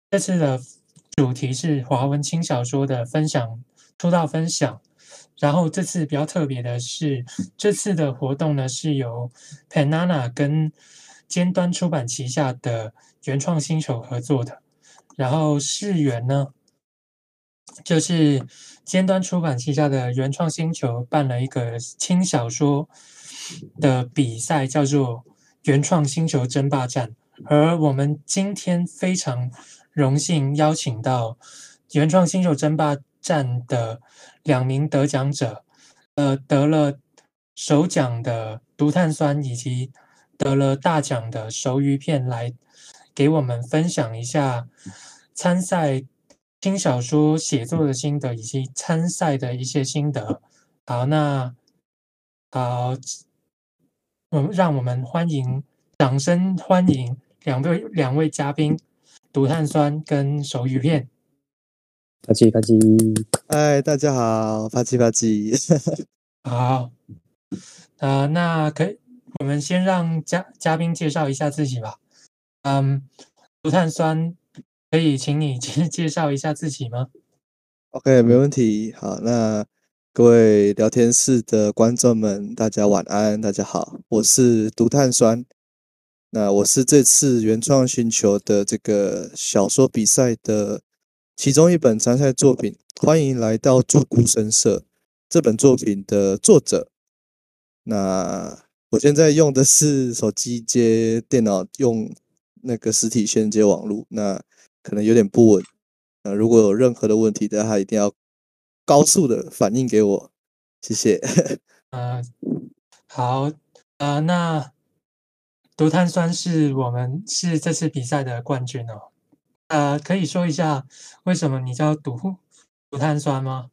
这次的主题是华文轻小说的出道分享。然后这次比较特别的是，这次的活动呢是由 Penana 跟尖端出版旗下的原创星球合作的。然后世源呢，就是尖端出版旗下的原创星球办了一个轻小说的比赛，叫做原创星球争霸战。而我们今天非常荣幸邀请到原创星球争霸战的2名得奖者，得了首奖的独碳酸以及得了大奖的熟鱼片，来给我们分享一下参赛轻小说写作的心得以及参赛的一些心得。好，那好，让我们掌声欢迎两位嘉宾，独碳酸跟熟鱼片。 啪叽啪叽， 嗨，大家好，啪叽啪叽。 好，那我们先让嘉宾介绍一下自己吧。独碳酸，可以请你介绍一下自己吗？ OK，没问题。好，那各位聊天室的观众们，大家晚安，大家好，我是独碳酸。那我是这次原创星球的这个小说比赛的其中一本参赛作品，欢迎来到祝孤神社这本作品的作者。那我现在用的是手机接电脑，用那个实体线接网络，那可能有点不稳。如果有任何的问题，大家一定要高速的反映给我，谢谢。 呃，好，那独碳酸是这次比赛的冠军哦。可以说一下为什么你叫独碳酸吗？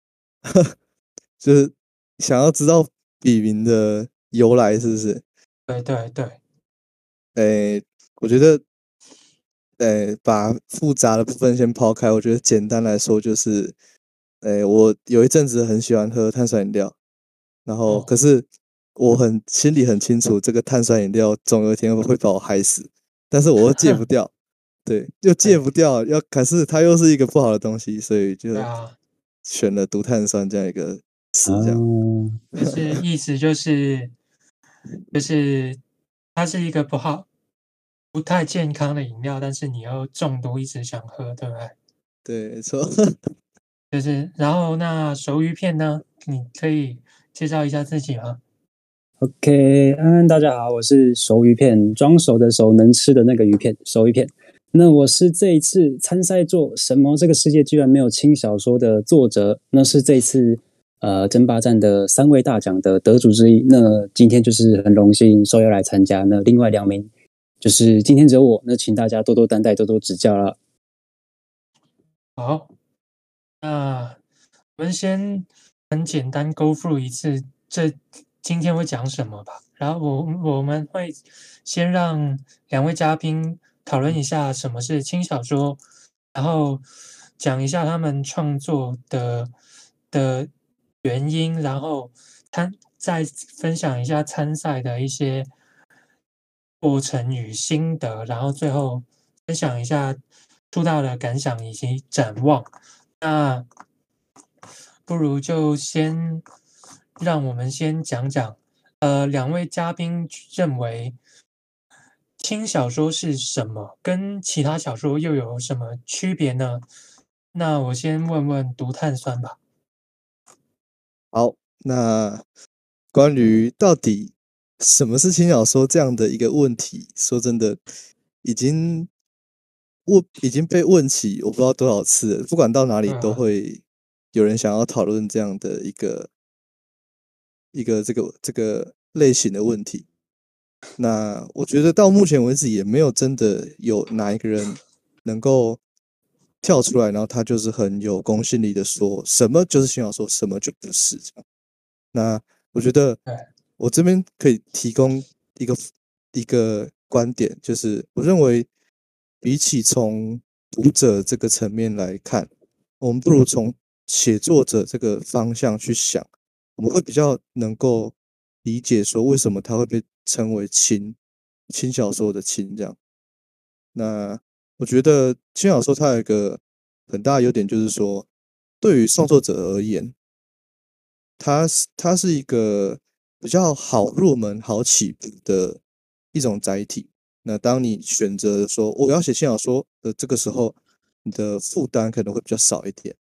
就是想要知道笔名的由来，是不是？ 对对对。 我觉得，把复杂的部分先抛开，我觉得简单来说就是，我有一阵子很喜欢喝碳酸饮料，然后可是我心里很清楚，这个碳酸饮料总有一天会把我害死，但是我又戒不掉，对，又戒不掉，可是它又是一个不好的东西，所以就选了独碳酸这样一个词，这样。 就是意思就是它是一个不太健康的饮料，但是你又中毒，一直想喝，对不对？ 对，没错。 就是，然后那熟鱼片呢？你可以介绍一下自己吗？ OK，大家好，我是熟鱼片，装熟的熟，能吃的那个鱼片，熟鱼片。那我是这一次参赛作《什么这个世界居然没有轻小说》的作者，那是这一次争霸战的3位大奖的得主之一。那今天就是很荣幸受邀来参加，那另外2名就是今天只有我，那请大家多多担待，多多指教了。 好，那我们先很简单 go through 一次今天会讲什么吧。然后我们会先让2位嘉宾讨论一下什么是轻小说，然后讲一下他们创作的原因，然后再分享一下参赛的一些过程与心得，然后最后分享一下出道的感想以及展望。那不如就让我们先讲讲，2位嘉宾认为轻小说是什么，跟其他小说又有什么区别呢？那我先问问独碳酸吧。 好，那关于到底什么是轻小说这样的一个问题，说真的，已经已经被问起，我不知道多少次了，不管到哪里都会有人想要讨论这样的一个这个类型的问题。那我觉得到目前为止也没有真的有哪一个人能够跳出来，然后他就是很有公信力的说什么就是轻小说，什么就不是这样。那我觉得我这边可以提供一个观点，就是我认为比起从读者这个层面来看，我们不如从写作者这个方向去想，我们会比较能够理解说为什么它会被称为轻小说的轻这样。那我觉得轻小说它有一个很大的优点，就是说，对于创作者而言，它是一个比较好入门、好起步的一种载体。那当你选择说我要写轻小说的这个时候，你的负担可能会比较少一点。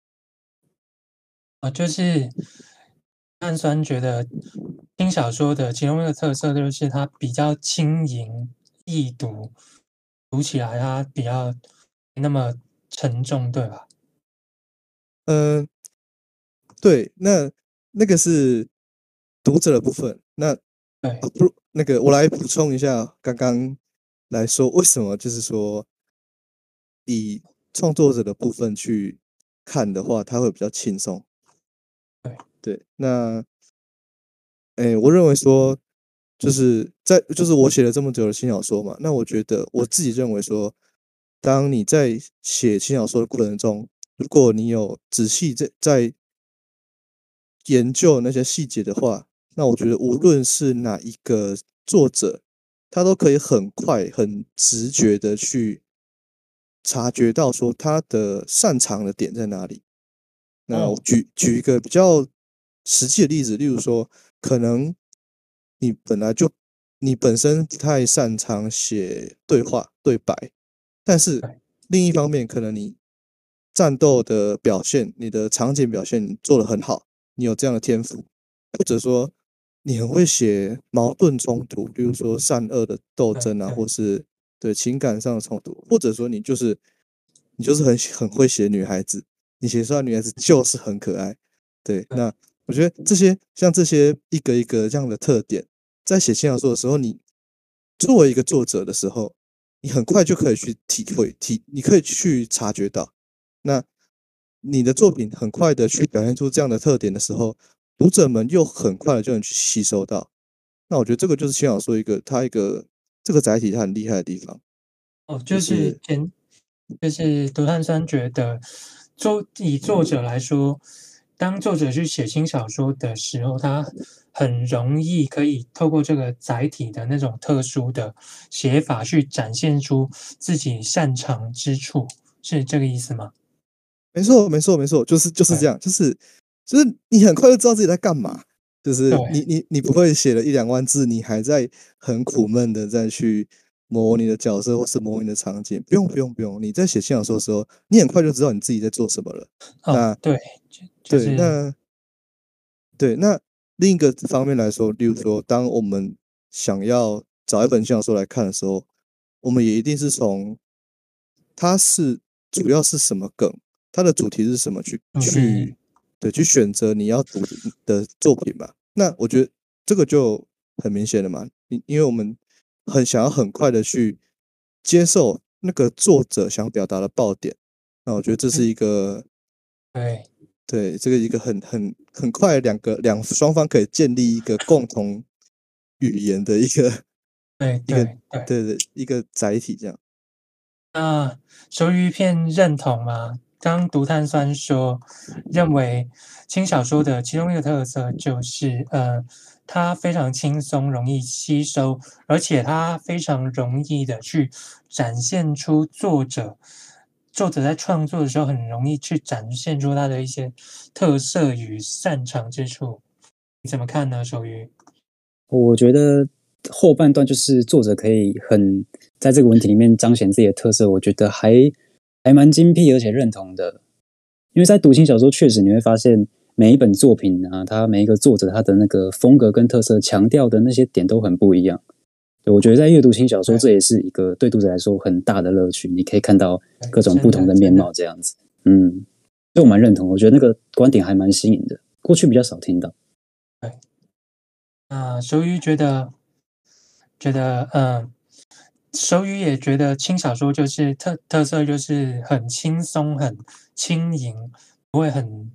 就是暗酸觉得轻小说的其中一个特色就是它比较轻盈易读，读起来它比较没那么沉重，对吧？ 嗯，对，那个是读者的部分。那对， 那个我来补充一下，刚刚来说为什么就是说以创作者的部分去看的话，它会比较轻松。 对， 对，那我认为说，就是我写了这么久的轻小说嘛，那我觉得我自己认为说，当你在写轻小说的过程中，如果你有仔细在研究那些细节的话，那我觉得无论是哪一个作者，他都可以很快、很直觉的去察觉到说他的擅长的点在哪里。那我举一个比较实际的例子，例如说，可能你本来就你本身不太擅长写对话对白，但是对， 另一方面，可能你战斗的表现、你的场景表现你做得很好，你有这样的天赋，或者说你很会写矛盾冲突，比如说善恶的斗争啊， 对， 或是对情感上的冲突，或者说你就是很会写女孩子，你写出来的女孩子就是很可爱。对， 对， 那我觉得像这些一个一个这样的特点，在写轻小说的时候，你作为一个作者的时候，你很快就可以去体会，你可以去察觉到。那你的作品很快的去表现出这样的特点的时候，读者们又很快的就能去吸收到。那我觉得这个就是轻小说它这个载体它很厉害的地方，就就是是就是独碳酸觉得，以作者来说，当作者去写轻小说的时候，他很容易可以透过这个载体的那种特殊的写法，去展现出自己擅长之处，是这个意思吗？ 没错，没错，没错，就是这对， 样，就是你很快就知道自己在干嘛，就是对， 你不会写了一两万字，你还在很苦闷的再去模拟的角色或是模拟的场景，不用不用不用，你在写轻小说的时候，你很快就知道你自己在做什么了。那对，就对， 是那另一个方面来说，例如说，当我们想要找一本轻小说来看的时候，我们也一定是从它主要是什么梗，它的主题是什么主题， 去选择你要读的作品嘛。那我觉得这个就很明显了嘛，因为我们很想要很快的去接受那个作者想表达的爆点，那我觉得这是一个对， 对，这个一个很快双方可以建立一个共同语言的对， 一个对，对。 一个载体这样。 那熟鱼片认同吗？刚读碳酸说，认为轻小说的其中一个特色就是，它非常轻松，容易吸收，而且它非常容易的去展现出作者在创作的时候很容易去展现出他的一些特色与擅长之处。你怎么看呢，熟鱼？ 我觉得后半段就是作者可以很在这个文体里面彰显自己的特色，我觉得还蛮精辟而且认同的。因为在读轻小说，确实你会发现每一本作品啊，它每一个作者他的那个风格跟特色强调的那些点都很不一样。对，我觉得在阅读轻小说， 对， 这也是一个对读者来说很大的乐趣。你可以看到对， 各种不真同的面的真的， 貌，这样子。嗯，所以我蛮认同，我觉得那个观点还蛮新颖的，过去比较少听到。 对。熟鱼觉得，手语也觉得轻小说就是特色就是很轻松、很轻盈，不会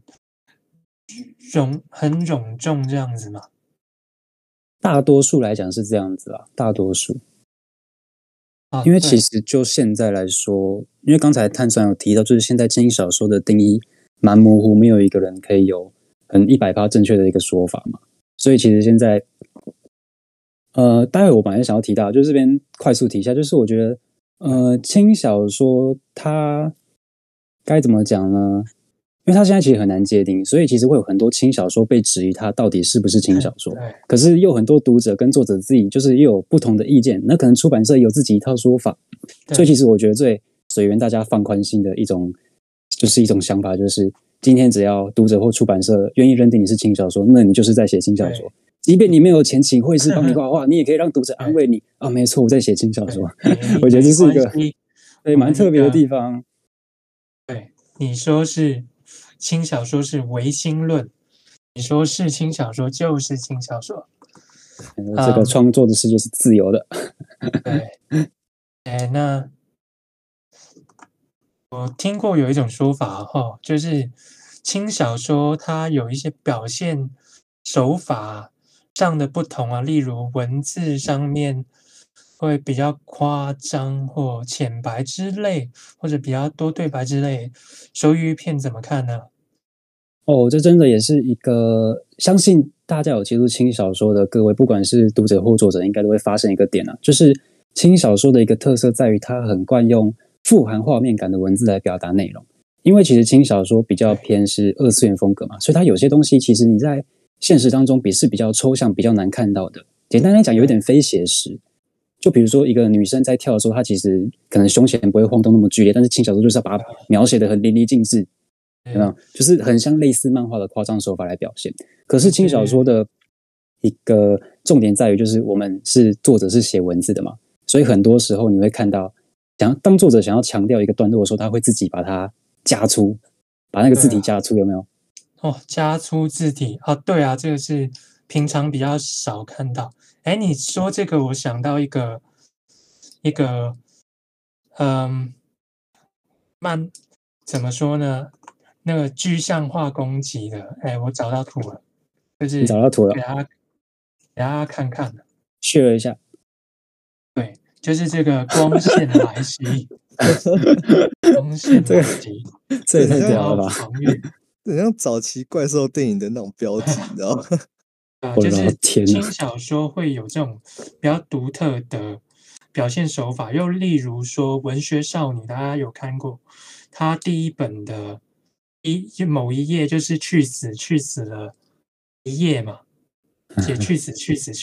很冗重这样子嘛。 大多数来讲是这样子啊，大多数。 啊， 因为其对， 实就现在来说，因为刚才碳酸有提到，就是现在轻小说的定义蛮模糊，没有一个人可以有很100%正确的一个说法嘛。所以其实现在，待会我本来想要提到，就是这边快速提一下，就是我觉得轻小说它该怎么讲呢？因为它现在其实很难界定，所以其实会有很多轻小说被质疑它到底是不是轻小说。 对， 可是又很多读者跟作者自己就是又有不同的意见，那可能出版社也有自己一套说法。所以其实我觉得最随缘大家放宽心的一种，就是一种想法，就是今天只要读者或出版社愿意认定你是轻小说，那你就是在写轻小说。即便你没有钱请绘师帮你画画，你也可以让读者安慰你啊，没错，我在写轻小说。我觉得这是一个对蛮特别的地方。 对，你说是轻小说是唯心论，你说是轻小说就是轻小说。 这个创作的世界是自由的。 对，那我听过有一种说法哈，就是轻小说它有一些表现手法上的不同啊，例如文字上面会比较夸张或浅白之类，或者比较多对白之类。手语片怎么看呢？ 这真的也是一个，相信大家有接触轻小说的各位，不管是读者或作者，应该都会发现一个点啊，就是轻小说的一个特色在于它很惯用富含画面感的文字来表达内容。因为其实轻小说比较偏是二次元风格嘛，所以它有些东西其实你在现实当中是比较抽象、比较难看到的。简单来讲，有一点非写实。就比如说一个女生在跳的时候，她其实可能胸前不会晃动那么剧烈，但是轻小说就是要把它描写的很淋漓尽致。有没有？就是很像类似漫画的夸张手法来表现。可是轻小说的一个重点在于，就是我们是作者是写文字的嘛，所以很多时候你会看到，当作者想要强调一个段落的时候，他会自己把它加粗，把那个字体加粗，有没有？ 加粗字体啊，对啊，这个是平常比较少看到。你说这个，我想到一个，怎么说呢？那个具象化攻击的，我找到图了，就是你找到图了， 给大家看看的。 share 一下。 对，就是这个光线来袭，光线来袭， 这也太屌了吧！ 防御， 很像早期怪兽电影的那种标题，你知道吗？ 就是天轻小说会有这种比较独特的表现手法，又例如说《文学少女》，大家有看过？它第一本的某一页就是去死了一页嘛，写去死。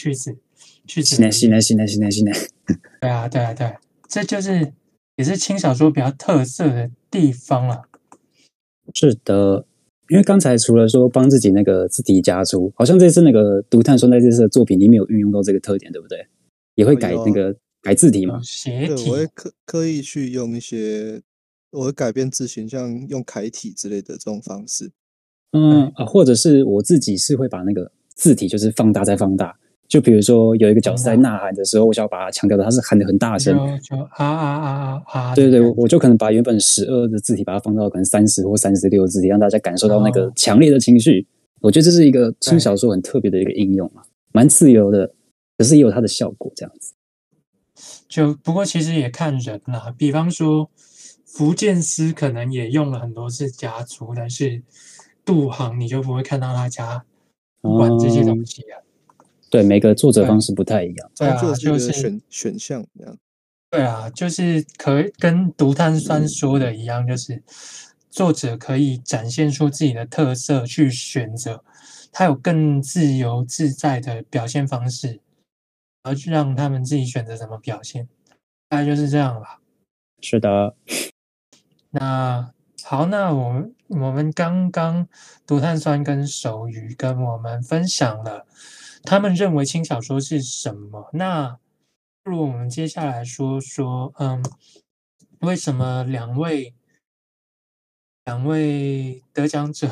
现在。 对啊，这就是也是轻小说比较特色的地方了。 是的，因为刚才除了说帮自己那个字体加粗，好像这次那个读探说在这次的作品里面有运用到这个特点，对不对？也会改那个改字体嘛？ 对， 斜体， 我会刻意去用一些，我会改变字形，像用楷体之类的这种方式。 或者是我自己是会把那个字体就是放大再放大。就比如说有一个角色在呐喊的时候，我想要把它强调的，他是喊得很大声， 就啊， 对，我就可能把原本12的字体把它放到可能30或36的字体，让大家感受到那个强烈的情绪。我觉得这是一个轻小说很特别的一个应用嘛，蛮自由的，可是也有它的效果这样子。 不过其实也看人啦，比方说福建师可能也用了很多次加粗，但是杜航你就不会看到他加管这些东西啊。 对，每个作者方式不太一样。 对啊， 就是选项这样。 对啊，就是跟独碳酸说的一样，就是作者可以展现出自己的特色去选择，他有更自由自在的表现方式，而去让他们自己选择怎么表现，大概就是这样吧。 是的。 那好，那我们刚刚独碳酸跟手语跟我们分享了他们认为轻小说是什么，那不如我们接下来说说，为什么两位得奖者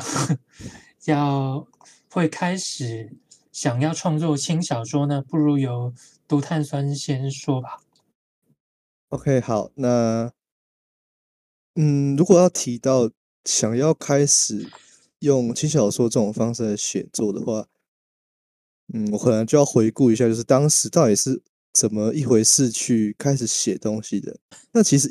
会开始想要创作轻小说呢？不如由独碳酸先说吧。 OK，好，那如果要提到想要开始用轻小说这种方式来写作的话，我可能就要回顾一下，就是当时到底是怎么一回事去开始写东西的。那其实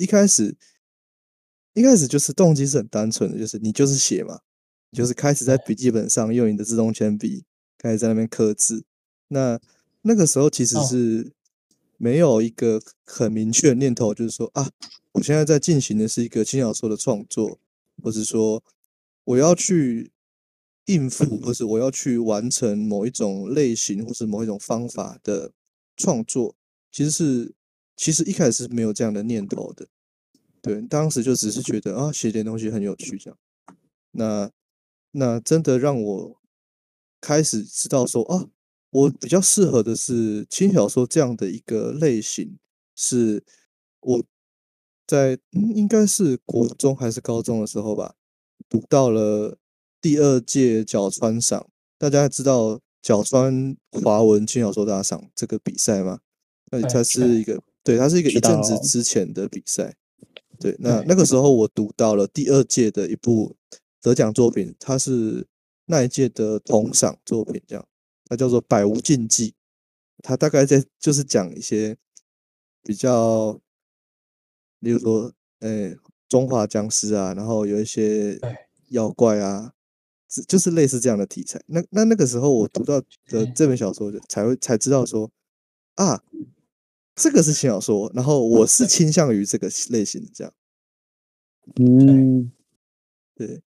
一开始就是动机是很单纯的，就是你就是写嘛，你就是开始在笔记本上用你的自动铅笔开始在那边刻字。那个时候其实是没有一个很明确的念头，就是说啊，我现在在进行的是一个轻小说的创作，或是说我要去应付，或是我要去完成某一种类型或是某一种方法的创作，其实一开始是没有这样的念头的。对，当时就只是觉得啊，写点东西很有趣这样。那真的让我开始知道说啊，我比较适合的是轻小说这样的一个类型，是我在应该是国中还是高中的时候吧，读到了第二届角川赏。大家知道角川华文轻小说大赏这个比赛吗？那它是一个，对，它是一个一阵子之前的比赛。对，那个时候我读到了第二届的一部得奖作品，它是那一届的铜赏作品，这样，它叫做《百无禁忌》，它大概就是讲一些比较，例如说，中华僵尸啊，然后有一些妖怪啊，就是类似这样的题材。那个时候我读到的这本小说，才知道说啊，这个是轻小说，然后我是倾向于这个类型的这样。对。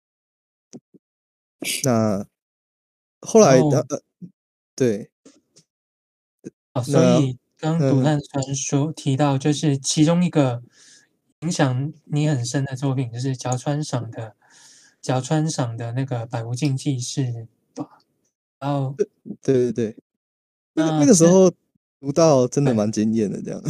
那后来对， 所以刚独探酸提到，就是其中一个影响你很深的作品，就是角川赏的那个《百无禁忌》是吧？然后对，那个时候读到真的蛮惊艳的，这样。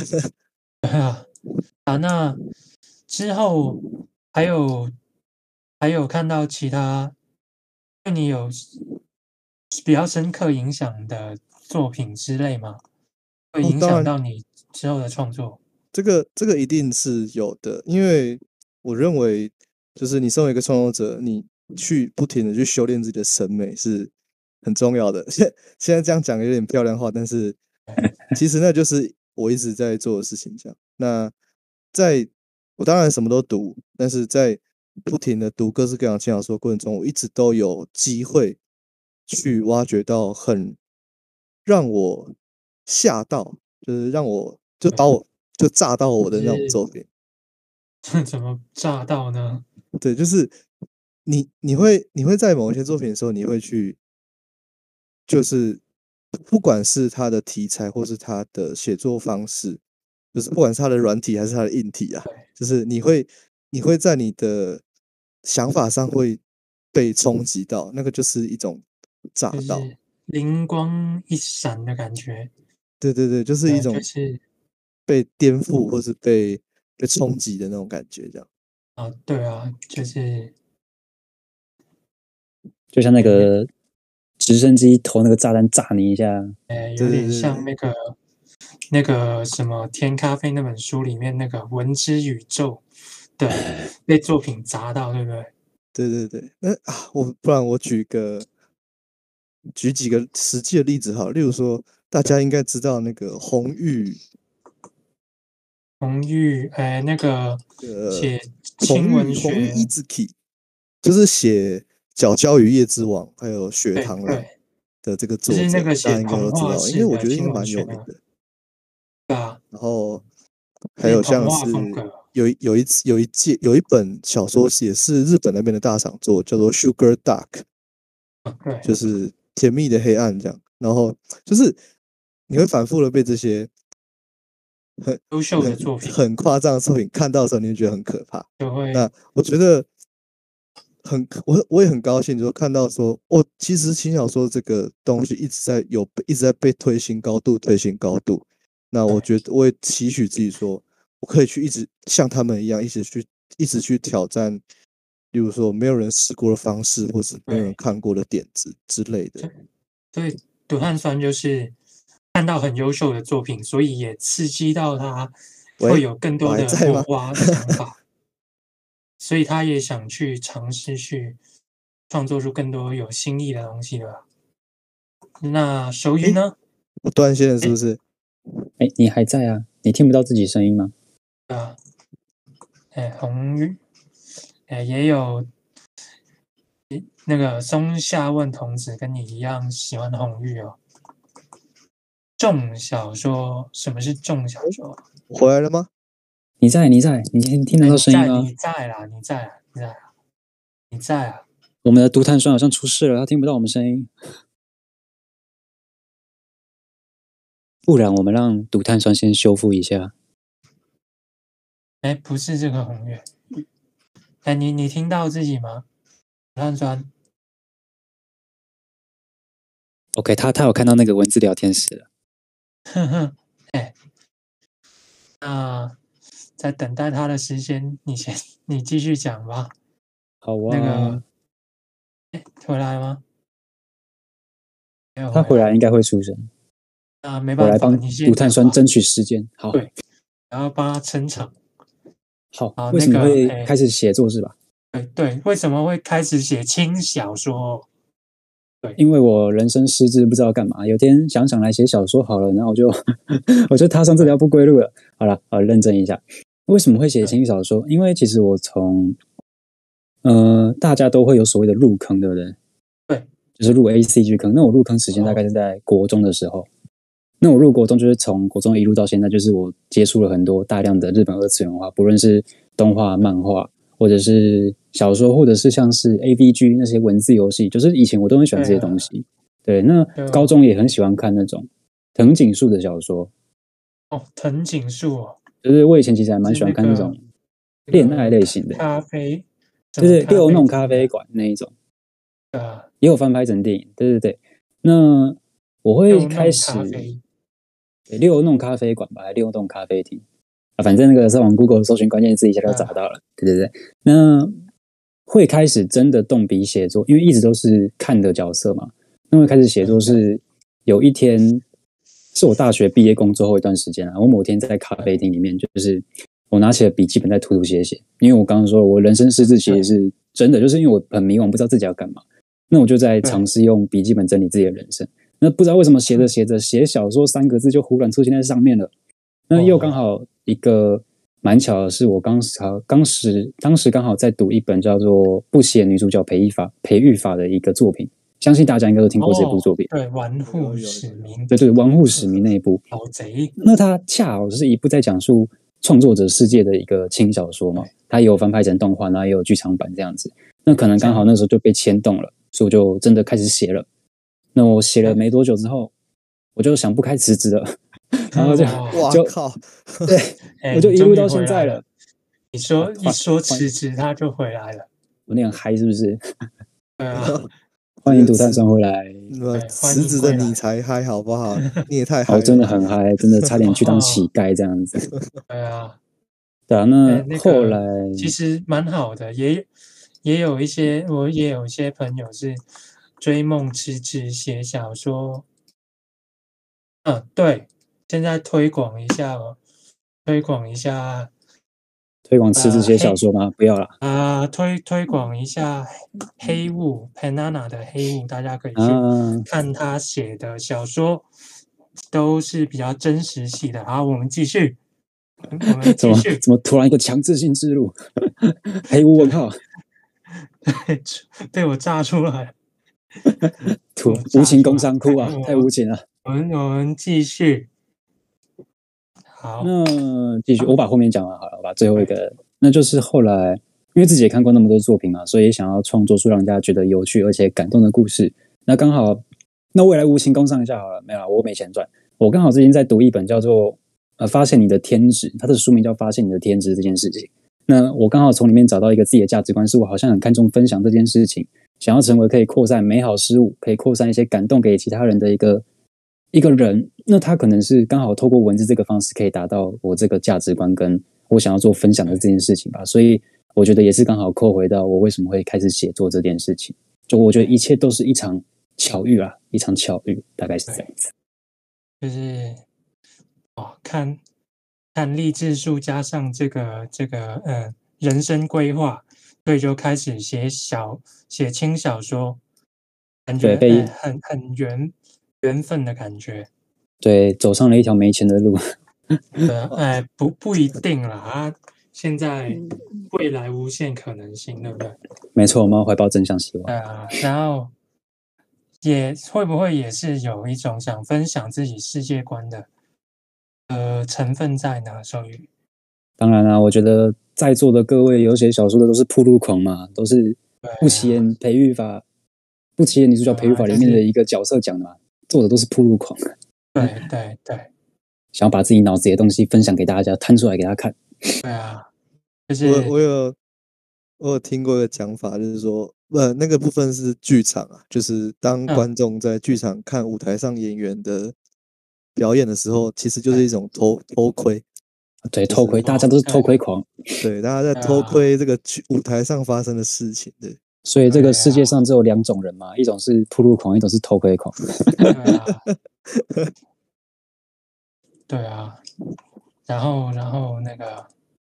那之后还有看到其他对你有比较深刻影响的作品之类吗？会影响到你之后的创作？ 这个一定是有的，因为我认为，就是你身为一个创作者，你去不停的去修炼自己的审美是很重要的。现在这样讲有点漂亮话，但是其实那就是我一直在做的事情。这样，那我当然什么都读，但是在不停的读各式各样的轻小说过程中，我一直都有机会去挖掘到很让我吓到，就是让我就炸到我的那种作品。 怎么炸到呢？ 对，就是你会在某一些作品的时候，你会去，就是不管是它的题材或是它的写作方式，就是不管是它的软体还是它的硬体啊，就是你会在你的想法上会被冲击到，那个就是一种炸到。 灵光一闪的感觉。 对，就是一种就是被颠覆或是被冲击的那种感觉，这样。 对啊，就是就像那个直升机投那个炸弹炸你一下， 有点像那个什么天咖啡那本书里面那个文之宇宙的被作品砸到，对不对？ 对，那不然我举几个实际的例子好，例如说大家应该知道那个红玉， 那个写红轻文玉伊学， 之 key，就是写角胶与夜之王还有血对螳螂的这个就是那作者， 个写大家应该都知道，因为童话式我觉得应该的轻文学蛮有名的。 对啊， 然后还是有像童话风是格， 有一本小说也是日本那边的大赏作，叫做《Sugar Dark》， 对， 就是甜蜜的黑暗这样。然后就是你会反复的被这些优秀的作品很夸张的作品看到的时候，你会觉得很可怕。 就会那我觉得我也很高兴，就看到说，其实轻小说这个东西一直在被推新高度，推新高度。那我觉得我也期许自己说，我可以去一直像他们一样，一直去挑战，比如说没有人试过的方式，或是没有人看过的点子之类的。 所以毒碳酸就是看到很优秀的作品，所以也刺激到他会有更多的火花想法，所以他也想去尝试去创作出更多有新意的东西了。那手语呢？ 我断线了是不是？ 你还在啊？你听不到自己声音吗？ 红玉，也有那个松下问童子跟你一样喜欢红玉哦。 重小说，什么是重小说？ 回来了吗？ 你听得到声音吗？ 你在啦，你在啊，你在啊，你在啊！ 我们的独碳酸好像出事了，他听不到我们声音。不然我们让独碳酸先修复一下。 哎，不是这个红月。哎，你听到自己吗？独碳酸。 OK， 他有看到那个文字聊天室了。 哼哼，哎，那在等待他的时间，你继续讲吧。 好啊。 那个，回来吗？没有他回来应该会出声。 啊，没办法， 我来帮你先独碳讲吧。 酸争取时间。好， 对，然后帮他撑场。 好， 好， 为什么会哎， 开始写作是吧？ 对，为什么会开始写轻小说？ 因为我人生失智，不知道干嘛。有天想来写小说好了，然后我就踏上这条不归路了。好了，认真一下。为什么会写轻小说？因为其实我从大家都会有所谓的入坑，对不对？ 对， 就是入 ACG 坑。那我入坑时间大概是在国中的时候。那我入国中就是从国中一路到现在，就是我接触了很多大量的日本二次元文化，不论是动画、漫画，或者是小说，或者是像是 AVG 那些文字游戏，就是以前我都很喜欢这些东西。对，那高中也很喜欢看那种藤井树的小说。 哦，藤井树哦， 就是我以前其实还蛮喜欢看那种恋爱类型的， 咖啡， 就是六弄咖啡馆那一种。也有翻拍成电影。对，那我会开始六弄咖啡馆吧，还六弄咖啡厅啊，反正那个上网 Google 搜寻关键字一下就找到了。对，那会开始真的动笔写作，因为一直都是看的角色嘛。那会开始写作是有一天是我大学毕业工作后一段时间啊，我某天在咖啡厅里面，就是我拿起了笔记本在涂涂写写，因为我刚刚说我人生失智其实是真的，就是因为我很迷惘，不知道自己要干嘛。那我就在尝试用笔记本整理自己的人生。那不知道为什么写着写着，写小说3个字就忽然出现在上面了。那又刚好一个蛮巧的是，我当时刚好在读一本叫做《不写女主角培育法》的一个作品，相信大家应该都听过这部作品。 对，玩户使命。 对，玩户使命那一部。 好贼。 那它恰好是一部在讲述创作者世界的一个轻小说嘛，它也有翻拍成动画，然后也有剧场版这样子。那可能刚好那时候就被牵动了，所以我就真的开始写了。那我写了没多久之后，我就想不开辞职了，然后就靠， 对，我就一路到现在了。 你说一说辞职，他就回来了。 我那样嗨是不是？ 对啊， 欢迎独碳酸回来。 辞职的你才嗨好不好？你也太嗨了。 真的很嗨，真的差点去当乞丐这样子。 对啊， 对啊，那后来其实蛮好的，也有一些我也有一些朋友是追梦辞职写小说。对，现在推广一下辞职写小说吗？不要了推广一下黑雾 Penana 的黑雾，大家可以去看他写的小说，都是比较真实系的。好，我们继续。 怎么突然一个强制性之路？黑雾问号， 被我炸出来， 无情工商哭啊，太无情了。 我们继续。好， 那继续，我把后面讲完好了，我把最后一个，那就是后来因为自己也看过那么多作品嘛，所以也想要创作出让人家觉得有趣而且感动的故事。那刚好，那未来无情工商一下好了，没有啦，我没钱赚。我刚好最近在读一本叫做发现你的天职，它的书名叫发现你的天职这件事情。那我刚好从里面找到一个自己的价值观，是我好像很看重分享这件事情，想要成为可以扩散美好事物，可以扩散一些感动给其他人的一个人。那他可能是刚好透过文字这个方式可以达到我这个价值观跟我想要做分享的这件事情吧。所以我觉得也是刚好扣回到我为什么会开始写作这件事情。就我觉得一切都是一场巧遇啊，一场巧遇，大概是这样子。 就是看励志书加上这个人生规划，所以就开始写轻小说，感觉很缘分的感觉。 对，走上了一条没钱的路。 不一定啦，现在未来无限可能性，对不对？ 没错，我们要怀抱正向希望。 然后也会不会也是有一种想分享自己世界观的成分在呢？手语当然啦、我觉得在座的各位有写小说的都是铺路狂嘛，都是不起眼培育法、不起眼女主角培育法里面的一个角色讲的嘛，作者都是铺路狂。 对对对， 想要把自己脑子里的东西分享给大家，摊出来给他看。 对啊，就是我有听过一个讲法，就是说，那个部分是剧场啊，就是当观众在剧场看舞台上演员的表演的时候，其实就是一种偷窥。 对，偷窥，大家都是偷窥狂。 对，大家在偷窥这个舞台上发生的事情。对， 所以这个世界上只有2种人嘛，一种是铺路狂，一种是偷窥狂。 对啊，对啊，然后那个，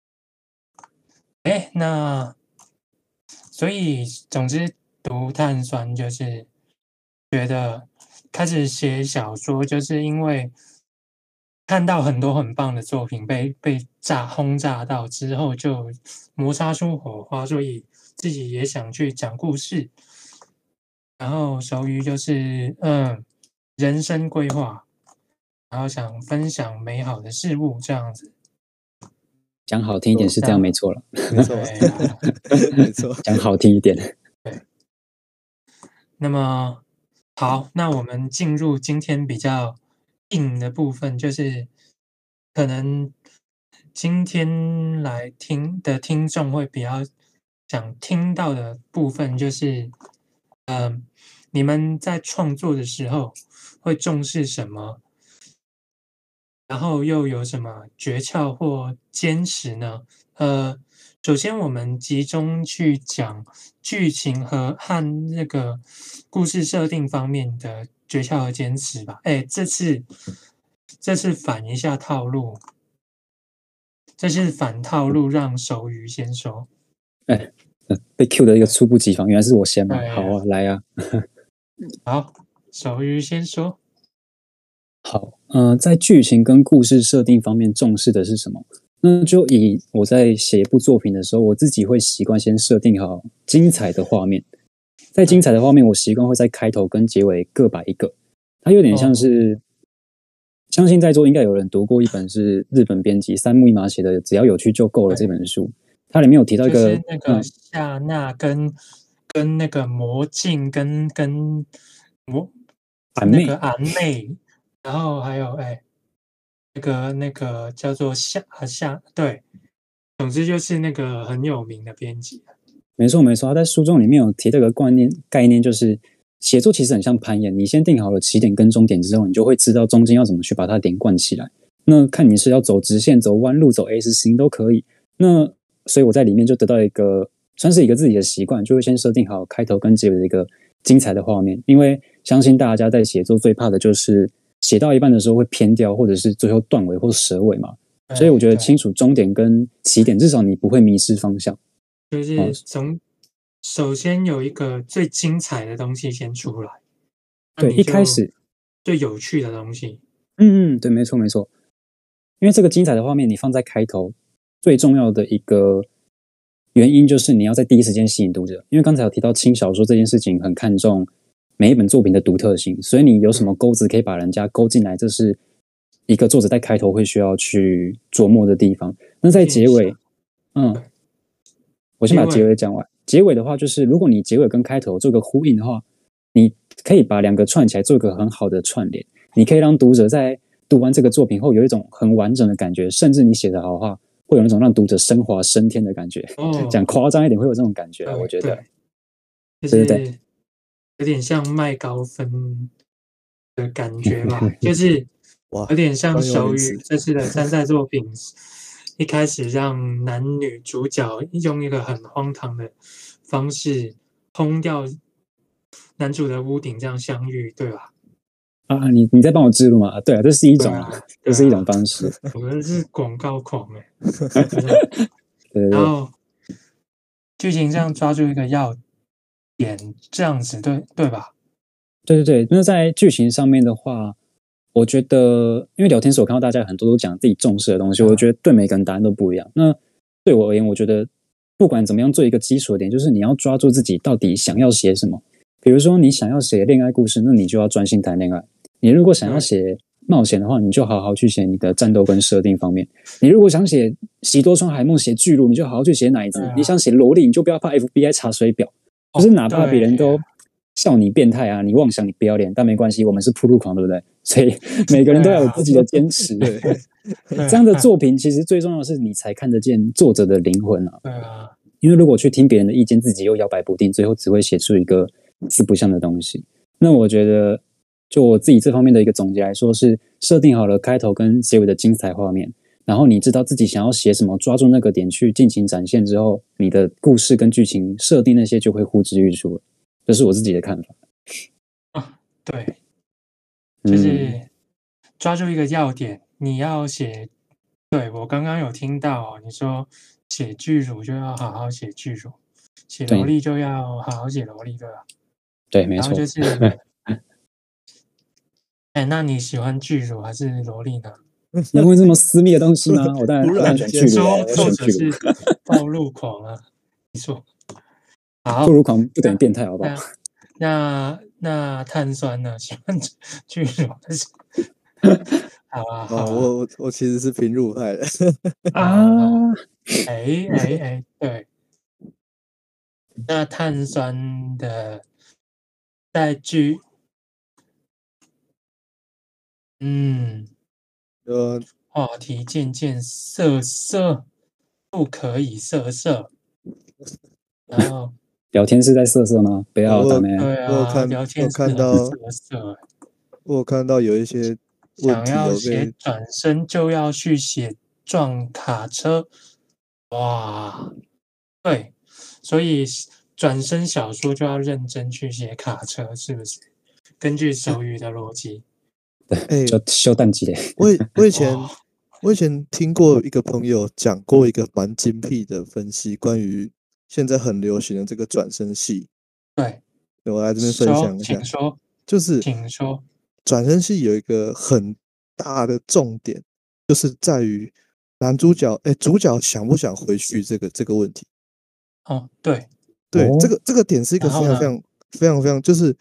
那所以总之，读碳酸就是觉得开始写小说，就是因为看到很多很棒的作品被轰炸到之后，就摩擦出火花，所以自己也想去讲故事。然后手语就是人生规划，然后想分享美好的事物这样子。 讲好听一点是这样，没错了。 没错，没错。 讲好听一点。 对。那么好，那我们进入今天比较硬的部分，就是可能今天来听的听众会比较想听到的部分，就是你们在创作的时候会重视什么？然后又有什么诀窍或坚持呢？首先我们集中去讲剧情和那个故事设定方面的诀窍和坚持吧。这次反一下套路，这是反套路，让手语先说。 被 Q 的一个猝不及防，原来是我先嘛。好啊，来啊。 好，手语先说。 好，在剧情跟故事设定方面重视的是什么？那就以我在写一部作品的时候，我自己会习惯先设定好精彩的画面。在精彩的画面，我习惯会在开头跟结尾各摆一个。它有点像是，相信在座应该有人读过一本是日本编辑三木一马写的《只要有趣就够了》这本书。它里面有提到一个， 就是那个夏娜跟那个魔镜跟那个俺妹。然后还有那个叫做对，总之就是那个很有名的编辑。 没错没错，他在书中里面有提这个概念，就是写作其实很像攀岩，你先定好了起点跟终点之后，你就会知道中间要怎么去把它连贯起来。那看你是要走直线、走弯路、走 S 型都可以。那所以我在里面就得到一个算是一个自己的习惯，就会先设定好开头跟结尾的一个精彩的画面，因为相信大家在写作最怕的就是写到一半的时候会偏掉，或者是最后断尾或蛇尾嘛。所以我觉得清楚终点跟起点，至少你不会迷失方向。 就是首先有一个最精彩的东西先出来， 对，一开始最有趣的东西。 对，没错没错。因为这个精彩的画面你放在开头，最重要的一个原因就是你要在第一时间吸引读者。因为刚才有提到轻小说这件事情很看重每一本作品的独特性，所以你有什么钩子可以把人家勾进来，这是一个作者在开头会需要去琢磨的地方。那在结尾，我先把结尾讲完。结尾的话，就是如果你结尾跟开头做个呼应的话，你可以把两个串起来，做一个很好的串联。你可以让读者在读完这个作品后有一种很完整的感觉，甚至你写的好话，会有那种让读者升华升天的感觉。讲夸张一点，会有这种感觉，我觉得。 对，有点像麦高芬的感觉吧，就是有点像手语这次的参赛作品。一开始让男女主角用一个很荒唐的方式轰掉男主的屋顶，这样相遇，对吧？ 你在帮我记录吗？对啊，这是一种这是一种方式。 我们是广告狂对。 然后剧情上抓住一个要点，这样子，对吧？ 对。那在剧情上面的话，我觉得，因为聊天时我看到大家很多都讲自己重视的东西，我觉得对每个人答案都不一样。那对我而言，我觉得不管怎么样，做一个基础的点，就是你要抓住自己到底想要写什么。 比如说你想要写恋爱故事，那你就要专心谈恋爱；你如果想要写冒险的话，你就好好去写你的战斗跟设定方面；你如果想写喜多川海梦、写巨乳，你就好好去写奶子；你想写萝莉，你就不要怕 FBI 查水表，就是哪怕别人都笑你变态啊，你妄想你不要脸，但没关系，我们是铺路狂，对不对？所以每个人都要有自己的坚持。 对， 这样的作品其实最重要的是你才看得见作者的灵魂啊。 对啊， 因为如果去听别人的意见，自己又摇摆不定，最后只会写出一个四不像的东西。那我觉得，就我自己这方面的一个总结来说，是设定好了开头跟结尾的精彩画面，然后你知道自己想要写什么，抓住那个点去尽情展现之后，你的故事跟剧情设定那些就会呼之欲出了。这是我自己的看法。 对，就是抓住一个要点，你要写。对，我刚刚有听到你说写巨乳就要好好写巨乳，写萝莉就要好好写萝莉，对吧？ 对，没错。 然后就是，那你喜欢巨乳还是萝莉呢？ 你问这么私密的东西吗？我当然选巨乳啊，我作者选巨乳。 是暴露狂啊，你说。好， 暴露狂不等于变态，好不好？ 那碳酸呢？喜欢巨乳还是？好啊，好啊。 我其实是平乳派的啊。 对。那碳酸的在剧，话题渐渐色，不可以色，然后聊天是在色吗？不要打咩？ 对啊，聊天是很色。 我有看到有一些问题想要写转身就要去写撞卡车，哇，对，所以转身小说就要认真去写卡车，是不是？根据手语的逻辑， 就修淡季嘞。 我以前听过一个朋友讲过一个蛮精辟的分析，关于现在很流行的这个转身戏。 对， 我来这边分享一下，就是请说。 转身戏有一个很大的重点，就是在于男主角，主角想不想回去这个问题。 哦，对， 这个点是一个非常，就是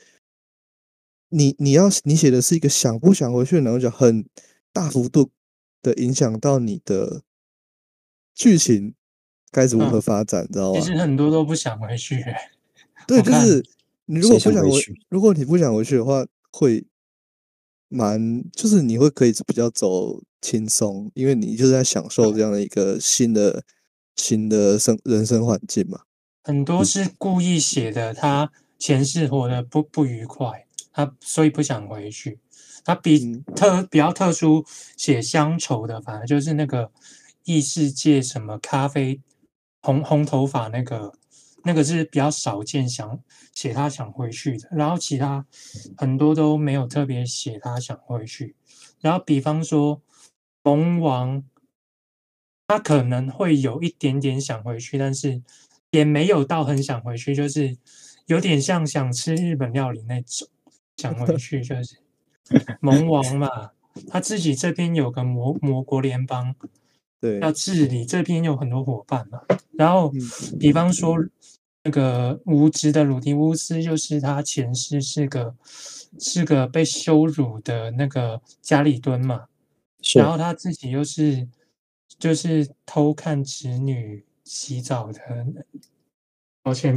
你写的是一个想不想回去的男主角，很大幅度的影响到你的剧情该如何发展，知道吗？ 其实很多都不想回去。 对，就是你如果你不想回去的话，会就是你会可以比较走轻松，因为你就是在享受这样的一个新的人生环境嘛。 很多是故意写的，他前世活得不愉快，他所以不想回去。他比较特殊，写乡愁的，反而就是那个异世界什么咖啡红头发那个是比较少见，写他想回去的。然后其他很多都没有特别写他想回去。然后比方说龙王，他可能会有一点点想回去，但是也没有到很想回去，就是有点像想吃日本料理那种想回去，就是萌王嘛，他自己这边有个魔国联邦， 对， 要治理，这边有很多伙伴嘛。然后比方说那个无职的鲁迪乌斯，就是他前世是个被羞辱的那个家里蹲嘛，然后他自己又是就是偷看侄女洗澡的，抱歉，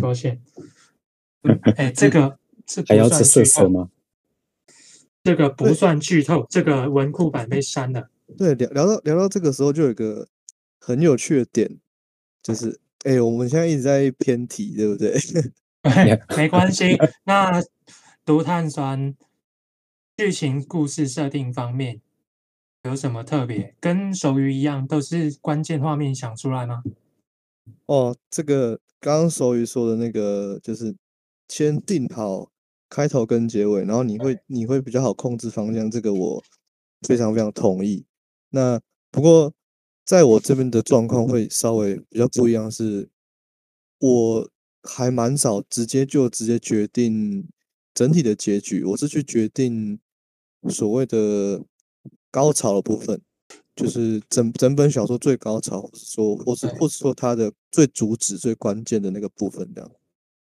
这个还要吃色吗？ 这个不算剧透，这个文库版被删了。 对，聊到这个时候，就有一个很有趣的点，就是我们现在一直在偏题，对不对？ 没关系。那毒碳酸剧情故事设定方面有什么特别？跟手语一样，都是关键画面想出来吗？ 哦，这个刚刚手语说的那个，就是先定好开头跟结尾，然后你会比较好控制方向，这个我非常同意。那不过在我这边的状况会稍微比较不一样，是我还蛮少直接决定整体的结局，我是去决定所谓的高潮的部分。就是整本小说最高潮，或是说它的最主旨、最关键的那个部分，这样。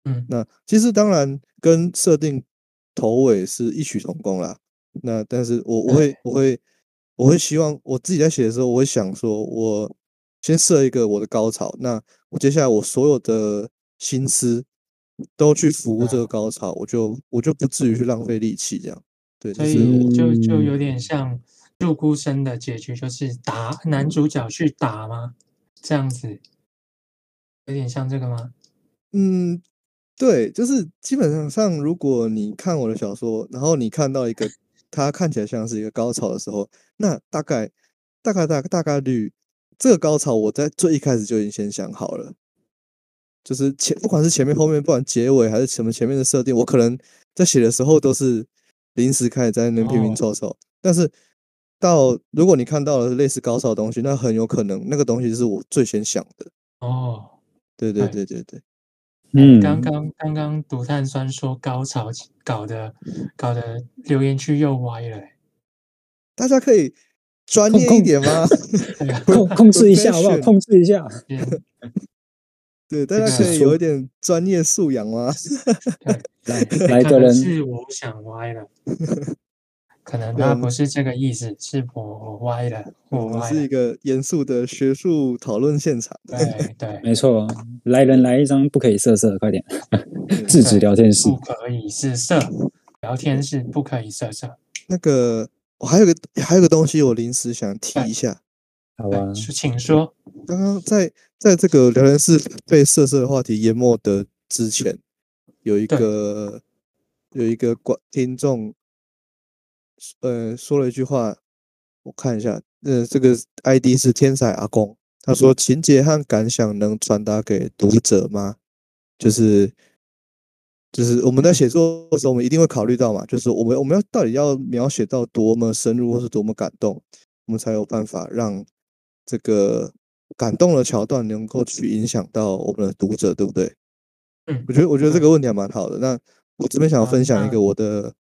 那其实当然跟设定头尾是异曲同工啦。那但是我会希望我自己在写的时候，我会想说，我先设一个我的高潮，那我接下来我所有的心思都去服务这个高潮，我就不至于去浪费力气这样。对，这所以是我就有点像入孤生的结局，就是打男主角去打吗？这样子，有点像这个吗？ 嗯，对，就是基本上，如果你看我的小说，然后你看到一个它看起来像是一个高潮的时候，那大概率，这个高潮我在最一开始就已经先想好了，就是不管是前面后面，不管结尾还是什么前面的设定，我可能在写的时候都是临时开始在那边拼拼凑凑，但是如果你看到了类似高潮的东西，那很有可能那个东西是我最先想的。 哦， 对对对对对。 刚刚毒碳酸说高潮搞得留言区又歪了， 大家可以专业一点吗？ 对啊， 控制一下好不好？控制一下。 对，大家可以有一点专业素养吗？ 对， 来个人是我想歪了，可能他不是这个意思，是我歪了， 我们是一我歪了。 个严肃的学术讨论现场。 对对， 没错，来人来一张，不可以色色，快点，制止对聊天室。 不可以是色，聊天室不可以色色。 那个，我还有个东西，我临时想提一下。 好啊， 请说。 刚刚在这个聊天室被色色的话题淹没的之前，有一个听众，说了一句话，我看一下，这个 ID 是天才阿公，他说情节和感想能传达给读者吗？就是我们在写作的时候，我们一定会考虑到嘛，就是我们到底要描写到多么深入或是多么感动，我们才有办法让这个感动的桥段能够去影响到我们的读者，对不对？我觉得这个问题还蛮好的。那我这边想要分享一个我的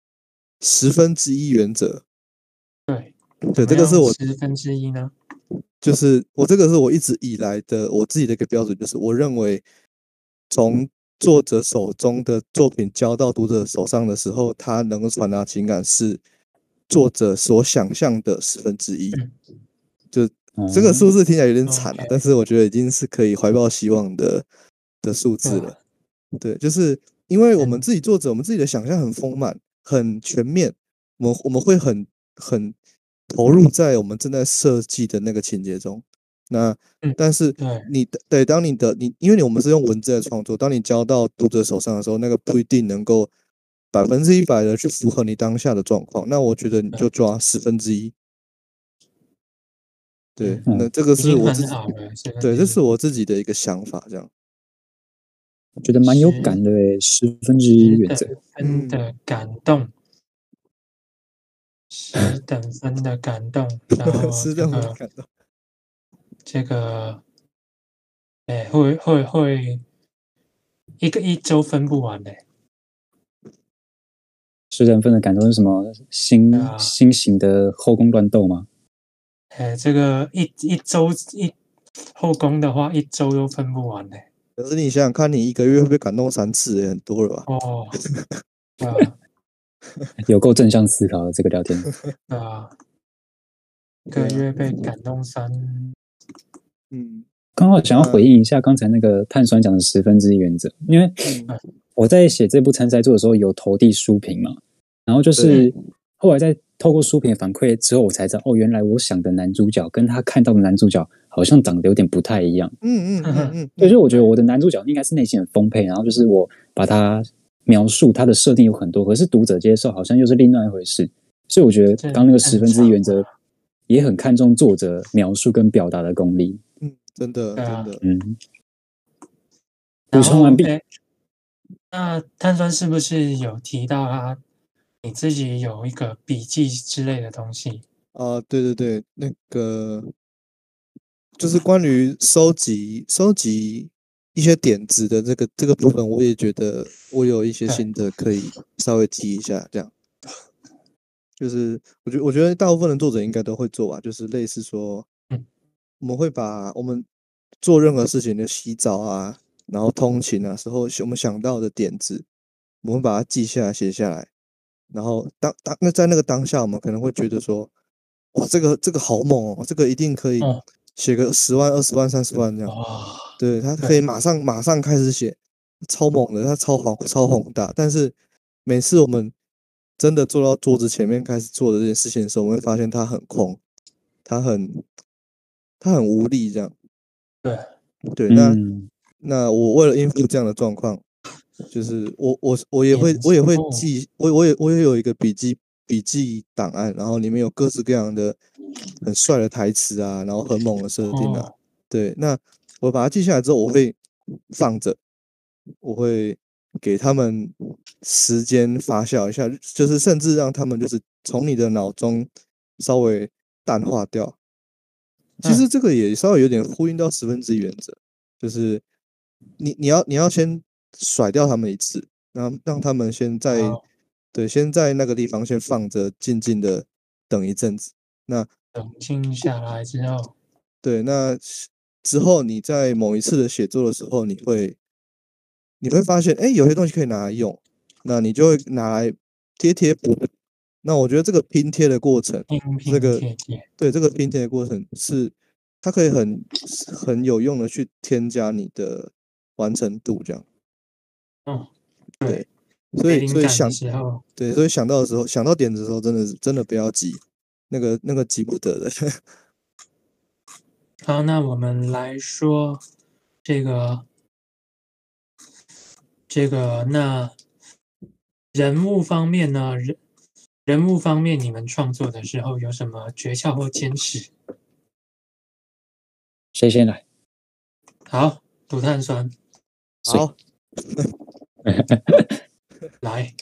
1/10原则。对，这个是我 1/10呢？ 就是这个是我一直以来的我自己的一个标准，就是我认为从作者手中的作品交到读者手上的时候，他能够传达情感是作者所想象的1/10。就这个数字听起来有点惨啊，但是我觉得已经是可以怀抱希望的数字了。对，就是因为我们自己作者，我们自己的想象很丰满、很全面，我们会很投入在我们正在设计的那个情节中。那但是当因为我们是用文字来创作，当你交到读者手上的时候，那个不一定能够100%的去符合你当下的状况。那我觉得你就抓1/10。对，那这个是我自己，对，这是我自己的一个想法，这样。 我觉得蛮有感的诶，1/10原则。 10等分的感动，10等分的感动，然后这个，会一周分不完的。 10等分的感动是什么？新型的后宫乱斗吗？ 这个一周后宫的话，一周都分不完的。 可是你想想看，你一个月会被感动3次，很多了吧？ 哦，对啊， 有够正向思考的这个聊天。 对啊，一个月被感动3。 刚好想要回应一下刚才那个碳酸讲的1/10原则，因为我在写这部参赛作的时候有投递书评嘛，然后就是后来在透过书评的反馈之后，我才知道哦，原来我想的男主角跟他看到的男主角好像长得有点不太一样。所以就我觉得我的男主角应该是内心很丰沛，然后就是我把他描述他的设定有很多，可是读者接受好像又是另外一回事。所以我觉得刚那个1/10原则也很看重作者描述跟表达的功力。 真的。 补充完毕。 那碳酸是不是有提到你自己有一个笔记之类的东西？ 对对对，那个就是关于收集一些点子的这个部分，我也觉得我有一些心得可以稍微提一下，这样。就是我觉得大部分的作者应该都会做吧，就是类似说，我们会把我们做任何事情的洗澡啊、 然后通勤的时候我们想到的点子，我们把它记下来写下来，然后那在那个当下，我们可能会觉得说，哇，这个好猛哦，这个一定可以哦， 写个10万、20万、30万这样。 哇， 对，他可以马上开始写，超猛的，他超宏大。但是每次我们真的坐到桌子前面开始做的这件事情的时候，我们会发现它很空，它很无力这样。 对， 对， 嗯， 那我为了应付这样的状况，就是我也会哦， 记，我也有一个笔记档案，然后里面有各式各样的很帅的台词啊，然后很猛的设定啊。 哦， 对，那我把它记下来之后，我会放着，我会给他们时间发酵一下，就是甚至让他们就是从你的脑中稍微淡化掉。其实嗯， 这个也稍微有点呼应到1/10原则，就是你要先甩掉他们一次，让他们好， 先在那个地方先放着，静静的等一阵子。那冷静下来之后， 对，那之后你在某一次的写作的时候，你会发现，哎，有些东西可以拿来用，那你就会拿来贴补。那我觉得这个拼贴的过程， 拼拼这个贴贴， 对这个拼贴的过程是它可以很有用的去添加你的完成度，这样。 哦， 对， 对，没灵感的所以时候， 所以想到的时候，想到点子的时候，真的不要急，那个急不得的。 好，那我们来说这个那人物方面呢，人物方面，你们创作的时候有什么诀窍或坚持？ 谁先来？ 好，涂碳酸谁？ 好来，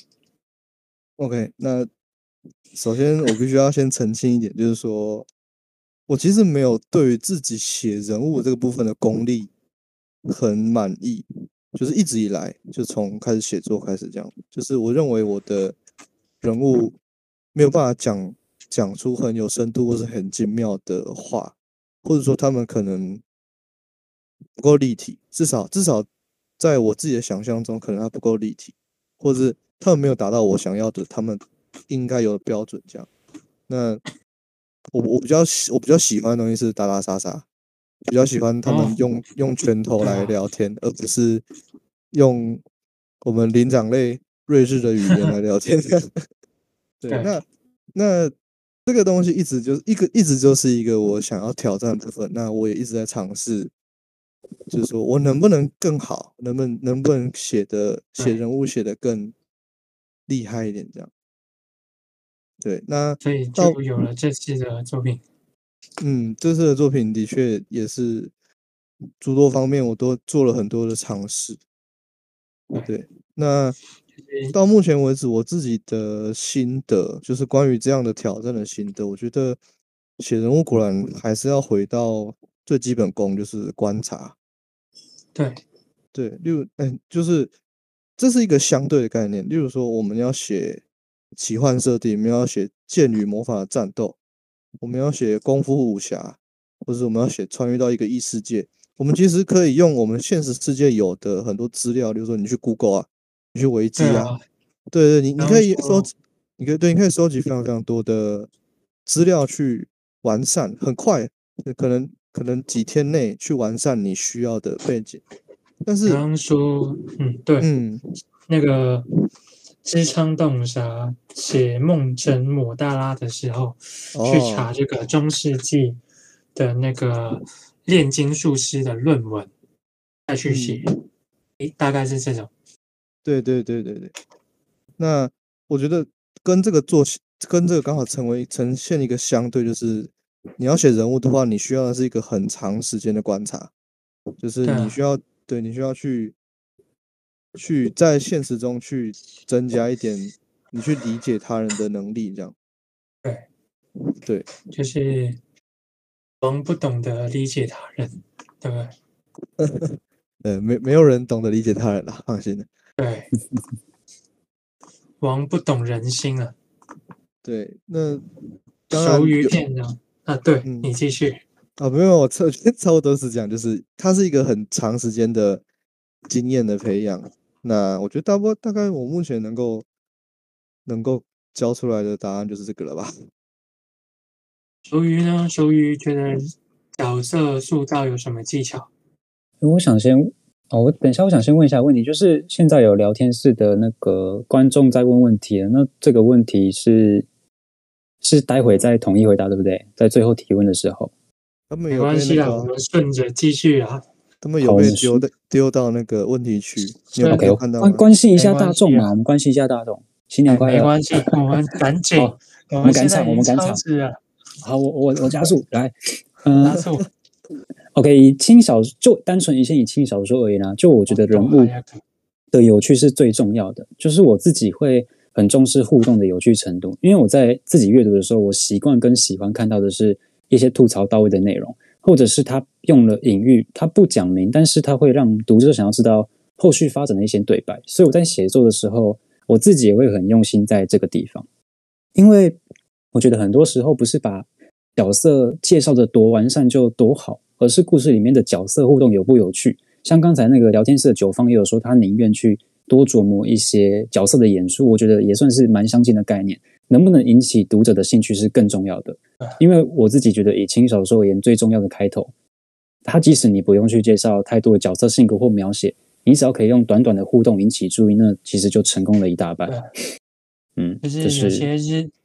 ，OK，那首先我必须要先澄清一点，就是说我其实没有对于自己写人物这个部分的功力很满意，就是一直以来，就从开始写作开始这样，就是我认为我的人物没有办法讲出很有深度或是很精妙的话，或者说他们可能不够立体，至少在我自己的想象中，可能它不够立体，或者是他们没有达到我想要的他们应该有的标准这样。那我比较喜欢的东西是打打杀杀，比较喜欢他们哦， 用拳头来对啊， 聊天，而不是用我们灵长类睿智的语言来聊天。对， 对那这个东西一直就是一个我想要挑战的部分。那我也一直在尝试，就是说我能不能更好，能不能写对， 人物写得更厉害一点这样。对，那所以就到有了这次的作品。 这次的作品的确也是诸多方面我都做了很多的尝试。 对， 对，那就是到目前为止，我自己的心得就是关于这样的挑战的心得，我觉得写人物果然还是要回到最基本功，就是观察。 对， 对，就是这是一个相对的概念。例如说，我们要写奇幻设定，我们要写剑与魔法的战斗，我们要写功夫武侠，或者我们要写穿越到一个异世界，我们其实可以用我们现实世界有的很多资料，比如说你去 Google 啊，你去维基啊， 对啊， 你比方可以收说， 集，你可以收集非常非常多的资料去完善，很快，可能几天内去完善你需要的背景。但是， 比方说，对， 嗯， 那个知昌洞啥写梦真抹大拉的时候，去哦， 查这个中世纪的那个炼金术师的论文，再去写， 嗯， 大概是这种。 对。那我觉得跟这个做跟这个刚好呈现一个相对，就是你要写人物的话，你需要的是一个很长时间的观察，就是对啊， 你需要去在现实中去增加一点你去理解他人的能力，这样。 对， 对， 就是王不懂得理解他人，对不对？ 没有人懂得理解他人啦，放心的。 对，王不懂人心啊， 对，那当熟鱼然有， 片呢？啊，对嗯。 你继续。 啊，没有，我觉得差不多是这样，就是它是一个很长时间的经验的培养。那我觉得大概我目前能够教出来的答案就是这个了吧。 熟鱼呢？熟鱼觉得角色塑造有什么技巧？ 我想先我等一下，我想先问一下问题，就是现在有聊天室的那个观众在问问题了，那这个问题是待会再统一回答，对不对？在最后提问的时候， 他们没有被那关系啦，我个， 们顺着继续啊。 他们好， 有被我们说丢到那个问题区，你有 OK， 你有看到吗？ 关心一下没关系啊， 大众嘛，我们关心一下大众，新年快乐！ 没关系，我们赶紧， 好， 我们现在我们赶场， 已经超我们赶场。 时了， 好，我加速来， 加速。 OK，就单纯以轻小说而言啊，就我觉得人物的有趣是最重要的。就是我自己会很重视互动的有趣程度，因为我在自己阅读的时候，我习惯跟喜欢看到的是一些吐槽到位的内容，或者是他用了隐喻，他不讲明，但是他会让读者想要知道后续发展的一些对白。所以我在写作的时候，我自己也会很用心在这个地方，因为我觉得很多时候不是把角色介绍的多完善就多好，而是故事里面的角色互动有不有趣。像刚才那个聊天室的九方也有说，他宁愿去多琢磨一些角色的演出，我觉得也算是蛮相近的概念。能不能引起读者的兴趣是更重要的。因为我自己觉得，以轻小说而言，最重要的开头，它即使你不用去介绍太多的角色性格或描写，你只要可以用短短的互动引起注意，那其实就成功了一大半。 就是有些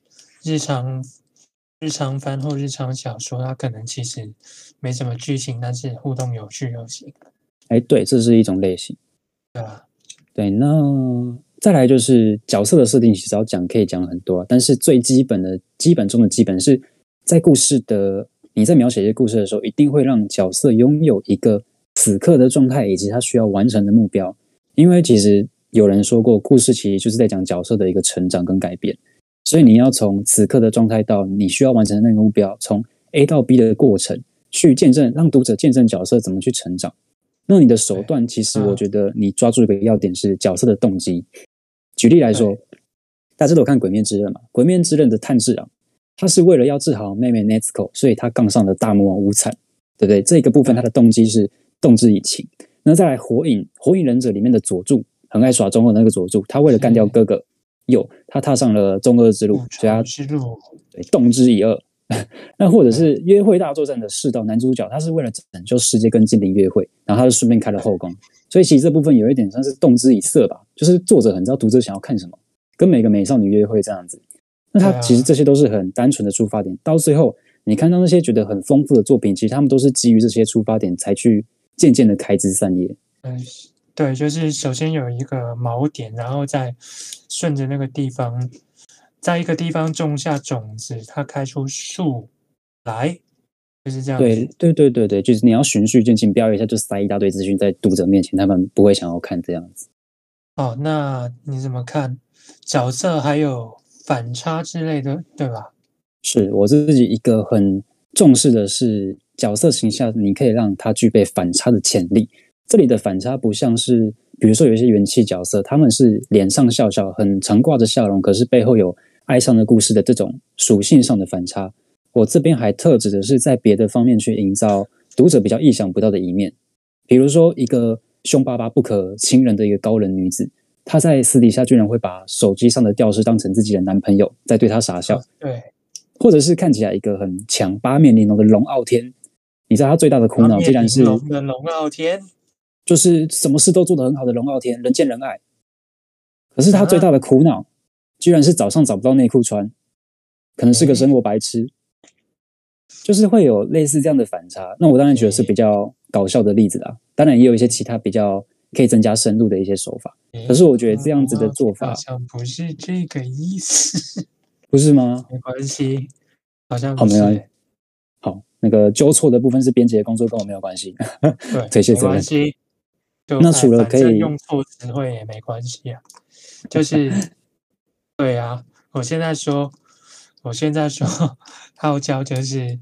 日常番或日常小说，它可能其实没什么剧情，但是互动有趣就行。 对，这是一种类型。 对啊。 对，那再来就是角色的设定，其实要讲可以讲很多，但是最基本的基本中的基本是在你在描写一些故事的时候，一定会让角色拥有一个此刻的状态以及他需要完成的目标。因为其实有人说过，故事其实就是在讲角色的一个成长跟改变，所以你要从此刻的状态到你需要完成的那个目标，从 A 到 B 的过程去让读者见证角色怎么去成长。那你的手段，其实我觉得你抓住一个要点是角色的动机。举例来说，大家都有看《鬼灭之刃》嘛，《鬼灭之刃》的炭治郎，他是为了要治好妹妹 Nezuko， 所以他杠上了大魔王无惨，对不对？这个部分他的动机是动之以情。那再来火影忍者里面的佐助，很爱耍中二的那个佐助，他为了干掉哥哥他踏上了中二之路，所以他动之以恶。那或者是约会大作战的世道男主角，他是为了拯救世界跟精灵约会，然后他就顺便开了后宫，所以其实这部分有一点像是动之以色吧，就是作者很知道读者想要看什么，跟每个美少女约会这样子。那他其实这些都是很单纯的出发点，到最后你看到那些觉得很丰富的作品，其实他们都是基于这些出发点才去渐渐的开枝散叶。 对，就是首先有一个锚点，然后再顺着那个地方，在一个地方种下种子，它开出树来，就是这样子。 对，就是你要循序渐进，不要一下就塞一大堆资讯在读者面前，他们不会想要看这样子。 哦，那你怎么看角色还有反差之类的，对吧？ 是我自己一个很重视的是角色形象，你可以让他具备反差的潜力。这里的反差不像是，比如说有一些元气角色，他们是脸上笑笑，很常挂着笑容，可是背后有哀伤的故事的这种属性上的反差。我这边还特指的是在别的方面去营造读者比较意想不到的一面，比如说一个凶巴巴不可亲人的一个高冷女子，她在私底下居然会把手机上的吊饰当成自己的男朋友，在对她傻笑。 对， 或者是看起来一个很强八面玲珑的龙傲天，你知道他最大的苦恼竟然是龙的龙傲天， 就是什么事都做得很好的龙傲天，人见人爱。可是他最大的苦恼，居然是早上找不到内裤穿，可能是个生活白痴，就是会有类似这样的反差。那我当然觉得是比较搞笑的例子啦，当然也有一些其他比较可以增加深度的一些手法。可是我觉得这样子的做法好像不是这个意思， 不是吗？ 没关系，好像不是。 好，那个纠错的部分是编辑的工作，跟我没有关系。 对， 这些责任。 没关系。 那除了可以用错词汇也没关系啊，就是对啊。我现在说傲娇就是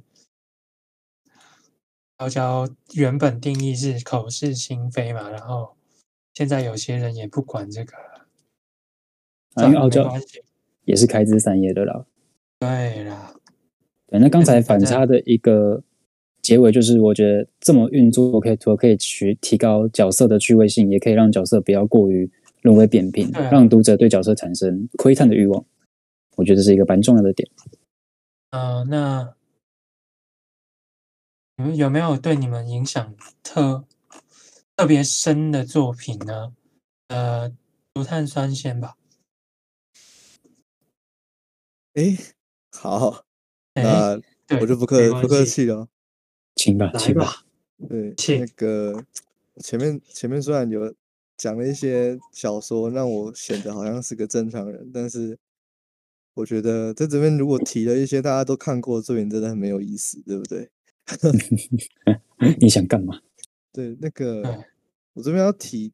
傲娇，原本定义是口是心非嘛，然后现在有些人也不管这个了， 因为傲娇也是开枝散叶的啦。 对啦， 对，那刚才反差的一个结尾就是我觉得这么运作可以去提高角色的趣味性，也可以让角色不要过于沦为扁平，让读者对角色产生窥探的欲望。我觉得这是一个蛮重要的点。 那你们有没有对你们影响特别深的作品呢？竹炭酸先吧。 好，那我就不客气了， 请吧。 对，那个前面虽然有讲了一些小说，让我显得好像是个正常人，但是我觉得在这边如果提了一些大家都看过的作品，真的很没有意思，对不对？ 你想干嘛？ 对，那个我这边要提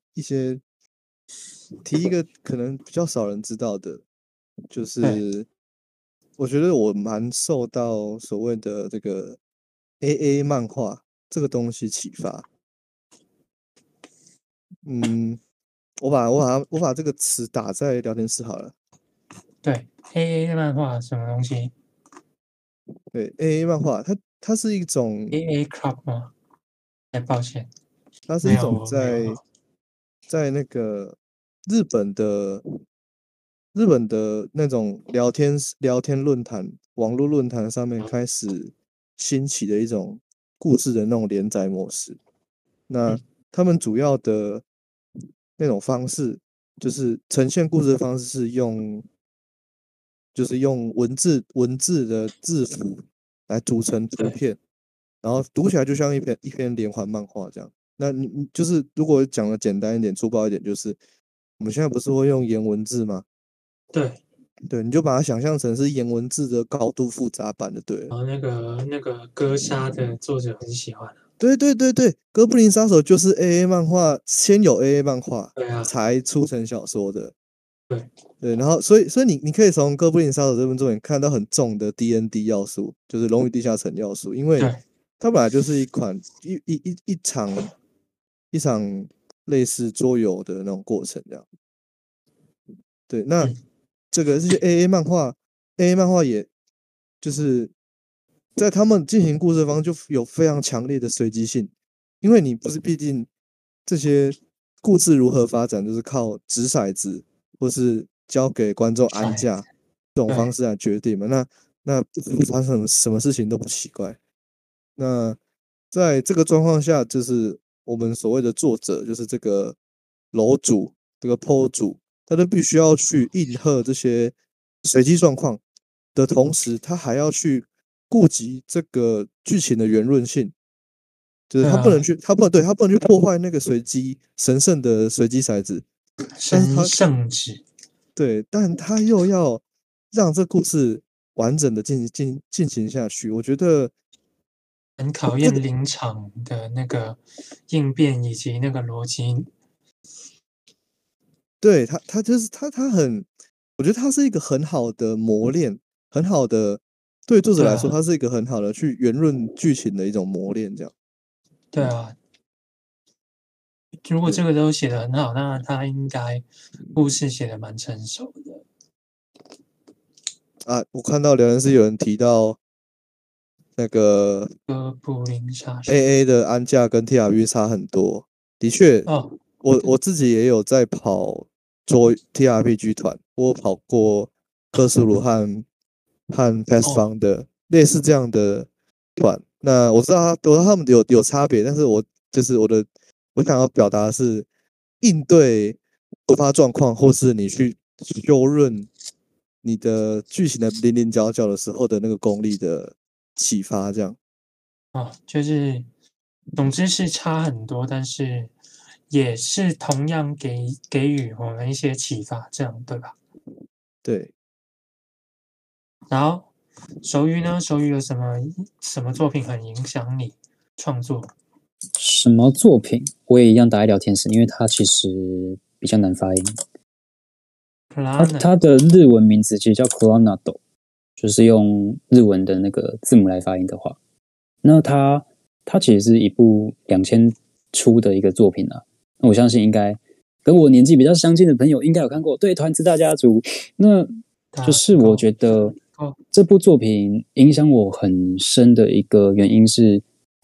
一个可能比较少人知道的，就是我觉得我蛮受到所谓的这个 AA 漫画这个东西启发。我把这个词打在聊天室好了。 对 ，AA 漫画什么东西？ 对 AA 漫画，它是一种 AA Club 吗？抱歉， 它是一种在那个日本的那种聊天论坛、网络论坛上面开始兴起的一种故事的那种连载模式。那他们主要的那种方式，就是呈现故事的方式是用文字的字符来组成图片，然后读起来就像一篇连环漫画这样。那你就是如果讲的简单一点、粗暴一点，就是我们现在不是会用颜文字吗？对，你就把它想象成是颜文字的高度复杂版的，对了。 然后那个哥杀的作者很喜欢。 对，哥布林杀手就是 AA 漫画，先有 AA 漫画，才出成小说的。对，然后所以你可以从哥布林杀手这部作品看到很重的 DND 要素，就是龙与地下城要素，因为它本来就是一场类似桌游的那种过程这样。对，那这些 AA 漫画也就是在他们进行故事方就有非常强烈的随机性，因为你不是毕竟这些故事如何发展，就是靠掷骰子或是交给观众安价这种方式来决定嘛。那发生什么事情都不奇怪。那在这个状况下，就是我们所谓的作者，就是这个楼主、这个 PO 主，他就必须要去应和这些随机状况的同时，他还要去顾及这个剧情的圆润性，就是他不能去破坏那个神圣的随机骰子， 神圣值。 对，但他又要让这故事完整的进行下去，我觉得很考验临场的那个应变以及那个逻辑。 对他就是他很，我觉得他是一个很好的磨练，很好的对作者来说，他是一个很好的去圆润剧情的一种磨练，这样。 对啊，如果这个都写得很好，那他应该故事写得蛮成熟的。 我看到留言是有人提到那个哥布林杀手 AA 的安价跟 TRP 差很多，的确，我自己也有在跑做 TRPG 团，我跑过克苏鲁和 PASS 方的类似这样的团。那我知道他们有差别，但是我想要表达的是应对突发状况，或是你去修润你的剧情的零零角角的时候的那个功力的启发，这样。 就是总之是差很多，但是也是同样给予我们一些启发，这样对吧？ 对。 然后手语呢？手语有什么作品很影响你创作？ 什么作品？我也一样打在聊天室，因为它其实比较难发音。它的日文名字其实叫 Coronado， 就是用日文的那个字母来发音的话，那它其实是一部2000出的一个作品啊。那我相信应该跟我年纪比较相近的朋友应该有看过，对，团子大家族。那就是我觉得这部作品影响我很深的一个原因是，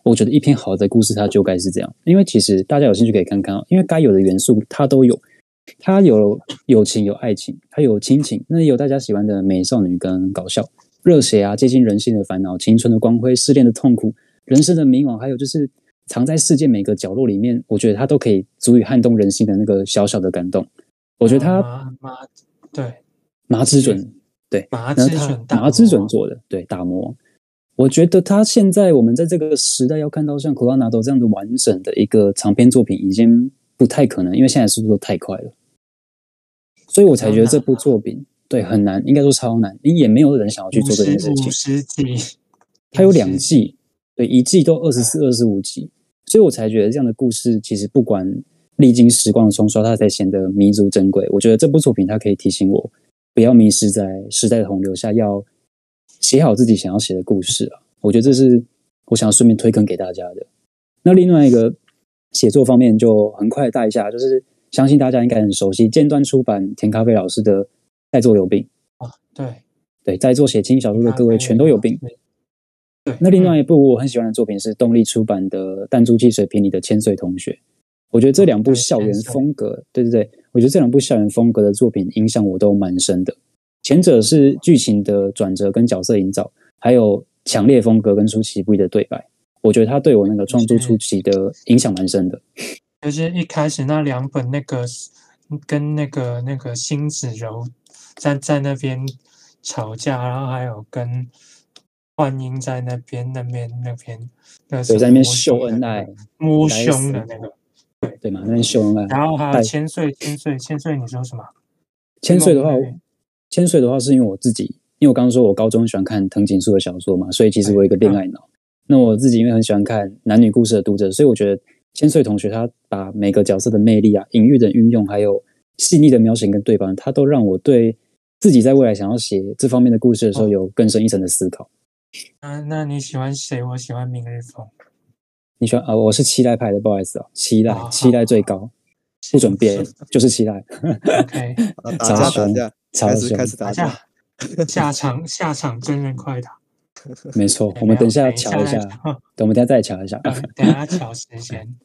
我觉得一篇好的故事它就该是这样，因为其实大家有兴趣可以看看因为该有的元素它都有，它有友情有爱情，它有亲情，那也有大家喜欢的美少女跟搞笑、热血啊，接近人性的烦恼、青春的光辉、失恋的痛苦、人生的迷惘，还有就是藏在世界每个角落里面，我觉得它都可以足以撼动人心的那个小小的感动。我觉得他对麻之准，对， 麻之准麻之准做的，对，大魔王。我觉得他现在我们在这个时代要看到像 Coronado 这样的完整的一个长篇作品已经不太可能，因为现在速度都太快了，所以我才觉得这部作品对很难，应该说超难，也没有人想要去做这件事情。 50集， 它有2季，对，1季都24、25集，所以我才觉得这样的故事其实不管历经时光的冲刷，它才显得弥足珍贵。我觉得这部作品它可以提醒我不要迷失在时代的洪流下，要写好自己想要写的故事啊！我觉得这是我想要顺便推坑给大家的。那另外一个写作方面就很快带一下，就是相信大家应该很熟悉尖端出版田咖啡老师的《在座有病》对，在座写轻小说的各位全都有病。 对， 那另外一部我很喜欢的作品是动力出版的《弹珠汽水瓶里的千岁同学》。我觉得这2部校园风格，对，我觉得这2部校园风格的作品影响我都蛮深的。前者是剧情的转折跟角色营造，还有强烈风格跟出其不意的对白，我觉得他对我那个创作初期的影响蛮深的。 就是一开始那2本那个跟那个辛芷柔在那边吵架，然后还有跟幻音在那边对，在那边秀恩爱、 摸胸的那个， 对嘛，那边秀恩爱。 然后还有千岁，你说什么？ 千岁的话是因为我自己，因为我刚刚说我高中喜欢看藤井树的小说嘛，所以其实我有一个恋爱脑。那我自己因为很喜欢看男女故事的读者，所以我觉得千岁同学他把每个角色的魅力啊、隐喻的运用，还有细腻的描写跟对白，他都让我对自己在未来想要写这方面的故事的时候有更深一层的思考。 那你喜欢谁？我喜欢明日风。 你喜欢我是期待派的，不好意思期待最高，不准变，就是期待。 OK， 打架，开始打架， 下场真人快打。 没错，我们等一下瞧一下，等我们等一下再瞧一下。 等一下瞧时间。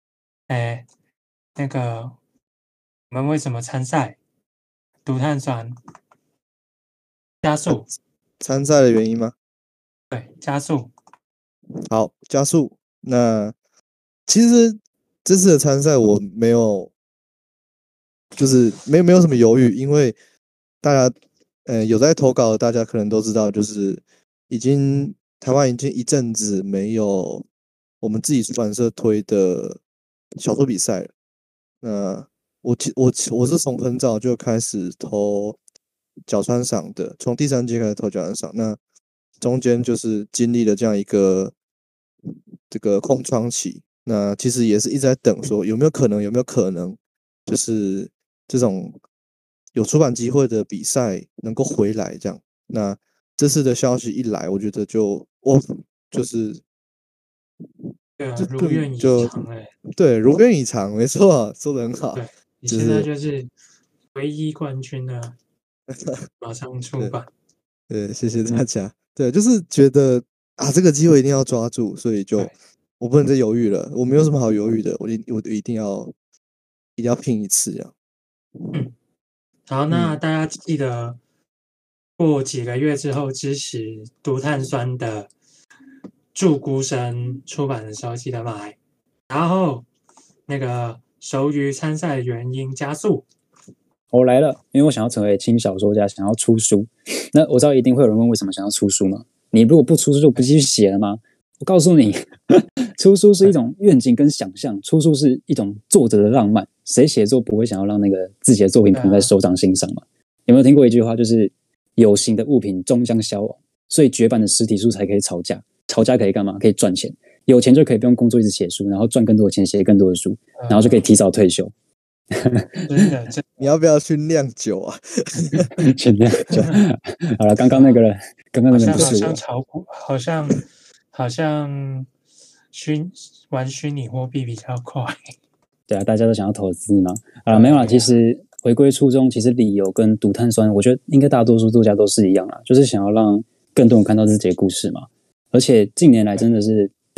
那个我们为什么参赛？读碳酸加速。 参赛的原因吗？ 对，加速。 好，加速。那其实这次的参赛我没有，就是没有什么犹豫，因为大家有在投稿的，大家可能都知道，就是台湾已经一阵子没有我们自己出版社推的小说比赛了。那我是从很早就开始投角川赏的，从第3届开始投角川赏。那中间就是经历了这样一个这个空窗期，那其实也是一直在等说有没有可能就是这种有出版机会的比赛能够回来这样。那这次的消息一来，我觉得就是如愿以偿对，如愿以偿，没错，说得很好。 对，你现在就是唯一冠军了，马上出版。 对，谢谢大家。对，就是觉得这个机会一定要抓住，所以我不能再犹豫了，我没有什么好犹豫的，我一定要拼一次这样。 好，那大家记得过几个月之后支持读碳酸的祝孤生出版的时候记得买，然后那个手语参赛的原因加速。 我来了，因为我想要成为轻小说家，想要出书。那我知道一定会有人问为什么想要出书嘛？你如果不出书就不继续写了吗？我告诉你，出书是一种愿景跟想象，出书是一种作者的浪漫。谁写作不会想要让那个自己的作品捧在手掌心上嘛？有没有听过一句话，就是有形的物品终将消亡，所以绝版的实体书才可以炒价。炒价可以干嘛？可以赚钱，有钱就可以不用工作一直写书，然后赚更多的钱，写更多的书，然后就可以提早退休。 真的， 你要不要去酿酒啊？ 去酿酒。好了，刚刚那个人不是我。 好像炒股，好像玩虚拟货币比较快。 对啊，大家都想要投资嘛。没有啦，其实回归初衷，其实理由跟读碳酸，我觉得应该大多数作家都是一样啦，就是想要让更多人看到自己的故事嘛。而且近年来真的是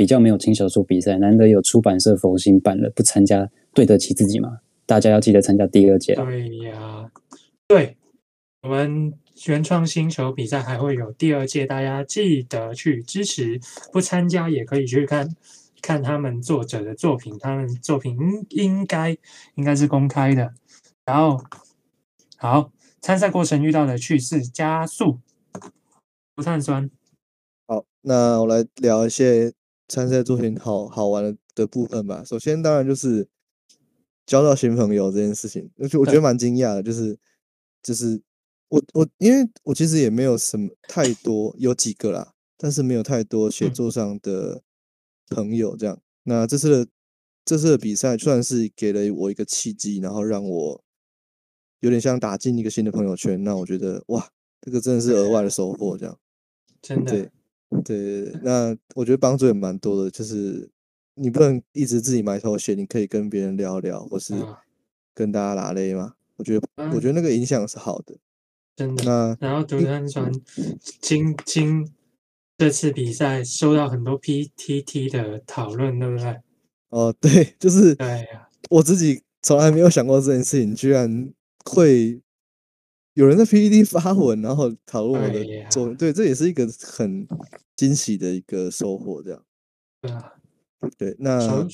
比较没有轻小说比赛，难得有出版社佛心办了，不参加对得起自己吗？大家要记得参加第2届啊！ 对呀，对，我们原创星球比赛还会有第2届，大家记得去支持，不参加也可以去看看他们作者的作品，他们作品应该是公开的。然后，好，参赛过程遇到的趣事加速，不碳酸。 好，那我来聊一些参赛作品好玩的部分吧。首先，当然就是交到新朋友这件事情，我觉得蛮惊讶的，就是因为我其实也没有什么太多，有几个啦，但是没有太多写作上的朋友这样。那这次的比赛算是给了我一个契机，然后让我有点像打进一个新的朋友圈。那我觉得哇，这个真的是额外的收获，这样。 真的， 对，那我觉得帮助也蛮多的，就是你不能一直自己埋头写，你可以跟别人聊聊，或是跟大家拉勒嘛。我觉得那个影响是好的， 真的。 那然后独碳酸经这次比赛收到很多 PTT 的讨论，对不对？ 哦，对，就是对呀， 我自己从来没有想过这件事情，居然会有人在 PPT 发文，然后讨论我的对呀， 作品，对，这也是一个很惊喜的一个收获，这样。 对啊， 对，那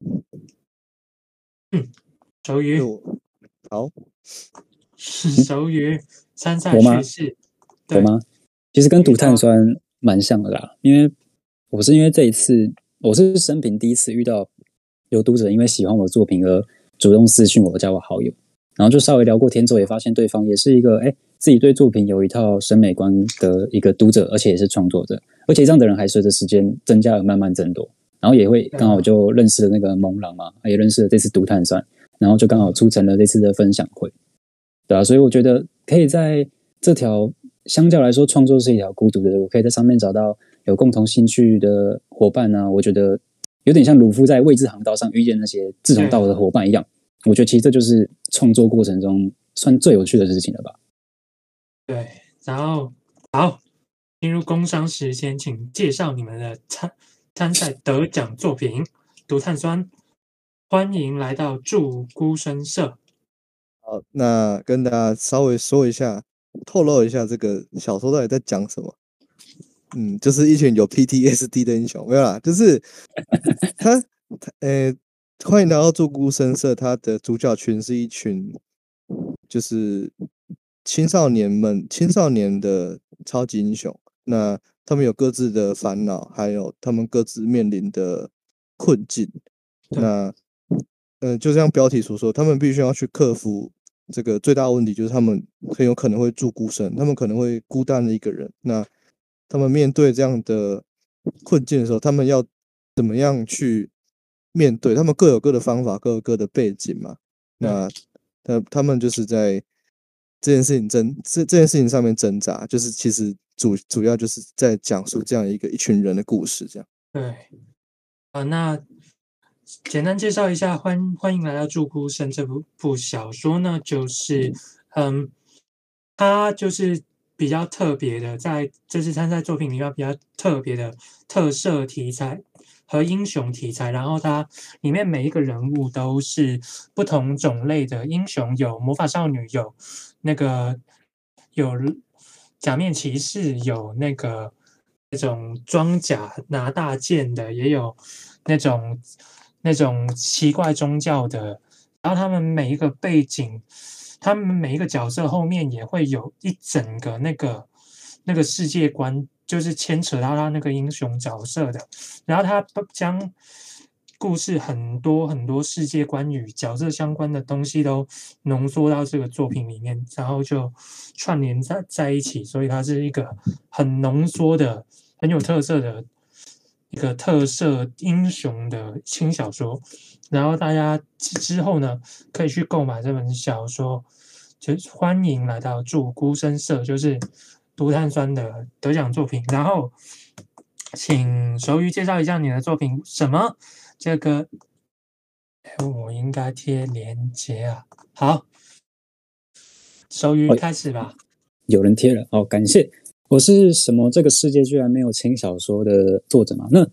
手语， 好， 手语参赛我吗？ 趣事， 我对， 吗？其实跟独碳酸蛮像的啦，因为这一次我是生平第一次遇到有读者因为喜欢我的作品而主动私讯我加我好友，然后就稍微聊过天之后，也发现对方也是一个自己对作品有一套审美观的一个读者，而且也是创作者，而且这样的人还随着时间增加而慢慢增多，然后也会刚好就认识了那个蒙朗嘛，也认识了这次独碳酸，然后就刚好促成了这次的分享会，对啊，所以我觉得可以在这条相较来说创作是一条孤独的路，可以在上面找到有共同兴趣的伙伴啊，我觉得有点像鲁夫在未知航道上遇见那些志同道合的伙伴一样，我觉得其实这就是创作过程中算最有趣的事情了吧。 对，然后好，进入工商时间，请介绍你们的参赛得奖作品。独碳酸，欢迎来到祝孤生社。 好，那跟大家稍微说一下，透露一下这个小说到底在讲什么。就是一群有 PTSD 的英雄，没有啦，就是他，欢迎来到祝孤生社，他的主角群是一群就是青少年的超级英雄。那他们有各自的烦恼，还有他们各自面临的困境。那就像标题所说，他们必须要去克服这个最大的问题，就是他们很有可能会住孤生，他们可能会孤单的一个人。那他们面对这样的困境的时候，他们要怎么样去面对？他们各有各的方法，各有各的背景嘛。那他们就是在这件事情这件事情上面挣扎，就是其实主要就是在讲述这样一群人的故事，这样。 对，那简单介绍一下，欢迎来到祝孤生这部小说呢，就是它就是比较特别的，在这次参赛作品里面比较特别的特摄题材和英雄题材，然后它里面每一个人物都是不同种类的英雄，有魔法少女，有那个有假面骑士，有那种装甲拿大剑的，也有那种奇怪宗教的，然后他们每一个背景，他们每一个角色后面也会有一整个那个世界观，就是牵扯到他那个英雄角色的，然后他将故事很多世界观与角色相关的东西都浓缩到这个作品里面，然后就串联在一起，所以它是一个很浓缩的、很有特色的一个特色英雄的轻小说。然后大家之后呢，可以去购买这本小说，就欢迎来到祝孤生社，就是独碳酸的得奖作品。然后，请熟鱼介绍一下你的作品。什么？这个，我应该贴链接啊。好，熟鱼开始吧。 有人贴了，感谢。我是什么？这个世界居然没有轻小说的作者嘛？那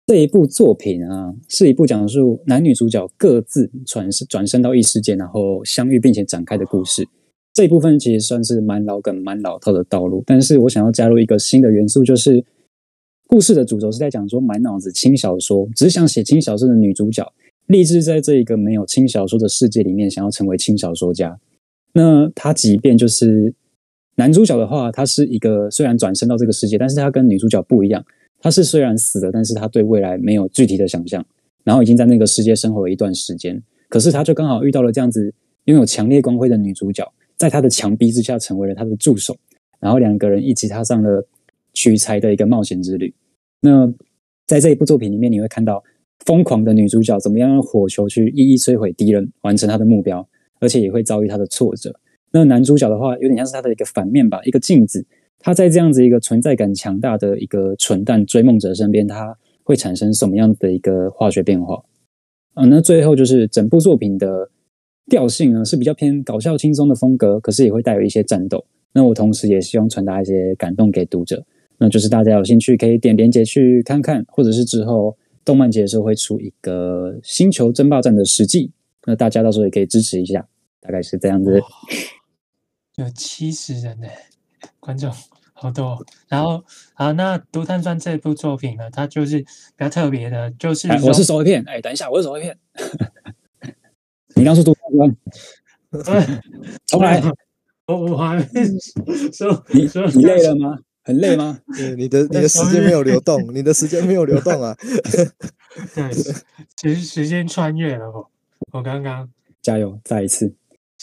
这一部作品啊，是一部讲述男女主角各自转身到异世界，然后相遇并且展开的故事。这一部分其实算是蛮老梗、蛮老套的道路，但是我想要加入一个新的元素，就是故事的主轴是在讲说满脑子轻小说，只想写轻小说的女主角，立志在这一个没有轻小说的世界里面，想要成为轻小说家。那他即便就是男主角的话，他是一个虽然转身到这个世界，但是他跟女主角不一样。他是虽然死了，但是他对未来没有具体的想象，然后已经在那个世界生活了一段时间。可是他就刚好遇到了这样子拥有强烈光辉的女主角，在他的强逼之下成为了他的助手，然后两个人一起踏上了取材的一个冒险之旅。那在这一部作品里面，你会看到疯狂的女主角怎么样用火球去一一摧毁敌人，完成她的目标，而且也会遭遇她的挫折。那男主角的话，有点像是他的一个反面吧，一个镜子。他在这样子一个存在感强大的一个蠢蛋追梦者身边，他会产生什么样的一个化学变化？那最后就是整部作品的调性呢是比较偏搞笑轻松的风格，可是也会带有一些战斗。那我同时也希望传达一些感动给读者。那就是大家有兴趣可以点连结去看看，或者是之后动漫节的时候会出一个星球争霸战的实际，那大家到时候也可以支持一下，大概是这样子。 有70人呢，观众好多哦。然后好，那《独碳酸》这部作品呢，它就是比较特别的，就是我是手绘片，等一下，我是手绘片。你刚说独碳酸，重来。 我还没说， 你累了吗？很累吗？ 对，你的时间没有流动，你的时间没有流动啊。 对，其实时间穿越了我刚刚加油，再一次。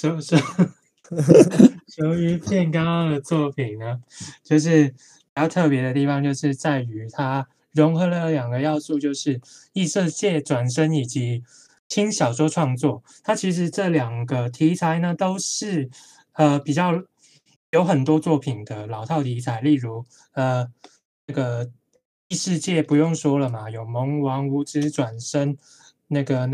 由于片刚刚的作品呢，就是比较特别的地方，就是在于它融合了两个要素，就是异世界转身以及轻小说创作。它其实这两个题材呢，都是比较有很多作品的老套题材，例如那个异世界不用说了嘛，有萌王无知转身，那个，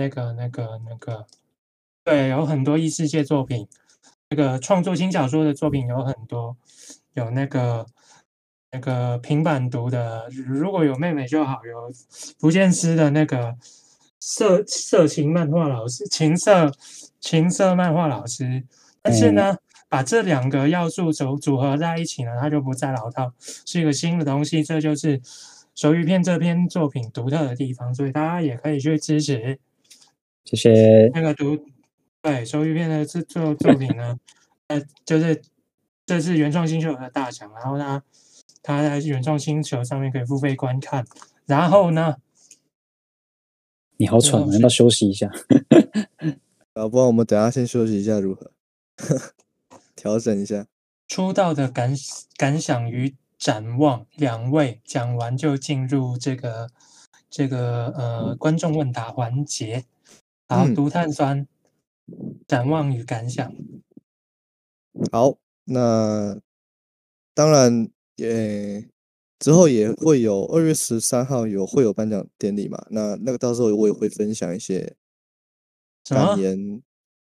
对，有很多异世界作品。那个创作轻小说的作品有很多，有那个平板读的，如果有妹妹就好，有福建师的那个色情漫画老师，情色漫画老师，但是呢，把这两个要素组合在一起呢，它就不再老套，是一个新的东西，这就是手语片这篇作品独特的地方，所以大家也可以去支持。 谢谢。 那个对手语片的作品呢，就是这是原创星球的大奖，然后它在原创星球上面可以付费观看，然后呢， 你好喘，要不要休息一下？ 不然我们等一下先休息一下，如何？调整一下。 出道的感想与展望，两位讲完就进入这个观众问答环节。好，独碳酸展望与感想。 好，那当然之后也会有2月13号会有颁奖典礼嘛，那个到时候我也会分享一些感言。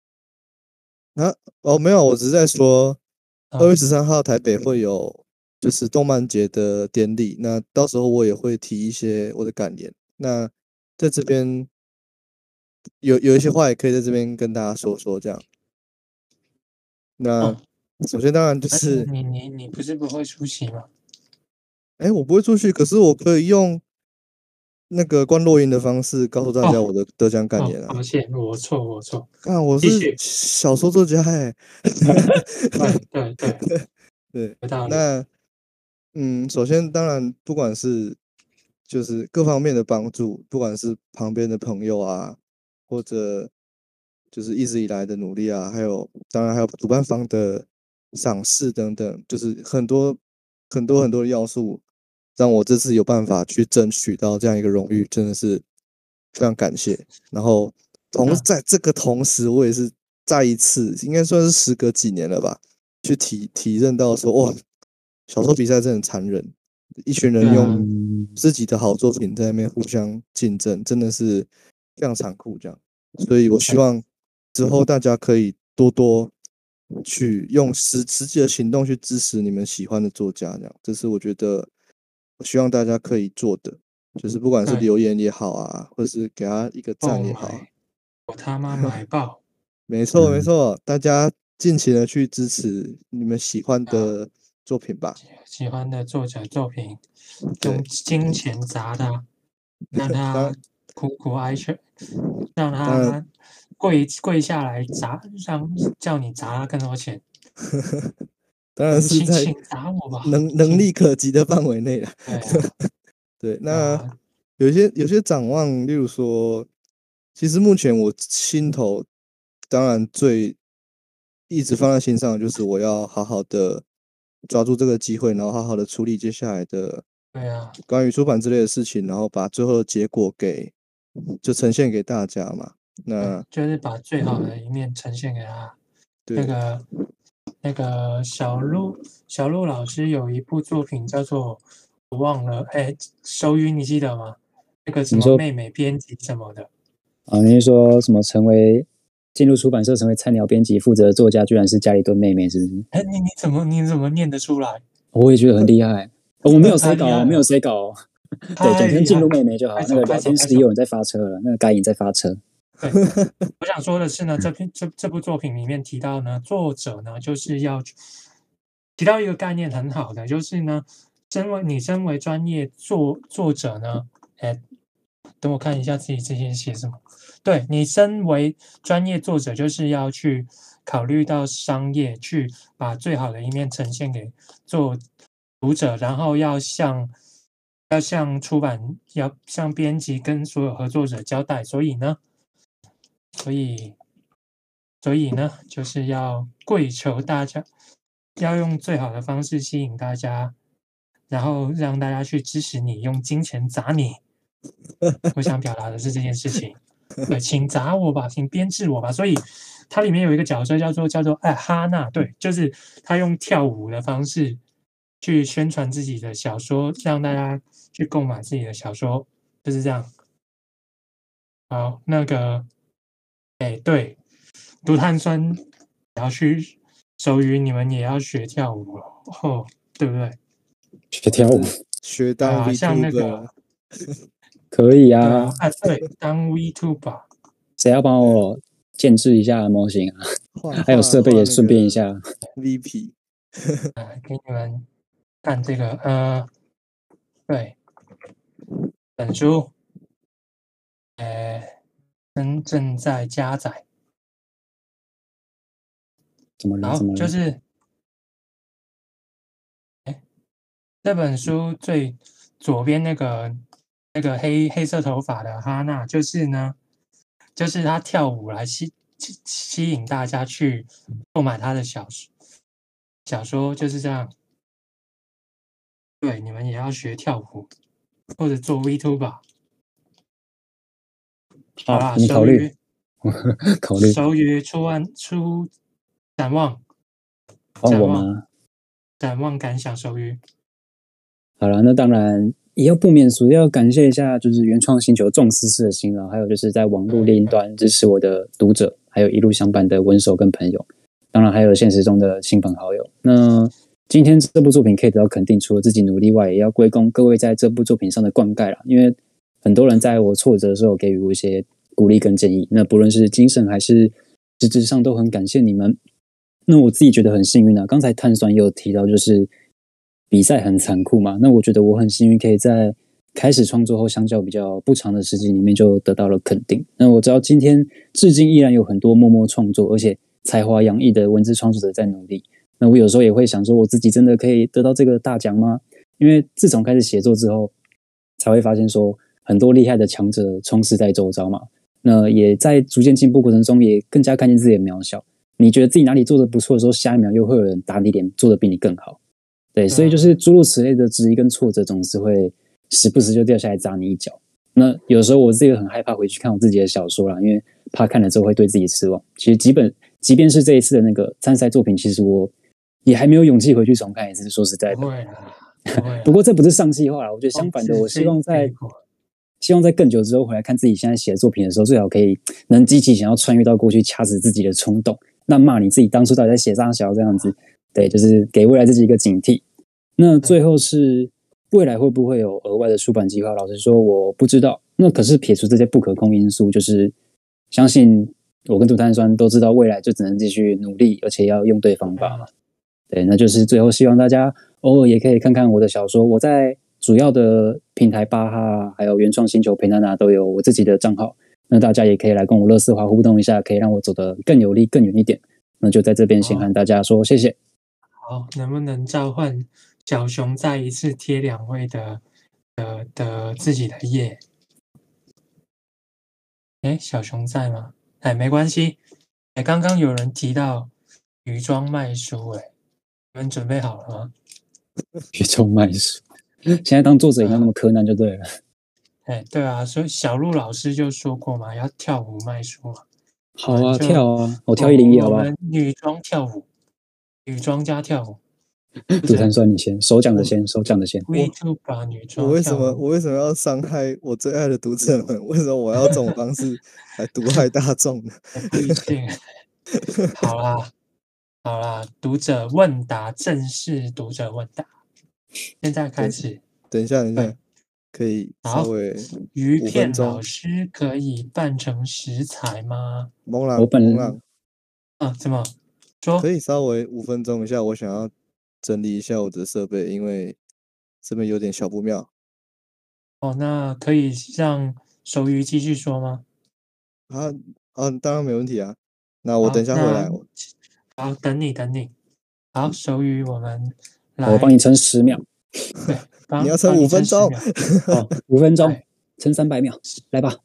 没有，我只是在说2月13号台北会有就是动漫节的典礼，那到时候我也会提一些我的感言。那在这边有一些话也可以在这边跟大家说说这样。那首先当然就是你不是不会出席吗？ 我不会出去，可是我可以用那个关落音的方式告诉大家我的得奖感言啊。 抱歉，我错。 我是小说作家对，那首先当然不管是就是各方面的帮助，不管是旁边的朋友啊，或者就是一直以来的努力啊，当然还有主办方的赏识等等，就是很多的要素，让我这次有办法去争取到这样一个荣誉，真的是非常感谢。然后在这个同时，我也是再一次，应该算是时隔几年了吧，去体认到说，哇，小说比赛真的很残忍，一群人用自己的好作品在那边互相竞争，真的是非常残酷这样。所以我希望之后大家可以多多去用实际的行动去支持你们喜欢的作家，这样，这是我觉得我希望大家可以做的。 就是不管是对留言也好啊，或是给他一个赞也好， 我他妈买爆！ 没错没错，大家尽情的去支持你们喜欢的作品吧。 喜欢的作者作品， 对用金钱砸他，让他当苦苦哀求，让当然他跪下来砸，叫你砸他更多钱。 当然是在请砸我吧， 能力可及的范围内了。 对啊， 对， 对那啊， 有些展望，例如说，其实目前我心头当然最一直放在心上的就是我要好好的抓住这个机会，然后好好的处理接下来的对啊， 关于出版之类的事情，然后把最后的结果就呈现给大家嘛。 对， 那就是把最好的一面呈现给他。那对， 个小鹿老师有一部作品叫做我忘了，哎，手语你记得吗？那个什你说么妹妹编辑什么的， 啊？你是说什么进入出版社成为菜鸟编辑，负责的作家居然是家里蹲妹妹，是不是？ 哎，你怎么念得出来？ 我也觉得很厉害。我没有太谁稿哦，没有厉害了， 谁稿哦。对，简太厉害了！ 称进入妹妹就好。那个聊天室也有人在发车了，那个该隐在发车。 对，我想说的是呢，这部作品里面提到呢，作者呢就是要提到一个概念很好的，就是呢，身为专业作者呢，哎，等我看一下自己之前写什么。对，你身为专业作者，就是要去考虑到商业，去把最好的一面呈现给读者，然后要向出版，要向编辑跟所有合作者交代。所以呢，就是要跪求大家，要用最好的方式吸引大家，然后让大家去支持你，用金钱砸你。我想表达的是这件事情。对，请砸我吧，请编制我吧。所以它里面有一个角色叫做哈娜，对，就是他用跳舞的方式去宣传自己的小说，让大家去购买自己的小说，就是这样。好，对，读碳酸也要去手语，你们也要学跳舞哦，对不对？ 学跳舞学当像那 VTuber， 个， 可以对啊。 啊，对，当 VTuber， 谁要帮我建制一下模型啊？还有设备画也顺便一那个下。 VP， 给你们看这个，对，本书，正在加载。 怎么了？ 好， 怎么了？ 就是这本书最左边那个黑色头发的哈娜，就是他跳舞来吸引大家去购买他的小说，就是这样。对，你们也要学跳舞或者做 VTuber。好好， 啦， 我们考虑考虑。 手语出展望， 换我吗？ 展望感想手语。 好了，那当然也要不免俗要感谢一下，就是原创星球众思思的辛劳，还有就是在网络另一端支持我的读者，还有一路相伴的文手跟朋友，当然还有现实中的亲朋好友。那今天这部作品可以得到肯定，除了自己努力外，也要归功各位在这部作品上的灌溉啦。因为很多人在我挫折的时候给予我一些鼓励跟建议，那不论是精神还是实质上都很感谢你们。那我自己觉得很幸运啊，刚才碳酸也有提到，就是比赛很残酷嘛，那我觉得我很幸运可以在开始创作后相较比较不长的时间里面就得到了肯定。那我知道今天至今依然有很多默默创作而且才华洋溢的文字创作者在努力，那我有时候也会想说，我自己真的可以得到这个大奖吗？因为自从开始写作之后，才会发现说很多厉害的强者充斥在周遭嘛，那也在逐渐进步过程中也更加看见自己的渺小。你觉得自己哪里做得不错的时候，下一秒又会有人打你脸，做得比你更好。对，所以就是诸如此类的质疑跟挫折，总是会时不时就掉下来砸你一脚。那有时候我自己很害怕回去看我自己的小说啦，因为怕看了之后会对自己失望。其实即便是这一次的那个参赛作品，其实我也还没有勇气回去重看一次。说实在的， 不会啦， 不过这不是丧气话啦，我觉得相反的，我希望在更久之后回来看自己现在写的作品的时候，最好可以能激起想要穿越到过去掐死自己的冲动。那骂你自己当初到底在写啥小这样子，对，就是给未来自己一个警惕。那最后是未来会不会有额外的出版计划？老实说，我不知道。那可是撇除这些不可控因素，就是相信我跟涂炭酸都知道，未来就只能继续努力，而且要用对方法嘛。对，那就是最后希望大家偶尔也可以看看我的小说。我在主要的平台巴哈还有原创星球陪娜娜都有我自己的账号，那大家也可以来跟我乐视华互动一下，可以让我走得更有力、更远一点。那就在这边先和大家说谢谢。 好，能不能召唤小熊再一次贴2位的自己的页？哎，小熊在吗？哎，没关系。哎，刚刚有人提到鱼庄卖书，哎，你们准备好了吗？ 鱼庄卖书，现在当作者也没有那么柯南就对了。 哎，对啊，所以小鹿老师就说过嘛，要跳舞卖书嘛。 好啊，跳啊，我跳101好不好？ 我们女装跳舞，女装加跳舞。 涂炭酸你先，手讲的先，手讲的先。 VTuber 女装我为什么要伤害我最爱的读者们？为什么我要这种方式来毒害大众呢？ 毕竟，好啦，读者问答正式读者问答，现在开始。 等一下，可以稍微鱼 5分片钟。 老师可以扮成食材吗？ 蒙朗啊，怎么说？ 可以稍微5分钟一下，我想要整理一下我的设备，因为这边有点小不妙。 哦，那可以让手鱼继续说吗？ 当然没问题啊。那我等一下回来。 好，等你。好，手语我们来。 我帮你撑10秒。 对， 你要撑5分钟。 好，5分钟，撑300秒，来吧。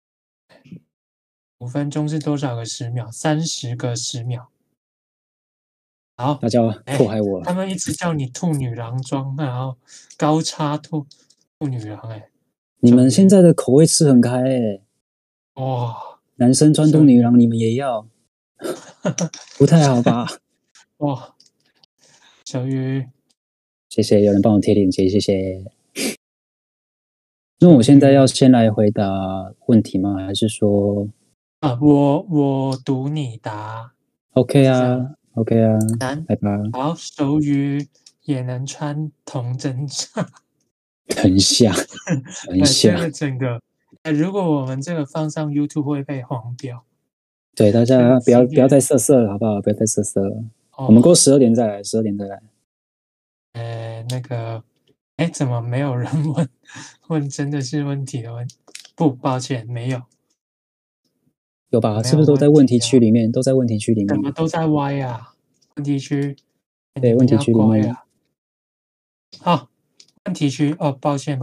5分钟是多少个10秒？30个10秒。好， 大家迫害我了。 他们一直叫你兔女郎装，然后高叉兔女郎，哎， 你们现在的口味吃很开哎。 哇， 男生穿兔女郎，你们也要？不太好吧？ 哇，小鱼， 谢谢，有人帮我贴链接，谢谢。那我现在要先来回答问题吗？还是说？ 啊，我读你答。 OK 啊。OK 啊，来吧。 好，手语也能穿童真衫， 很像。 这个整个，如果我们这个放上 YouTube 会被黄标。 对，大家不要再色了，好不好？不要再色了。我们过12点再来，12点再来。 那个，怎么没有人问真的是问题的问题？不，抱歉，没有。 有吧？是不是都在问题区里面？都在问题区里面。 怎么都在歪啊？问题区。 对，问题区里面。 好，问题区。哦，抱歉。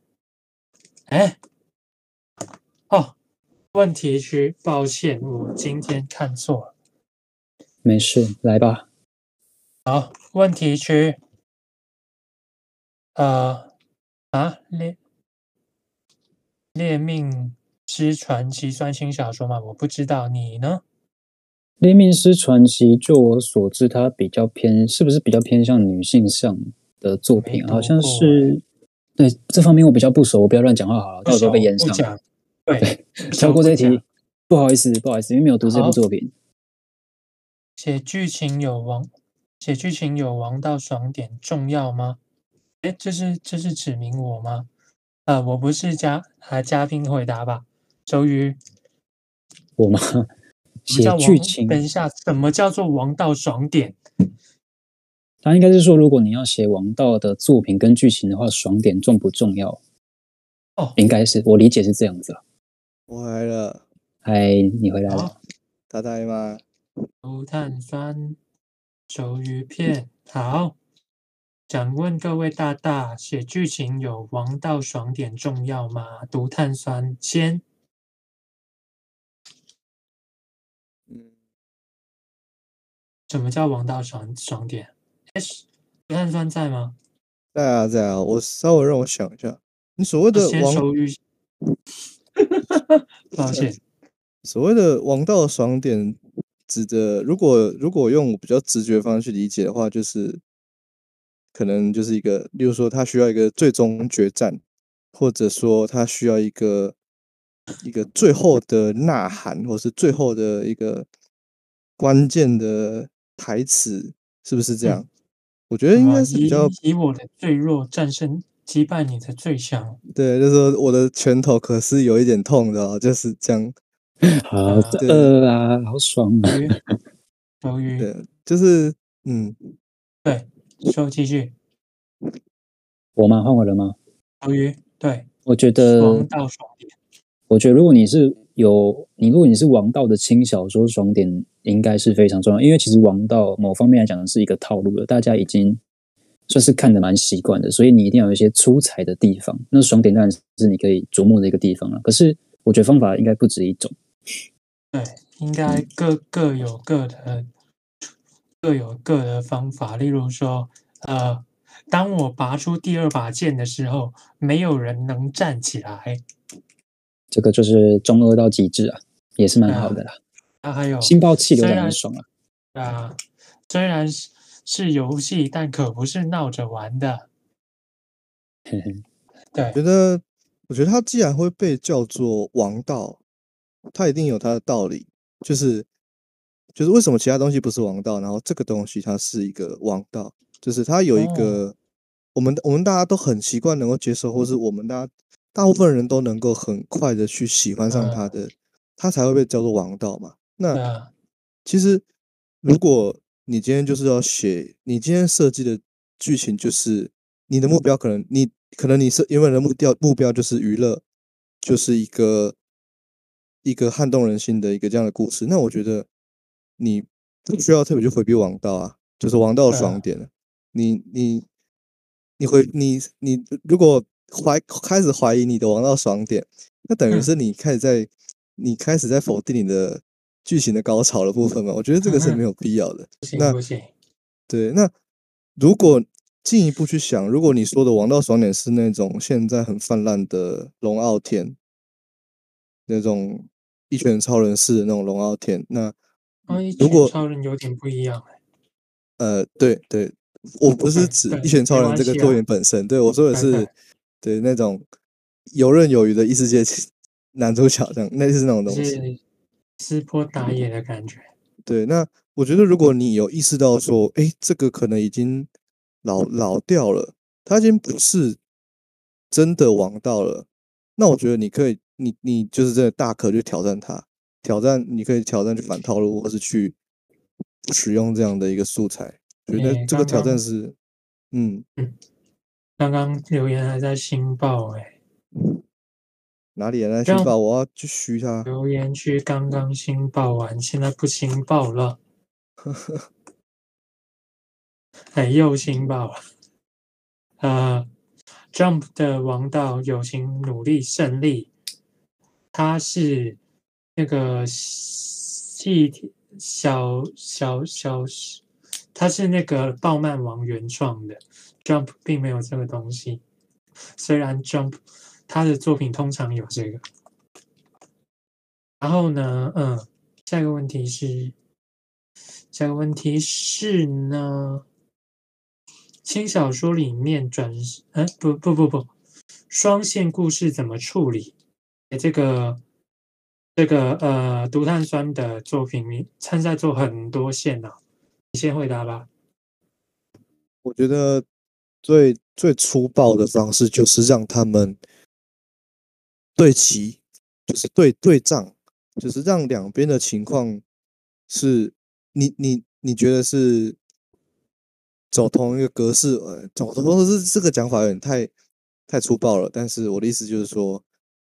问题区，抱歉，我今天看错了。 没事，来吧。 好，问题区。猎命师传奇算轻小说吗？我不知道，你呢？ 猎命师传奇，就我所知，它是不是比较偏向女性向的作品？好像是。对，这方面我比较不熟，我不要乱讲话好了，到时候被淹上。对，跳过这题，不好意思，因为没有读这部作品。 写剧情有王道爽点重要吗？这是指明我吗？我不是嘉宾回答吧？周瑜， 我吗？写剧情， 等一下，什么叫做王道爽点？ 他应该是说，如果你要写王道的作品跟剧情的话，爽点重不重要？应该是，我理解是这样子啊。 我来了。 嗨，你回来了。 大大吗？ 涂炭酸手鱼片，好。想问各位大大，写剧情有王道爽点重要吗？毒碳酸先。什么叫王道爽点？毒碳酸在吗？ 在啊，我稍微让我想一下，你所谓的抱歉。 所谓的王道爽点，指的如果用比较直觉方式去理解的话，就是可能就是一个，例如说他需要一个最终决战，或者说他需要一个最后的呐喊，或是最后的一个关键的台词，是不是这样？我觉得应该是比较以我的最弱战胜击败你的最强。 对，就是说我的拳头可是有一点痛的哦，就是这样。 好对饿啊，好爽啊！ 鱿鱼，鱿鱼， 对，就是对，说继续， 我吗？换我了吗？ 鱿鱼，对， 我觉得， 王道爽点， 如果如果你是王道的轻小说，爽点应该是非常重要，因为其实王道某方面来讲是一个套路了，大家已经算是看得蛮习惯的，所以你一定要有一些出彩的地方。那爽点当然是你可以琢磨的一个地方了。可是我觉得方法应该不止一种。 对，应该各有各的方法。例如说，当我拔出第二把剑的时候，没有人能站起来。 这个就是中二到极致啊，也是蛮好的啦。 还有， 心爆气流虽然当然爽了。 啊，虽然是游戏，但可不是闹着玩的。 嘿嘿， 对， 我觉得它既然会被叫做王道，它一定有它的道理，就是为什么其他东西不是王道，然后这个东西它是一个王道，就是它有一个我们大家都很习惯能够接受，或是我们大部分人都能够很快的去喜欢上它的，它才会被叫做王道嘛。那其实如果你今天就是要写，你今天设计的剧情就是你的目标，可能你是原本的目标就是娱乐，就是一个撼动人心的一个这样的故事。那我觉得你不需要特别去回避王道啊，就是王道的爽点了。你你你如果开始怀疑你的王道爽点，那等于是你开始在否定你的剧情的高潮的部分嘛？我觉得这个是没有必要的。 不行。 对，那如果进一步去想，如果你说的王道爽点是那种现在很泛滥的龙傲天，那种一拳超人式的那种龙傲天，那一如果拳超人有点不一样对对，我不是指一拳超没人这个作关系啊。 品本身，对我说的是对， 对那种游刃有余的异世界男主角这样，类似那种东西。 是撕破打野的感觉。 对，那我觉得如果你有意识到说，哎，这个可能已经老掉了，它已经不是真的王道了，那我觉得你可以，你就是真的大可去挑战它，你可以挑战去反套路，或是去使用这样的一个素材。觉得这个挑战是，嗯， 刚刚留言还在新报哪里人来这样寻宝？我要去虚它。 留言区刚刚新报完，现在不新报了。又新报了。Jump 的王道友情努力胜利，他是那个小，他是那个暴漫王原创的，Jump 并没有这个东西。虽然 Jump 他的作品通常有这个。然后呢，下一个问题呢，轻小说里面不，双线故事怎么处理？这个独碳酸的作品里，参赛做很多线呢、你先回答吧。 我觉得最粗暴的方式就是让他们对齐，就是对仗，就是让两边的情况是，你觉得是走同一个格式，走同格式这个讲法有点太粗暴了，但是我的意思就是说，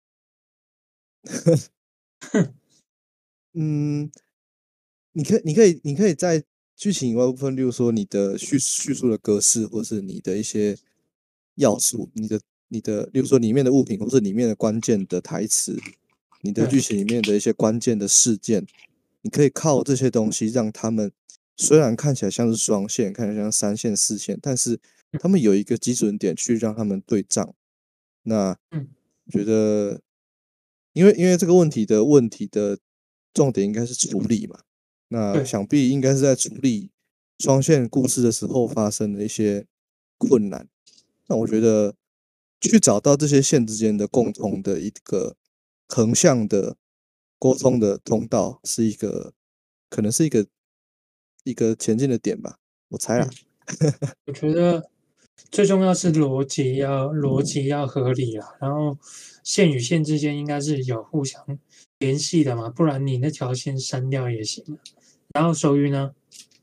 嗯，你可以在剧情以外部分，例如说你的叙述的格式，或是你的一些要素，例如说里面的物品，或是里面的关键的台词，你的剧情里面的一些关键的事件，你可以靠这些东西让他们虽然看起来像是双线，看起来像三线、四线，但是他们有一个基准点去让他们对仗。那觉得，因为这个问题的重点应该是处理嘛，那想必应该是在处理双线故事的时候发生的一些困难。那我觉得去找到这些线之间的共同的一个横向的沟通的通道，可能是一个前进的点吧，我猜啦。 我觉得最重要是逻辑要合理啊，然后线与线之间应该是有互相联系的嘛，不然你那条线删掉也行啊。然后手语呢？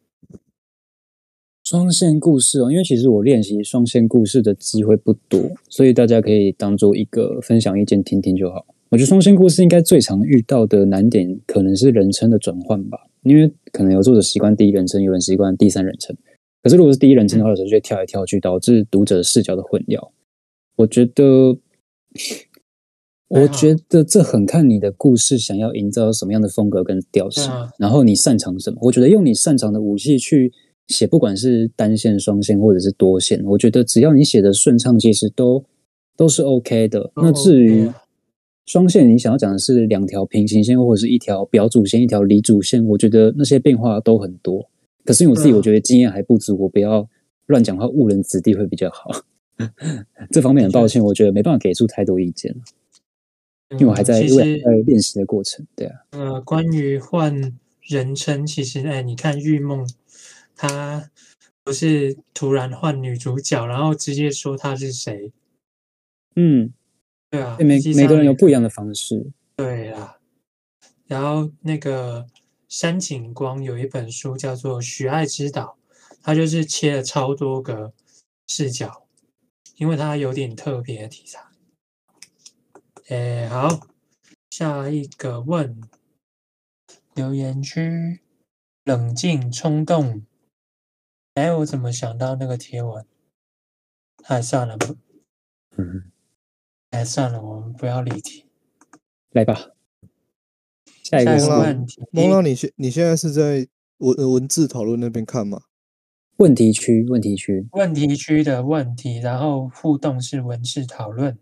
双线故事哦，因为其实我练习双线故事的机会不多，所以大家可以当做一个分享意见听听就好。我觉得双线故事应该最常遇到的难点可能是人称的转换吧，因为可能有作者习惯第一人称，有人习惯第三人称。可是如果是第一人称的话，有时候就会跳来跳去，导致读者视角的混淆。我觉得，这很看你的故事想要营造什么样的风格跟调性，然后你擅长什么。我觉得用你擅长的武器去写，不管是单线、双线或者是多线，我觉得只要你写的顺畅，其实都是 OK 的。那至于双线，你想要讲的是两条平行线，或者是一条表主线、一条离主线，我觉得那些变化都很多。可是因为我自己，我觉得经验还不足，我不要乱讲话误人子弟会比较好。这方面很抱歉，我觉得没办法给出太多意见，因为我还在练习的过程。对啊， 关于换人称，其实你看玉梦，她不是突然换女主角，然后直接说她是谁？对啊， 每个人有不一样的方式。 对啦，然后那个山井光有一本书叫做《许爱之岛》，它就是切了超多个视角，因为它有点特别的题材。好，下一个问留言区，冷静冲动。我怎么想到那个贴文？算了吧。算了，我们不要离题。 来吧， 下一个问题。 梦浪，你现在是在文字讨论那边看吗？ 问题区的问题，然后互动是文字讨论。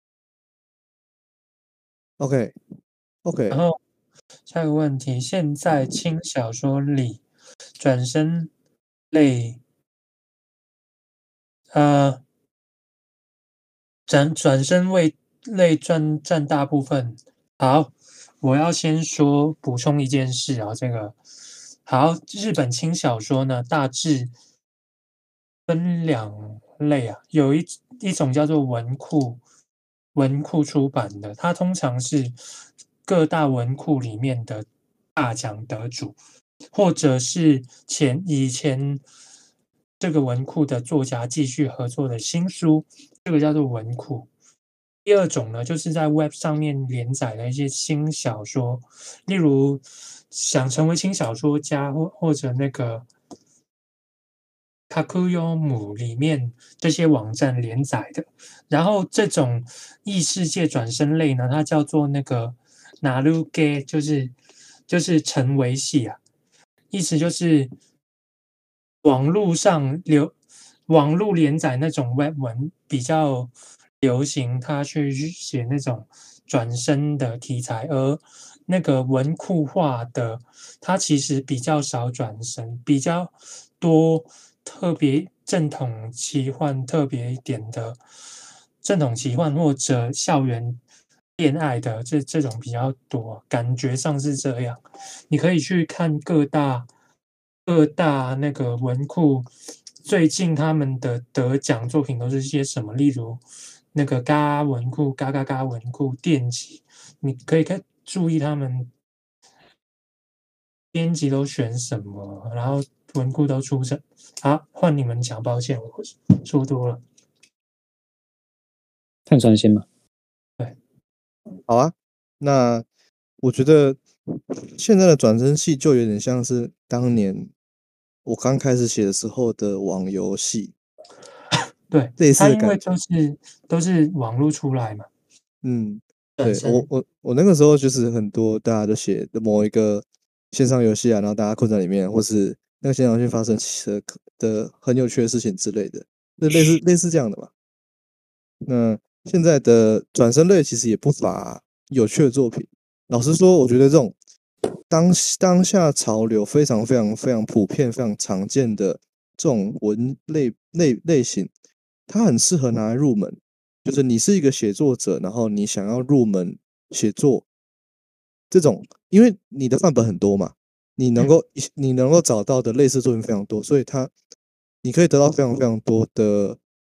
OK， 然后下一个问题，现在轻小说里转身类，转身类占大部分。好，我要先补充一件事啊，这个好，日本轻小说呢大致分两类啊，有一种叫做文库出版的，它通常是各大文库里面的大奖得主，或者是以前这个文库的作家继续合作的新书，这个叫做文库。第二种呢，就是在 Web 上面连载的一些轻小说，例如想成为轻小说家或者那个 Kakuyomu 里面这些网站连载的。然后这种异世界转身类呢，它叫做那个 Naruge， 就是成为系啊，意思就是网络连载那种 Web 文比较流行，他去写那种转身的题材，而那个文库化的，它其实比较少转身，比较多特别正统奇幻特别一点的正统奇幻或者校园恋爱的这种比较多，感觉上是这样。你可以去看各大那个文库最近他们的得奖作品都是些什么，例如那个嘎文库、嘎文库、电击，你可以注意他们编辑都选什么，然后文库都出什。好，换你们讲，抱歉，我说多了。 碳酸先嘛。 对， 好啊。那我觉得现在的转身系就有点像是当年我刚开始写的时候的网游系， 对， 类似的感觉。 它因为都是网络出来嘛。 对，我那个时候就是很多大家都写的某一个线上游戏啊，然后大家困在里面，或是那个线上游戏发生的很有趣的事情之类的，就类似这样的嘛。那现在的转身类其实也不乏有趣的作品。老实说，我觉得这种当下潮流非常普遍、非常常见的这种类型，它很适合拿来入门。就是你是一个写作者，然后你想要入门写作，这种因为你的范本很多嘛，你能够找到的类似作品非常多，所以你可以得到非常多的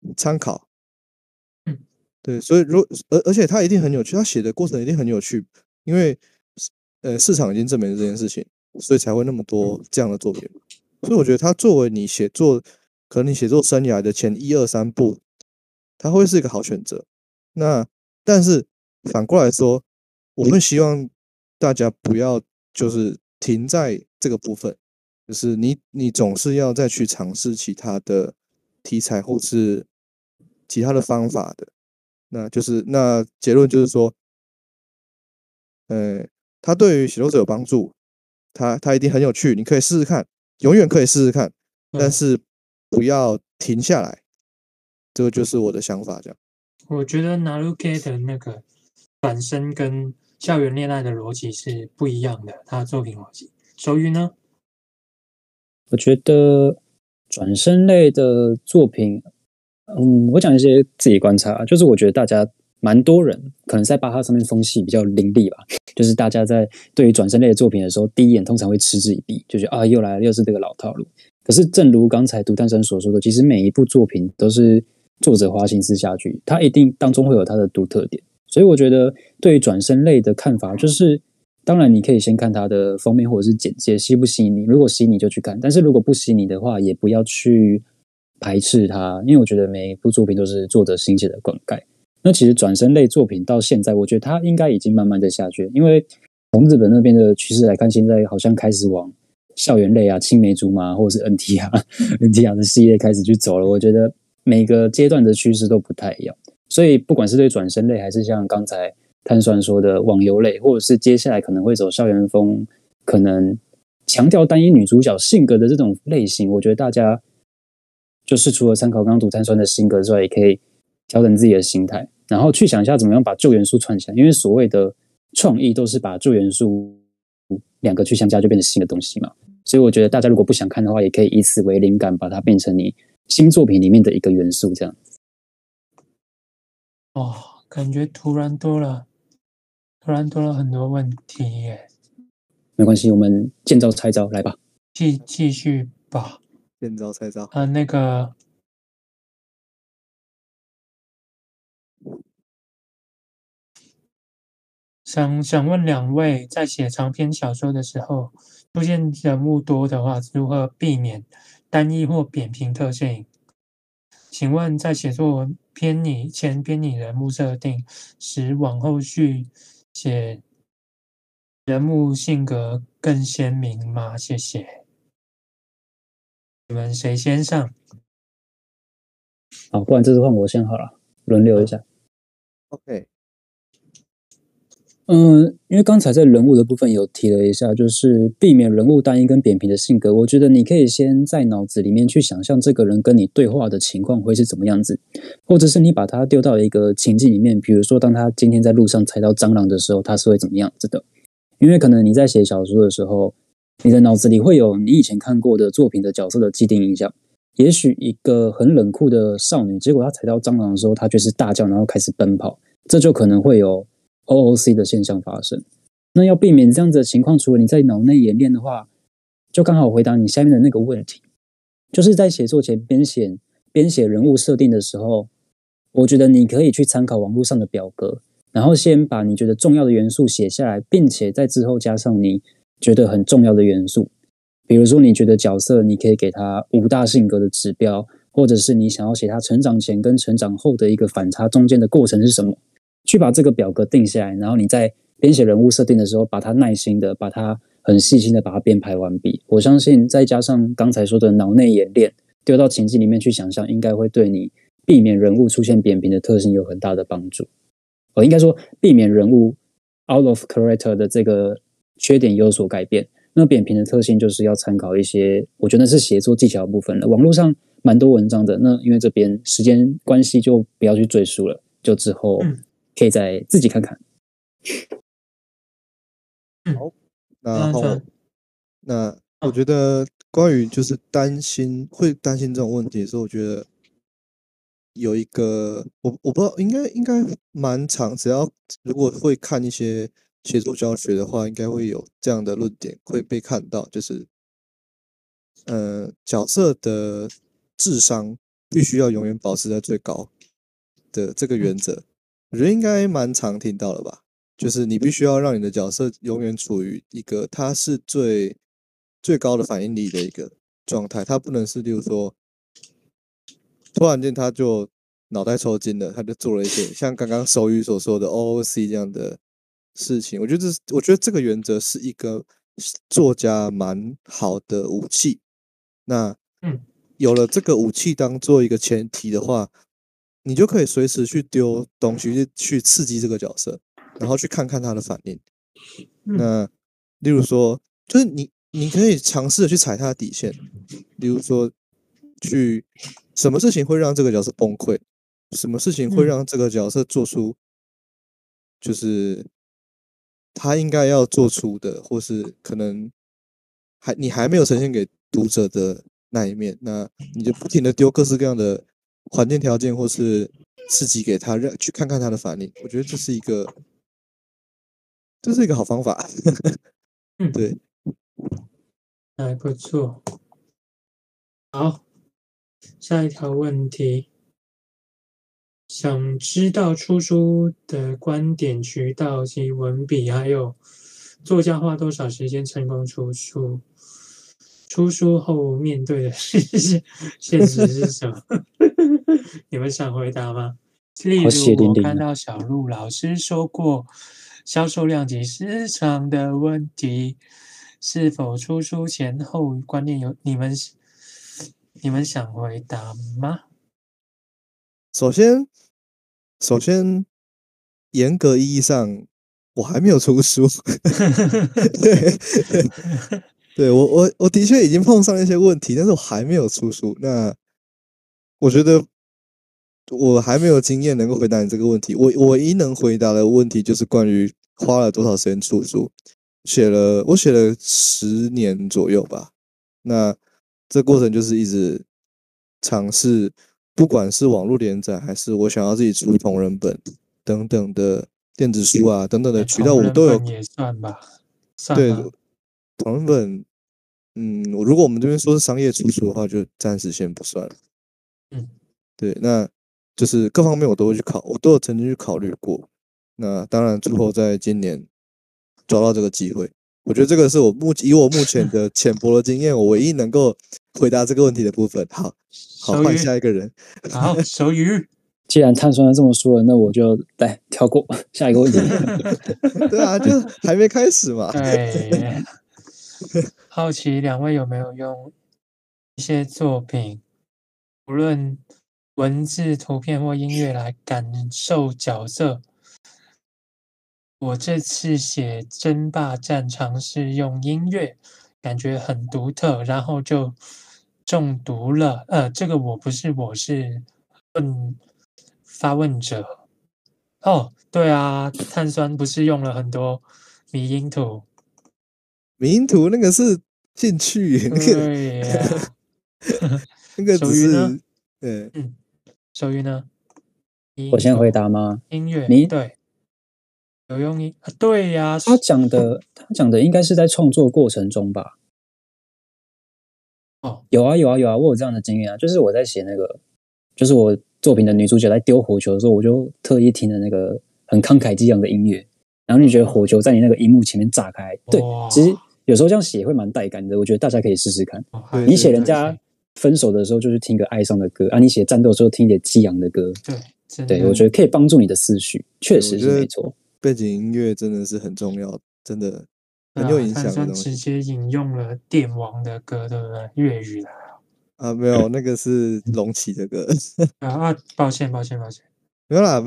参考。 嗯， 对，所以而且他一定很有趣，他写的过程一定很有趣，因为市场已经证明了这件事情，所以才会那么多这样的作品。所以我觉得他作为你写作，可能你写作生涯的前1、2、3步，他会是一个好选择。那但是反过来说，我会希望大家不要就是停在这个部分，就是你总是要再去尝试其他的题材或是其他的方法的。那结论就是说，它对于写作者有帮助，它一定很有趣，你可以试试看，永远可以试试看，但是不要停下来。这个就是我的想法，这样。 我觉得 Naruke 的那个转身跟校园恋爱的逻辑是不一样的，他的作品逻辑。手语呢？ 我觉得转身类的作品，我讲一些自己观察，就是我觉得大家蛮多人可能在巴哈上面风气比较凌厉吧，就是大家在对于转身类的作品的时候，第一眼通常会嗤之以鼻，就觉得啊又来了，又是这个老套路。可是正如刚才独炭生所说的，其实每一部作品都是作者花心思下去，他一定当中会有他的独特点。所以我觉得对于转身类的看法就是。当然，你可以先看它的封面或者是简介，吸不吸引你？如果吸引你就去看，但是如果不吸引你的话，也不要去排斥它，因为我觉得每一部作品都是作者心血的灌溉。那其实转身类作品到现在，我觉得它应该已经慢慢的下去，因为从日本那边的趋势来看，现在好像开始往校园类啊、青梅竹马或者是 NTR 的系列开始去走了。我觉得每个阶段的趋势都不太一样，所以不管是对转身类，还是像刚才碳酸说的网游类，或者是接下来可能会走校园风，可能强调单一女主角性格的这种类型，我觉得大家就是除了参考刚刚独碳酸的性格之外，也可以调整自己的心态，然后去想一下怎么样把旧元素串起来，因为所谓的创意都是把旧元素两个去相加，就变成新的东西嘛。所以我觉得大家如果不想看的话，也可以以此为灵感，把它变成你新作品里面的一个元素，这样。 哦，感觉突然多了很多问题耶。 没关系，我们见招拆招，来吧。 继续吧。 见招拆招。 那个想问两位，在写长篇小说的时候，出现人物多的话，如何避免单一或扁平特性？请问在写作偏拟人物设定时，往后续写人物性格更鲜明吗？谢谢。你们谁先上？ 好，不然这次换我先好了，轮流一下。 OK。 因为刚才在人物的部分有提了一下，就是避免人物单一跟扁平的性格。我觉得你可以先在脑子里面去想象这个人跟你对话的情况会是怎么样子，或者是你把他丢到一个情境里面，比如说当他今天在路上踩到蟑螂的时候，他是会怎么样子的？因为可能你在写小说的时候，你的脑子里会有你以前看过的作品的角色的既定印象。也许一个很冷酷的少女，结果她踩到蟑螂的时候，她就是大叫，然后开始奔跑，这就可能会有OOC 的现象发生。那要避免这样子的情况，除了你在脑内演练的话，就刚好回答你下面的那个问题，就是在写作前编写人物设定的时候，我觉得你可以去参考网络上的表格，然后先把你觉得重要的元素写下来，并且在之后加上你觉得很重要的元素。比如说，你觉得角色你可以给他5大性格的指标，或者是你想要写他成长前跟成长后的一个反差，中间的过程是什么？去把这个表格定下来，然后你在编写人物设定的时候，把它耐心的、把它很细心的把它编排完毕。我相信再加上刚才说的脑内演练，丢到情境里面去想象，应该会对你避免人物出现扁平的特性有很大的帮助。应该说避免人物 out of character 的这个缺点有所改变。那扁平的特性就是要参考一些，我觉得是写作技巧的部分了。网络上蛮多文章的，那因为这边时间关系就不要去赘述了，就之后可以再自己看看。 好，那我觉得关于就是会担心这种问题的时候，我觉得有一个我不知道，应该蛮长，如果会看一些写作教学的话，应该会有这样的论点会被看到，就是角色的智商必须要永远保持在最高的这个原则，我觉得应该蛮常听到了吧？就是你必须要让你的角色永远处于一个他是最高的反应力的一个状态，他不能是例如说突然间他就脑袋抽筋了，他就做了一些像刚刚手语所说的 OOC 这样的事情。我觉得这个原则是一个作家蛮好的武器。那有了这个武器当做一个前提的话，你就可以随时去丢东西去刺激这个角色，然后去看看他的反应。那例如说，就是你可以尝试的去踩他的底线，例如说去什么事情会让这个角色崩溃，什么事情会让这个角色做出就是他应该要做出的，或是可能你还没有呈现给读者的那一面，那你就不停的丢各式各样的环境条件或是刺激给他，去看看他的反应。我觉得这是一个好方法。对， 还不错。好，下一条问题，想知道出书的观点、渠道及文笔，还有作家花多少时间成功出书？出书后面对的现实是什么？你们想回答吗？例如，我看到小鹿老师说过，销售量及市场的问题，是否出书前后观念有你们想回答吗？ 首先，严格意义上，我还没有出书。对，我的确已经碰上一些问题，但是我还没有出书。那我觉得我还没有经验能够回答你这个问题。我唯一能回答的问题就是关于花了多少时间出书。我写了10年左右吧。那这过程就是一直尝试，不管是网络连载，还是我想要自己出同人本等等的电子书啊等等的渠道，我都有。 也算吧， 对，同人本，如果我们这边说是商业出书的话，就暂时先不算了。对，那就是各方面我都会去我都有曾经去考虑过。那当然，最后在今年抓到这个机会，我觉得这个是以我目前的浅薄的经验，我唯一能够回答这个问题的部分。好，换下一个人。 好，手语。 既然碳酸这么说了，那我就来跳过下一个问题。 对啊，就还没开始嘛。 对，好奇两位有没有用一些作品，无论文字、图片或音乐来感受角色？我这次写争霸战尝试用音乐，感觉很独特，然后就中毒了。这个我是发问者。哦，对啊，碳酸不是用了很多迷因图？ 迷因图那个是兴趣， 对呀。 那个只是手语呢？ 我先回答吗？ 音乐你对，有用音啊？对呀， 他讲的应该是在创作过程中吧？ 哦， 有啊，我有这样的经验啊，就是我在写那个，就是我作品的女主角在丢火球的时候，我就特意听了那个很慷慨激昂的音乐，然后你觉得火球在你那个荧幕前面炸开，对，其实有时候这样写会蛮带感的，我觉得大家可以试试看。你写人家分手的时候就去听个哀伤的歌啊，你写战斗的时候听一点激昂的歌，对，我觉得可以帮助你的思绪，确实是没错。 背景音乐真的是很重要，真的很有影响的东西。 直接引用了电王的歌，对不对？粤语的啊，没有，那个是龙起的歌。 抱歉。 没有啦，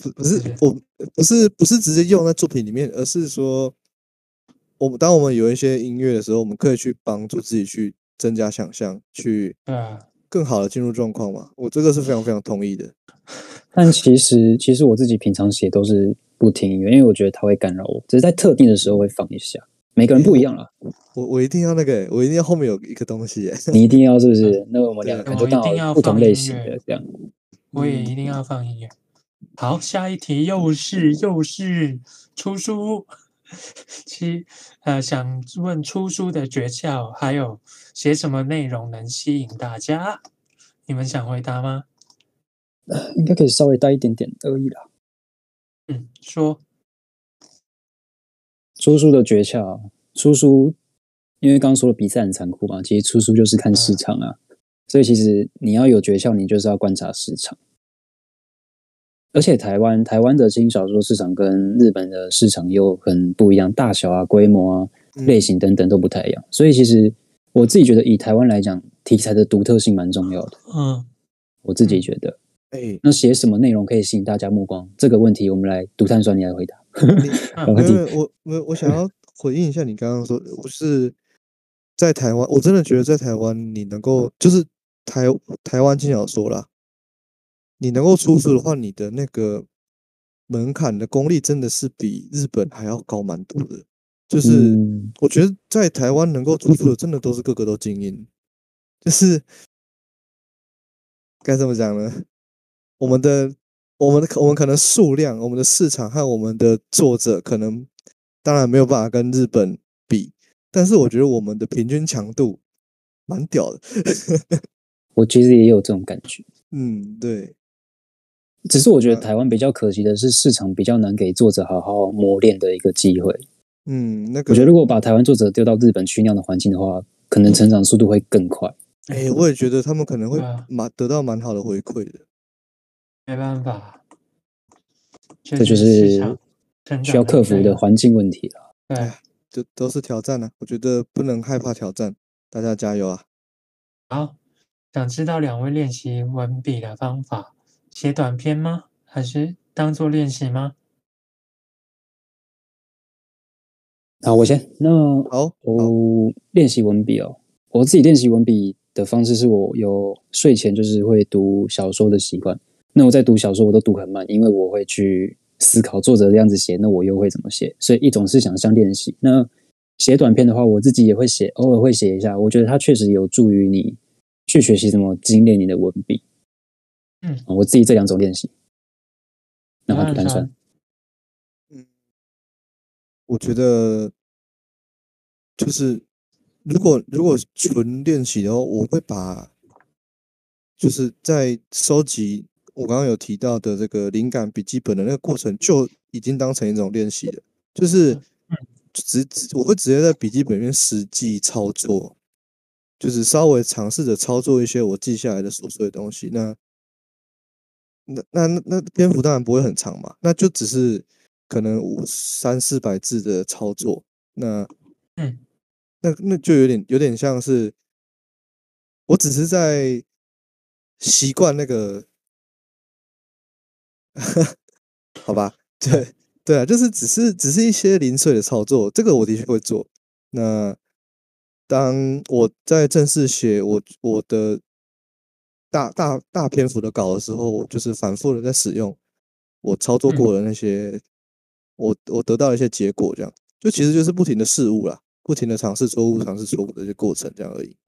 不是直接用在作品里面，而是说，当我们有一些音乐的时候，我们可以去帮助自己去增加想象，去更好的进入状况嘛。我这个是非常非常同意的。 但其实我自己平常写都是不听音乐，因为我觉得它会干扰我，只是在特定的时候会放一下。每个人不一样啦。 我一定要我一定要后面有一个东西。 你一定要是不是？那我们两个人就刚好不同类型的这样。 我也一定要放音乐。好，下一题又是出书。想问出书的诀窍，还有写什么内容能吸引大家？ 你们想回答吗？ 应该可以稍微带一点点而已啦。 说。 出书的诀窍，出书，因为刚刚说了比赛很残酷嘛，其实出书就是看市场啊。所以其实你要有诀窍，你就是要观察市场。而且台湾的轻小说市场跟日本的市场又很不一样，大小啊、规模啊、类型等等都不太一样。所以其实我自己觉得，以台湾来讲，题材的独特性蛮重要的。我自己觉得。那写什么内容可以吸引大家目光？这个问题我们来独碳酸，你来回答。 我想要回应一下你刚刚说，我是在台湾，我真的觉得在台湾你能够就是台湾轻小说啦，你能够出书的话，你的那个门槛的功力真的是比日本还要高蛮多的。就是我觉得在台湾能够出书的，真的都是个个都精英。就是该怎么讲呢？我们可能数量、我们的市场和我们的作者，可能当然没有办法跟日本比，但是我觉得我们的平均强度蛮屌的。 我其实也有这种感觉。 对。 只是我觉得台湾比较可惜的是，市场比较难给作者好好磨练的一个机会。我觉得如果把台湾作者丢到日本去那样的环境的话，可能成长速度会更快。 我也觉得他们可能会得到蛮好的回馈的。 没办法， 这就是需要克服的环境问题了。 对， 这都是挑战啊，我觉得不能害怕挑战，大家加油啊！ 好，想知道两位练习文笔的方法，写短篇吗？还是当做练习吗？ 好，我先。那我练习文笔哦。我自己练习文笔的方式是我有睡前就是会读小说的习惯。那我在读小说我都读很慢，因为我会去思考作者这样子写，那我又会怎么写？所以一种是想象练习。那写短篇的话，我自己也会写，偶尔会写一下。我觉得它确实有助于你去学习怎么精炼你的文笔。我自己这两种练习。然后单算。 我觉得就是如果纯练习的话，我会把就是在收集我刚刚有提到的这个灵感笔记本的那个过程，就已经当成一种练习了。就是我会直接在笔记本里面实际操作，就是稍微尝试着操作一些我记下来的琐碎的东西。那篇幅当然不会很长嘛，那就只是可能300-400字的操作。那就有点像是我只是在习惯那个好吧，对啊，就是只是一些零碎的操作，这个我的确会做。那当我在正式写我的大篇幅的稿的时候，我就是反复的在使用我操作过的那些，我得到一些结果，这样就其实就是不停的试误啦，不停的尝试错误的一些过程，这样而已。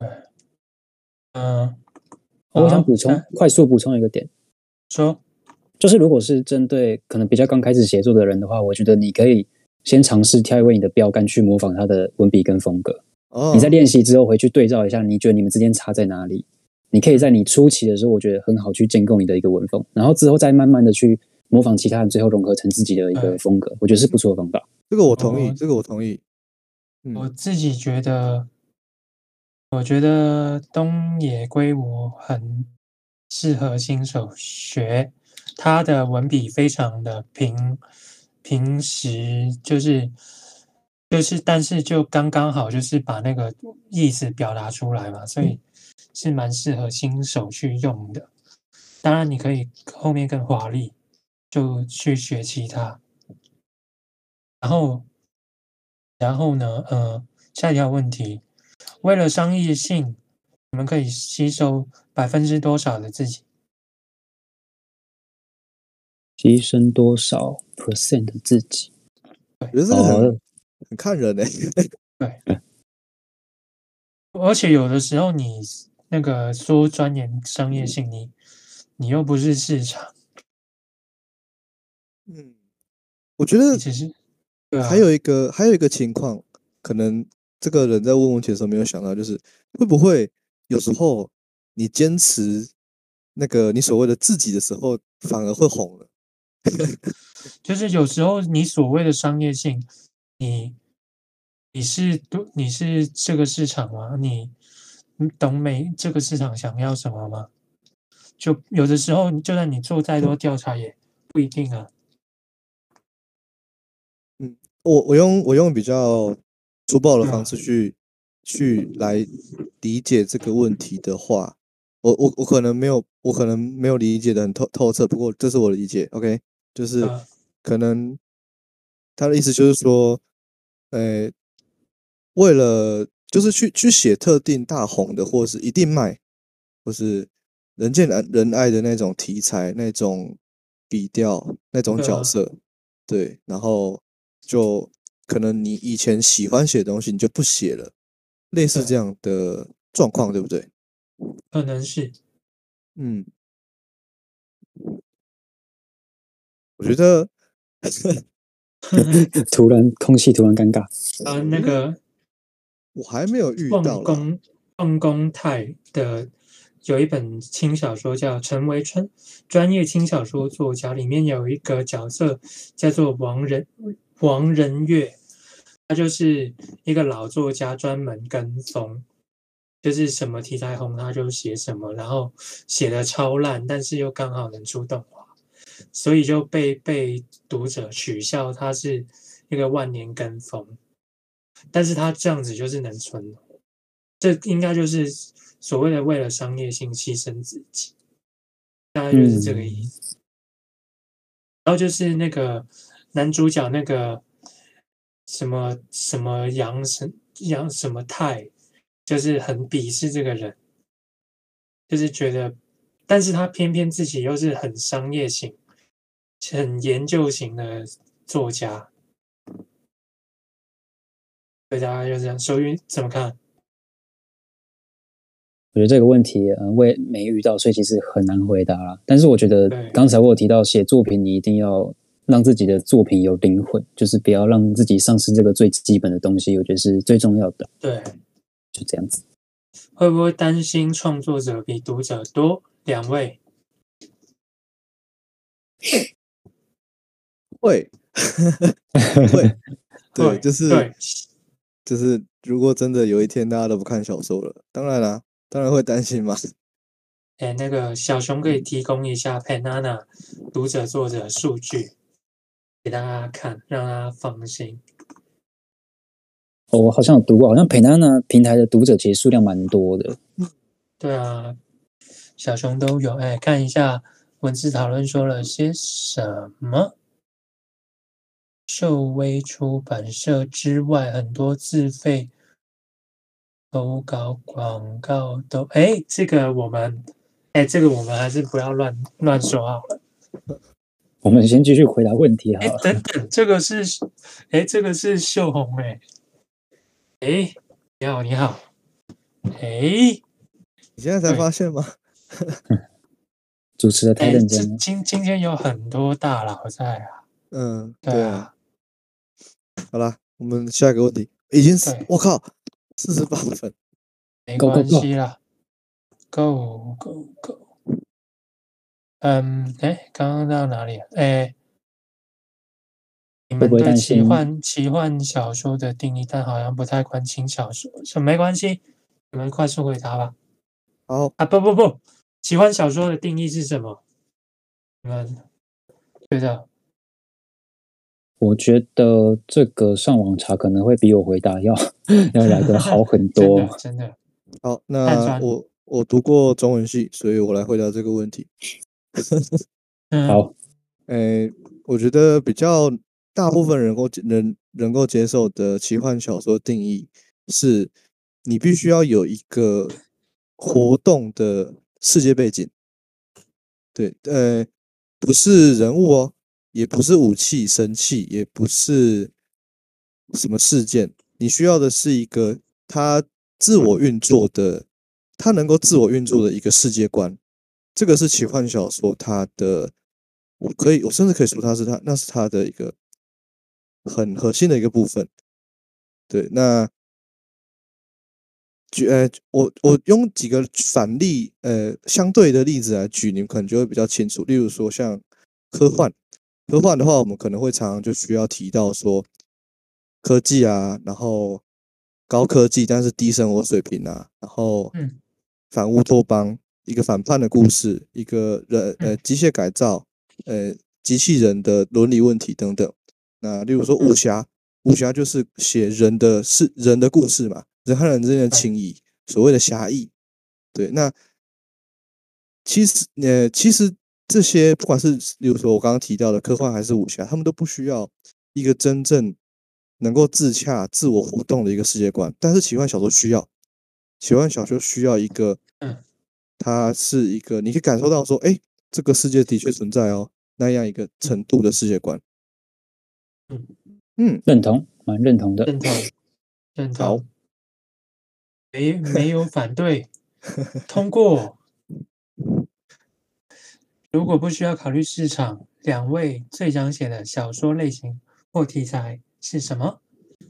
我想快速补充一个点， 说， 就是如果是针对可能比较刚开始写作的人的话，我觉得你可以先尝试挑一位你的标杆去模仿他的文笔跟风格。你在练习之后回去对照一下，你觉得你们之间差在哪里？你可以在你初期的时候，我觉得很好去建构你的一个文风，然后之后再慢慢的去模仿其他人，最后融合成自己的一个风格，我觉得是不错的方法。 这个我同意，这个我同意。 我自己觉得，我觉得东野圭吾很适合新手学，他的文笔非常的平实，但是就刚刚好，就是把那个意思表达出来嘛，所以是蛮适合新手去用的。当然，你可以后面更华丽，就去学其他。然后呢，下一条问题，为了商业性，你们可以吸收多少的自己？ 牺牲多少 % 的自己？ 我觉得这个很看人对，而且有的时候你那个说钻研商业性，你又不是市场。 我觉得其实还有一个情况，可能这个人在问问题的时候没有想到，就是会不会有时候你坚持那个你所谓的自己的时候，反而会红了。 就是有时候你所谓的商业性，你你是这个市场吗？你懂这个市场想要什么吗？就有的时候，就算你做再多调查，也不一定啊。 我用比较粗暴的方啊， 式去理解这个问题的话，我可能没有理解的很透彻，不过这是我的理解，OK，就是呃， 可能他的意思就是说，呃，为了就是去写特定大红的，或是一定卖，或是人见人爱的那种题材、那种笔调、那种对啊， 角色，对，然后就可能你以前喜欢写的东西，你就不写了，类似这对， 样的状况，对不对？ 可能是。 嗯，我觉得空气突然尴尬。 那个我还没有遇到啦。 望公望公泰的有一本轻小说叫《成为专业轻小说作家》，里面有一个角色叫做王仁月，他就是一个老作家，专门跟风，就是什么题材红他就写什么，然后写的超烂，但是又刚好能出动画，所以就被读者取笑他是一个万年跟风，但是他这样子就是能存。这应该就是所谓的为了商业性牺牲自己，大概就是这个意嗯， 思。然后就是那个男主角那个什么杨什么泰，就是很鄙视这个人，就是觉得，但是他偏偏自己又是很商业型、很研究型的作家，所以大概就这样。手语怎么看？ 我觉得这个问题，我也没遇到，所以其实很难回答啦。但是我觉得对刚才我有提到，写作品你一定要让自己的作品有灵魂，就是不要让自己丧失这个最基本的东西，我觉得是最重要的。 对， 就这样子。 会不会担心创作者比读者多？两位， 会会，对， 会对。 就是，如果真的有一天大家都不看小说了，当然啦，当然会担心嘛。 哎，那个小熊可以提供一下 Penana 读者作者数据给大家看，让大家放心。 哦，我好像有读过，好像 Penana 平台的读者其实数量蛮多的。 对啊，小熊都有。哎，看一下文字讨论说了些什么。秀威出版社之外，很多自费投稿广告都，哎，这个我们还是不要乱说好了。 我们先继续回答问题好哎， 了。 等等，这个是秀红哎，你好，你好，哎， 你现在才对， 发现吗？ 主持的太哎， 认真了。 今天有很多大佬在啊， 嗯，对啊。 对啊， 好啦，我们下一个问题，已经是对， 我靠48分。 没 Go go 关 go！ 系啦，Go Go Go，哎，刚刚到哪里了？哎，你会不会们对担心？ 奇幻小说的定义，但好像不太关轻小说，没关系，你们快速回答吧。 好， 啊，不，奇幻小说的定义是什么？你们觉得？ 我觉得这个上网查可能会比我回答要要来的好很真的多。 真的， 好， 碳酸， 那我读过中文系，所以我来回答这个问题。 嗯， 好， 诶，我觉得比较大部分人能够接受的奇幻小说定义是，你必须要有一个活动的世界背景，对，不是人物哦，也不是武器、神器，也不是什么事件，你需要的是一个它自我运作的，它能够自我运作的一个世界观。这个是奇幻小说它的，我甚至可以说那是它的一个很核心的一个部分。对，那我用几个反例，相对的例子来举，你们可能就会比较清楚。例如说像科幻，科幻的话，我们可能会常常就需要提到说科技啊，然后高科技但是低生活水平啊，然后反乌托邦一个反叛的故事，一个机械改造，机器人的伦理问题等等。那例如说武侠，武侠就是写人的故事嘛，人和人之间的情谊，所谓的侠义。对，那其实这些不管是例如说我刚刚提到的科幻还是武侠，他们都不需要一个真正能够自洽、自我活动的一个世界观，但是奇幻小说需要，奇幻小说需要一个，它是一个你可以感受到说，哎，这个世界的确存在哦，那样一个程度的世界观。 认同，蛮认同的。 认好同，没有反对，通过。如果不需要考虑市场，两位最想写的小说类型或题材是什么？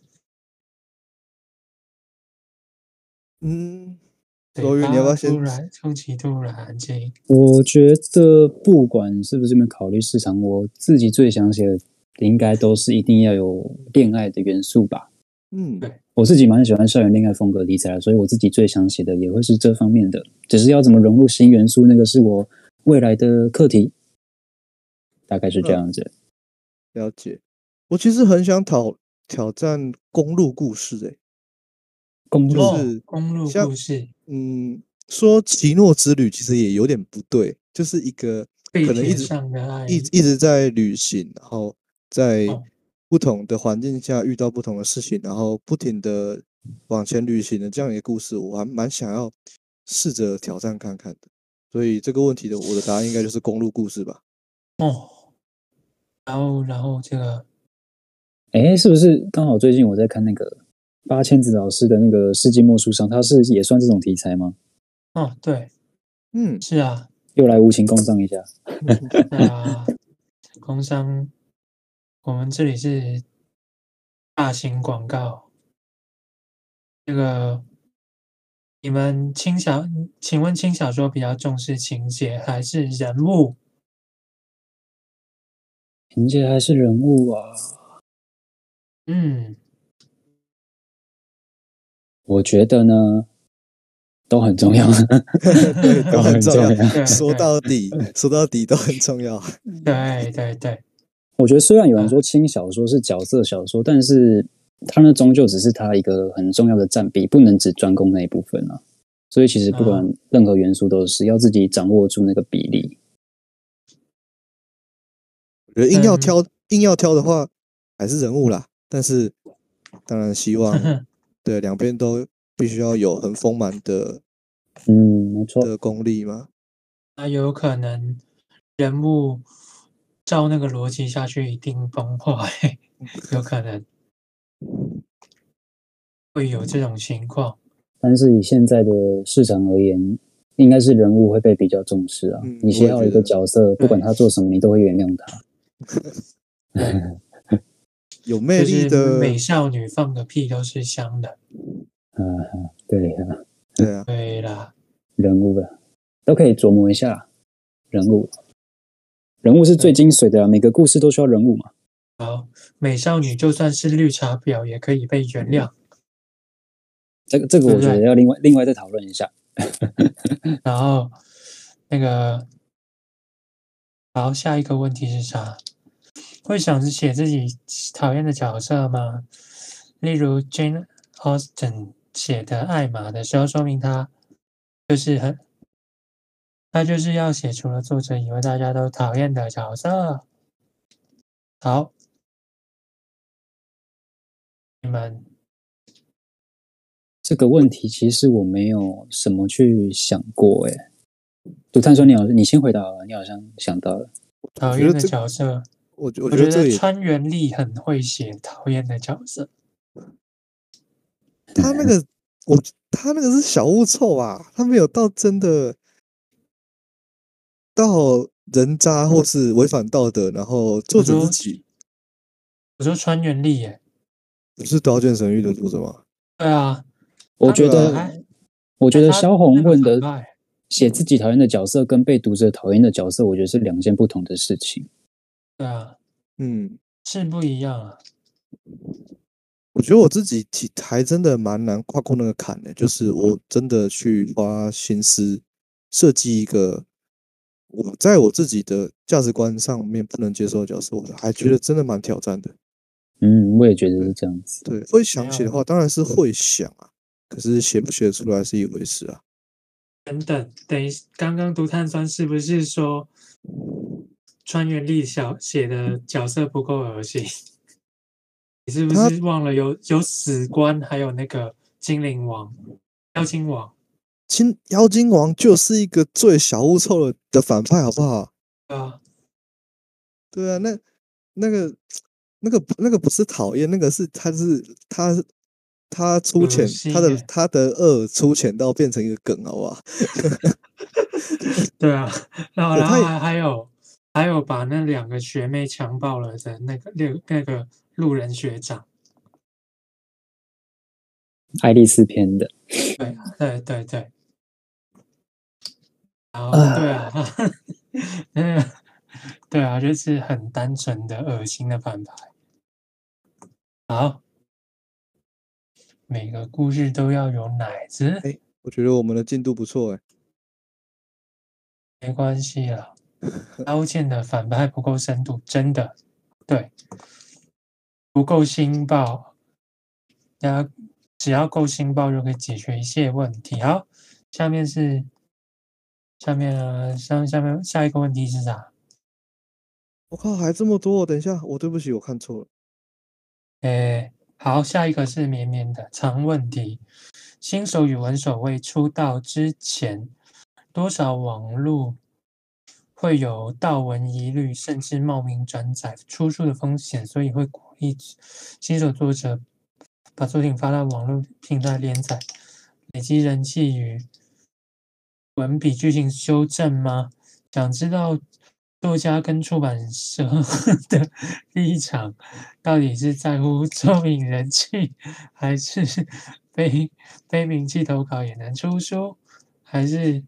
所以你要不要先？ 空气突然安静。 我觉得不管是不是没有考虑市场，我自己最想写的应该都是一定要有恋爱的元素吧。 对， 我自己蛮喜欢校园恋爱风格题材，所以我自己最想写的也会是这方面的。只是要怎么融入新元素，那个是我未来的课题，大概是这样子。 了解。我其实很想挑战公路故事， 公路就是公路像故事， 说奇诺之旅其实也有点不对，就是一个地可能铁上的爱， 一直在旅行，然后在不同的环境下遇到不同的事情，然后不停的往前旅行的这样一个故事，我还蛮想要试着挑战看看的。所以这个问题的我的答案应该就是公路故事吧。 然后这个， 是不是刚好最近我在看那个8000子老师的那个世纪末书上，他是也算这种题材吗？ 对，是啊， 又来无情工商一下。 工商，我们这里是大型广告。这个，请问轻小说比较重视情节还是人物？ 情节还是人物啊？我觉得呢，都很重要。 对，都很重要。说到底都很重要。 对。 我觉得虽然有人说轻小说是角色小说，但是它呢终究只是它一个很重要的占比，不能只专攻那一部分啊。所以其实不管任何元素都是要自己掌握住那个比例。 我觉得硬要挑的话，还是人物啦。但是当然希望对两边都必须要有很丰满的， 没错的功力嘛。 那有可能人物照那个逻辑下去一定崩坏，有可能会有这种情况。 但是以现在的市场而言，应该是人物会被比较重视啊。你写好一个角色，不管他做什么，你都会原谅他。 有魅力的美少女放个屁都是香的。 对呀， 对啦， 人物啦，都可以琢磨一下人物是最精髓的，每个故事都需要人物嘛。 好，美少女就算是绿茶婊也可以被原谅。 这个我觉得要另外再讨论一下。 然后那个，好，下一个问题是啥？会想着写自己讨厌的角色吗？例如 Jane Austen 写的艾玛的时候，说明他就是要写除了作者以外大家都讨厌的角色。好，你们这个问题其实我没有什么去想过。独探说你先回答吧，你好像想到了讨厌的角色。 我觉得川原丽很会写讨厌的角色。 他那个是小物臭啊，他没有到真的到人渣或是违反道德，然后作者自己。 我说川原丽耶， 不是《刀剑神域》的作者吗？ 对啊， 我觉得我觉得萧红问的那个反派写自己讨厌的角色跟被读者讨厌的角色，我觉得是两件不同的事情。 对啊， 嗯， 是不一样啊。 我觉得我自己还真的蛮难跨过那个坎的，就是我真的去花心思设计一个我在我自己的价值观上面不能接受的角色，我还觉得真的蛮挑战的。 我也觉得是这样子。 对，会想写的话，当然是会想啊，可是写不写得出来是一回事啊。 等一，刚刚读碳酸是不是说川原丽写的角色不够恶心？你是不他是忘了有死官，还有那个精灵王、妖精王？ 妖精王就是一个最小污臭的反派，好不好？ 啊， 对啊，那个不是讨厌，那个是他出恶钱， 心耶！ 他的恶出钱到变成一个梗，好不好？ 对啊，然后对， 然后还有把那两个学妹强暴了的那个路人学长。 爱丽丝篇的对，然后对啊，那个对啊，就是很单纯的恶心的反派。好，每个故事都要有奶子， 我觉得我们的进度不错， 没关系啦。刀剑的反派不够深度，真的，对，不够新爆，大家只要够新爆就可以解决一切问题。好，下面下一个问题是啥？ 我靠，还这么多！等一下，对不起，我看错了。 好，下一个是绵绵的长问题。新手语文手未出道之前，多少网络会有盗文疑虑，甚至冒名转载出书的风险，所以会鼓励新手作者把作品发到网络平台连载，累积人气与文笔剧情修正吗？想知道作家跟出版社的立场到底是在乎作品人气，还是非名气投稿也能出书，还是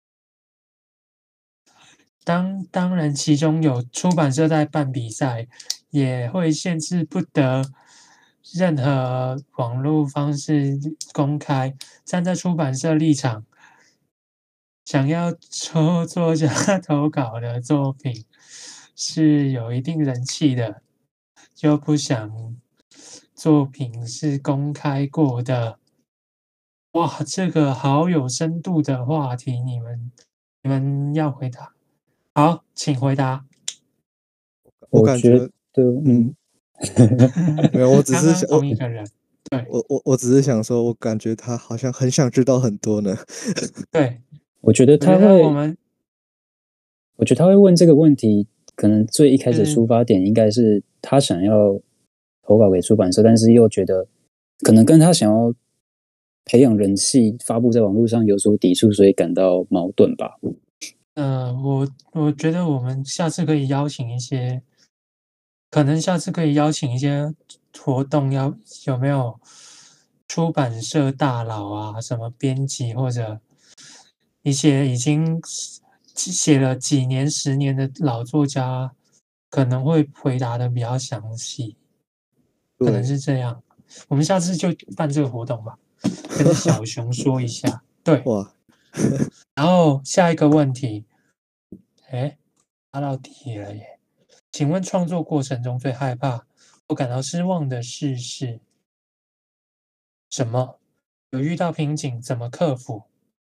当然其中有出版社在办比赛，也会限制不得任何网络方式公开。站在出版社立场，想要抽作家投稿的作品是有一定人气的，又不想作品是公开过的。哇，这个好有深度的话题，你们要回答？好，请回答。 我我觉感觉， 得， 没有，我只刚刚是想， 同一个人，对我只是想说，我感觉他好像很想知道很多呢。 对， 我觉得我觉他会， 得我们我觉得他会问这个问题，可能最一开始是出发点应该是他想要投稿给出版社，但是又觉得可能跟他想要培养人气、发布在网络上有所抵触，所以感到矛盾吧。 我觉得我们下次可以邀请一些，可能下次可以邀请一些活动，有没有出版社大佬啊，什么编辑或者一些已经写了几年、10年的老作家，可能会回答的比较详细，可能对， 是这样。我们下次就办这个活动吧，跟小熊说一下。对， 哇， 然后下一个问题，哎，答到题了耶。请问创作过程中最害怕或感到失望的事是什么？有遇到瓶颈怎么克服？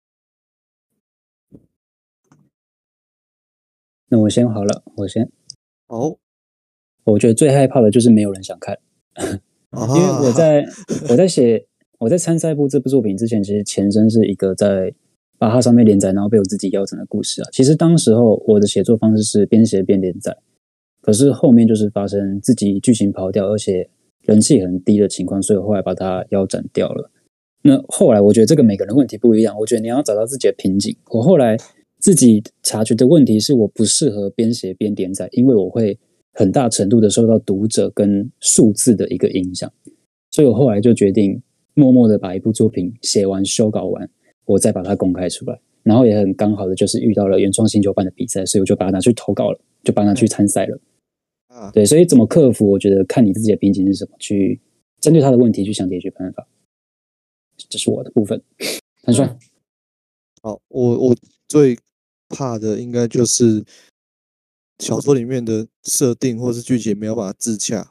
那我先好了，我先。 好我觉得最害怕的就是没有人想看，因为我啊， 在参赛部这部作品之前，其实前身是一个在巴哈上面连载，然后被我自己腰斩的故事啊。其实当时候我的写作方式是边写边连载，可是后面就是发生自己剧情跑掉，而且人气很低的情况，所以我后来把它腰斩掉了。那后来我觉得这个每个人问题不一样，我觉得你要找到自己的瓶颈。我后来自己察觉的问题是我不适合边写边连载，因为我会很大程度的受到读者跟数字的一个影响，所以我后来就决定默默的把一部作品写完修稿完， 我再把它公开出来。然后也很刚好的就是遇到了原创星球班的比赛，所以我就把它拿去投稿了，就把它拿去参赛了。对，所以怎么克服，我觉得看你自己的瓶颈是什么，去针对他的问题去想解决办法。这是我的部分。很帅。 好，我最怕的应该就是小说里面的设定或是剧情没有办法自洽，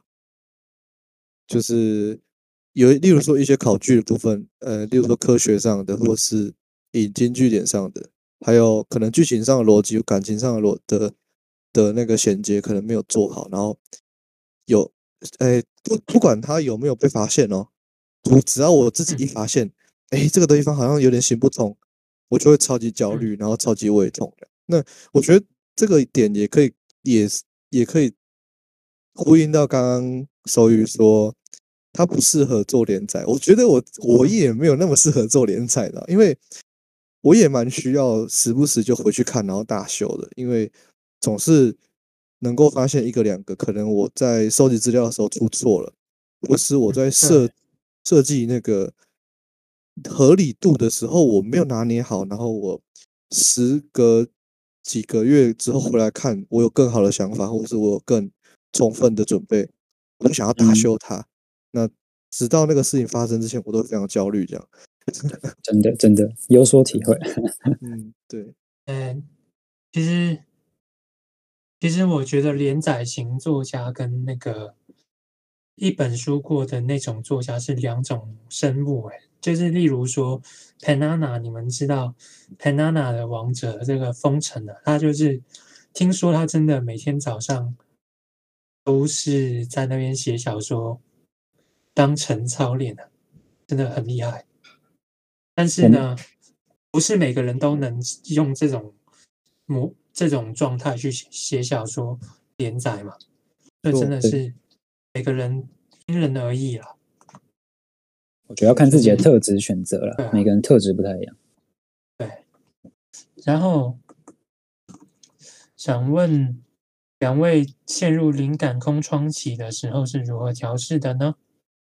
就是例如说一些考据的部分，例如说科学上的，或是引经据典上的，还有可能剧情上的逻辑、感情上的那个衔接可能没有做好，然后有，不管他有没有被发现哦，只要我自己一发现，这个地方好像有点行不通，我就会超级焦虑，然后超级胃痛的。那我觉得这个点也可以呼应到刚刚手语说他不适合做连载，我觉得我也没有那么适合做连载的，因为我也蛮需要时不时就回去看，然后大修的，因为总是能够发现一个两个，可能我在收集资料的时候出错了，或是我在设计那个合理度的时候我没有拿捏好，然后我时隔几个月之后回来看，我有更好的想法，或是我有更充分的准备，我就想要大修它。那直到那个事情发生之前，我都非常焦虑，这样。 真的有所体会。 对。 其实我觉得连载型作家跟那个一本书过的那种作家是两种生物。就是例如说 Penana， 你们知道 Penana 的王者这个丰臣的，他就是听说他真的每天早上都是在那边写小说当晨操练的，真的很厉害。但是呢，不是每个人都能用这种状态去写小说连载嘛，这真的是每个人因人而异啦。 我觉得要看自己的特质选择了，每个人特质不太一样。 对，然后想问两位，陷入灵感空窗期的时候是如何调试的呢？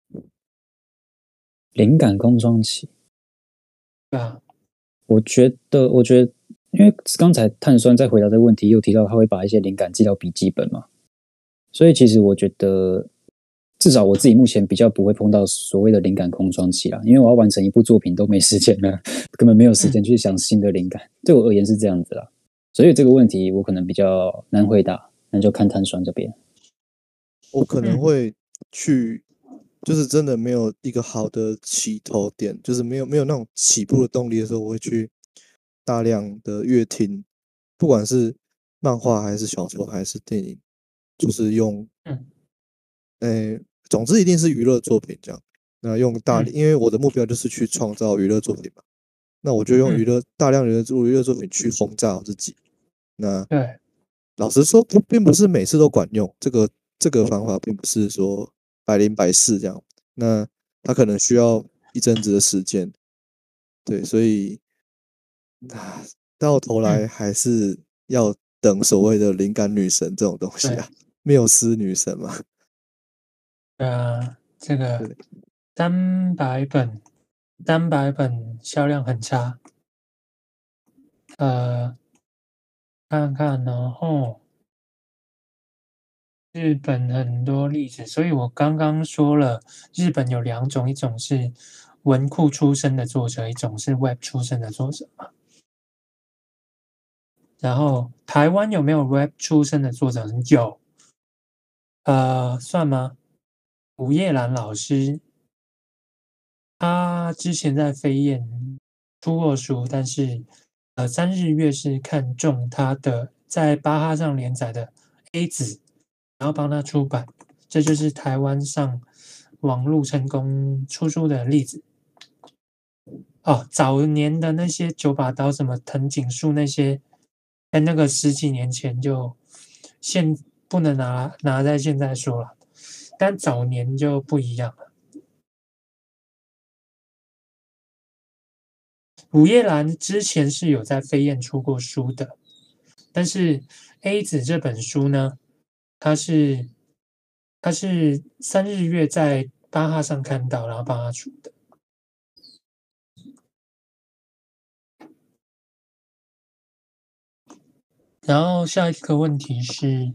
灵感空窗期， 对啊， 我觉得，因为刚才碳酸在回答这个问题，又提到他会把一些灵感记到笔记本嘛，所以其实我觉得，至少我自己目前比较不会碰到所谓的灵感空窗期啦，因为我要完成一部作品都没时间了，根本没有时间去想新的灵感，对我而言是这样子啦，所以这个问题我可能比较难回答，那就看碳酸这边。 我可能会去，就是真的没有一个好的起头点，就是没有那种起步的动力的时候，我会去大量的阅听，不管是漫画还是小说还是电影，就是用，总之一定是娱乐作品这样。那用因为我的目标就是去创造娱乐作品嘛，那我就用大量娱乐作品去轰炸我自己。那对， 老实说，并不是每次都管用，这个方法并不是说百灵百事这样。那它可能需要一阵子的时间，对，所以到头来还是要等所谓的灵感女神这种东西啊，缪斯女神嘛。 对啊，这个对， 单白本销量很差。看看然后日本很多例子，所以我刚刚说了，日本有两种，一种是文库出身的作者，一种是 Web 出身的作者嘛。然后台湾有没有 Web 出身的作者？有，算吗？吴叶兰老师，他之前在飞燕出过书，但是三日月是看中他的在巴哈上连载的 A 子，然后帮他出版，这就是台湾上网络成功出书的例子。哦，早年的那些九把刀，什么藤井树那些，在那个十几年前就不能拿在现在说了，但早年就不一样了。午夜兰之前是有在飞燕出过书的，但是 A 子这本书呢，它是三日月在巴哈上看到，然后帮他出的。 然后下一个问题是，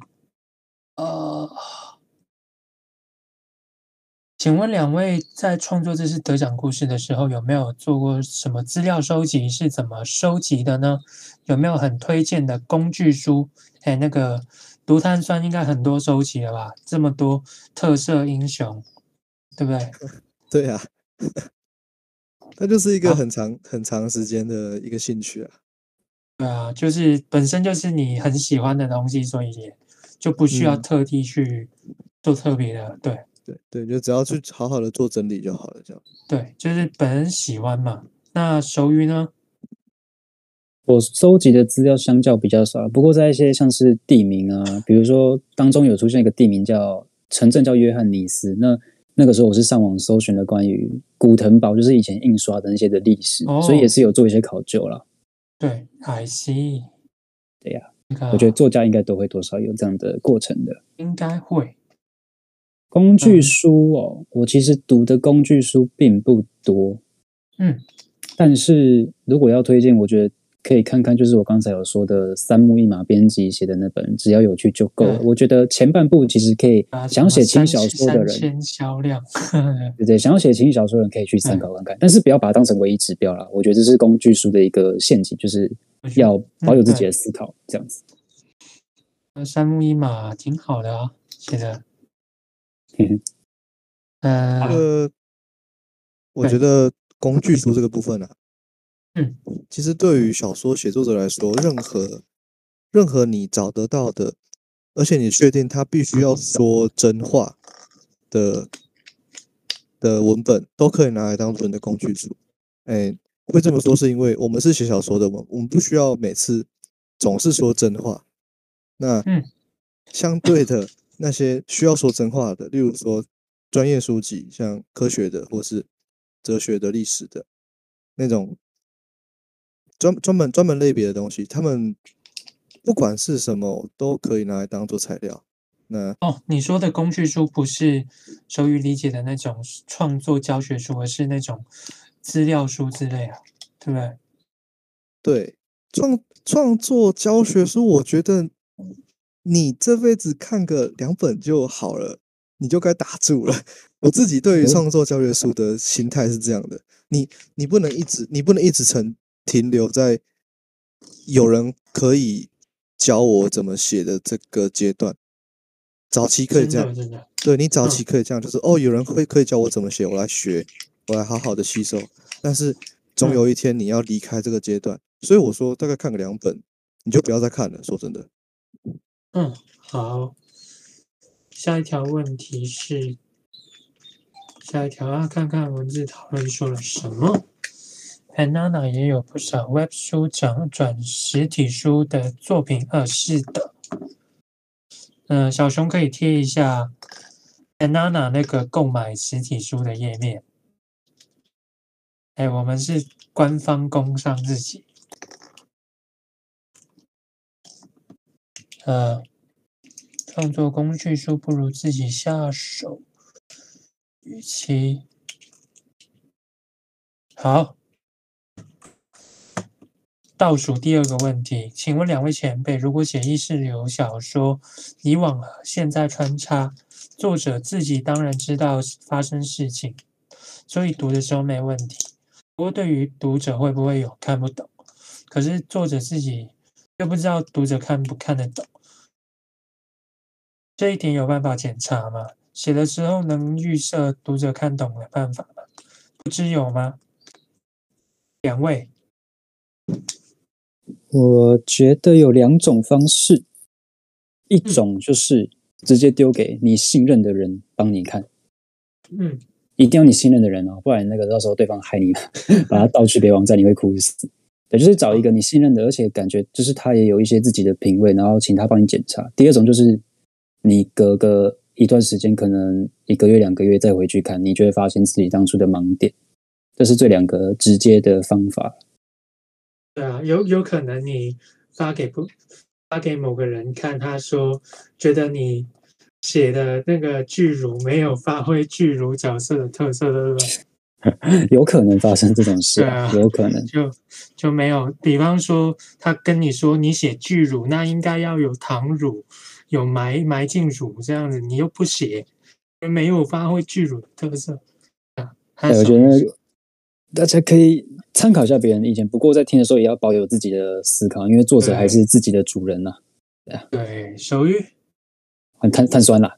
请问两位在创作这次得奖故事的时候，有没有做过什么资料收集？是怎么收集的呢？有没有很推荐的工具书？那个读碳酸应该很多收集了吧？这么多特色英雄，对不对？ 对啊，它就是一个很长时间的一个兴趣啊。 对啊，就是本身就是你很喜欢的东西，所以也就不需要特地去做特别的。对对，就只要去好好的做整理就好了，这样。 对，就是本人喜欢嘛。那熟鱼呢？ 我收集的资料相较比较少，不过在一些像是地名啊，比如说当中有出现一个地名城镇叫约翰尼斯，那个时候我是上网搜寻了关于古腾堡，就是以前印刷的那些的历史，所以也是有做一些考究啦。 对，I see。 对呀，我觉得作家应该都会多少有这样的过程的。 应该会。 工具书哦，我其实读的工具书并不多，但是如果要推荐，我觉得可以看看，就是我刚才有说的三木一马编辑写的那本《只要有趣就够了》。我觉得前半部其实可以，想要写轻小说的人 3000销量， 对对，想要写轻小说的人可以去参考看看，但是不要把它当成唯一指标啦。我觉得这是工具书的一个陷阱，就是要保有自己的思考，这样子。 三木一马挺好的啊，写的。 我觉得工具书这个部分啊，其实对于小说写作者来说，任何你找得到的，而且你确定他必须要说真话的文本，都可以拿来当做你的工具书。会这么说是因为我们是写小说的嘛，我们不需要每次总是说真话。那相对的那些需要说真话的，例如说专业书籍，像科学的或是哲学的、历史的那种专门类别的东西，他们不管是什么都可以拿来当做材料。 你说的工具书不是手语理解的那种创作教学书，而是那种资料书之类啊，对不对？ 对，创作教学书，我觉得你这辈子看个2本就好了，你就该打住了。我自己对于创作教学书的心态是这样的，你不能一直停留在有人可以教我怎么写的这个阶段。早期可以这样，对，你早期可以这样，就是有人可以教我怎么写，我来学，我来好好的吸收。但是总有一天你要离开这个阶段，所以我说大概看个2本，你就不要再看了。说真的。 好。下一条问题是，看看文字讨论说了什么。Penana 也有不少 Web 书转实体书的作品。是的。小熊可以贴一下 Penana 那个购买实体书的页面。我们是官方工商自己。创作工具书不如自己下手。与其好。倒数第2个问题，请问2位前辈，如果写意识流小说，以往和现在穿插，作者自己当然知道发生事情，所以读的时候没问题。不过对于读者会不会有看不懂？可是作者自己又不知道读者看不看得懂，这一点有办法检查吗？写的时候能预设读者看懂的办法吗？不知有吗？2位。 我觉得有2种方式，一种就是直接丢给你信任的人帮你看，一定要你信任的人哦，不然那个到时候对方害你，把他盗去别网站，你会哭死。对，就是找一个你信任的，而且感觉就是他也有一些自己的品味，然后请他帮你检查。第2种就是你隔个一段时间，可能1个月、2个月再回去看，你就会发现自己当初的盲点。这是最2个直接的方法。 对啊，有可能你发给某个人看，他说觉得你写的那个巨乳没有发挥巨乳角色的特色，对不对？ 有可能发生这种事对啊， 有可能。 就没有。比方说，他跟你说你写巨乳，那应该要有糖乳，有埋进乳这样子，你又不写，没有发挥巨乳的特色啊。他我觉手语得大家可以参考一下别人的意见，不过在听的时候也要保有自己的思考，因为作者还是自己的主人呐、 对手语， 很碳酸啦。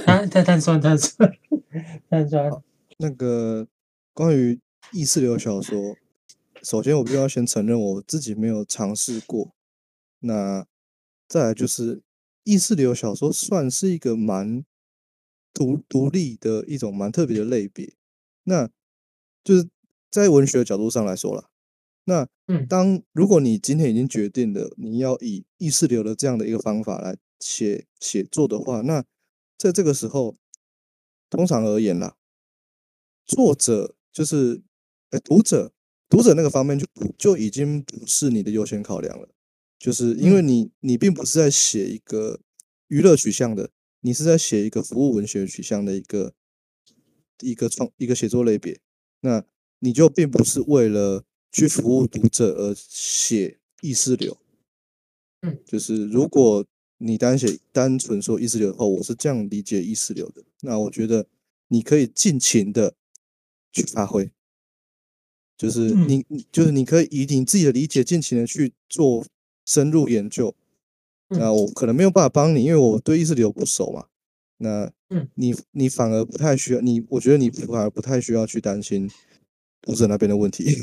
碳酸。 那个关于意识流小说，首先我必须要先承认我自己没有尝试过。那再来就是意识流小说算是一个蛮独立的一种蛮特别的类别。那就是在文学的角度上来说啦，那如果你今天已经决定了你要以意识流的这样的一个方法来写作的话，那在这个时候，通常而言啦，作者就是读者那个方面就已经不是你的优先考量了，就是因为你并不是在写一个娱乐取向的，你是在写一个服务文学取向的一个写作类别，那你就并不是为了去服务读者而写意识流，就是如果你单纯说意识流的话，我是这样理解意识流的，那我觉得你可以尽情的去发挥。就是你可以以你自己的理解尽情的去做深入研究。那我可能没有办法帮你，因为我对意识流不熟嘛。那你反而不太需要我觉得你反而不太需要去担心读者那边的问题。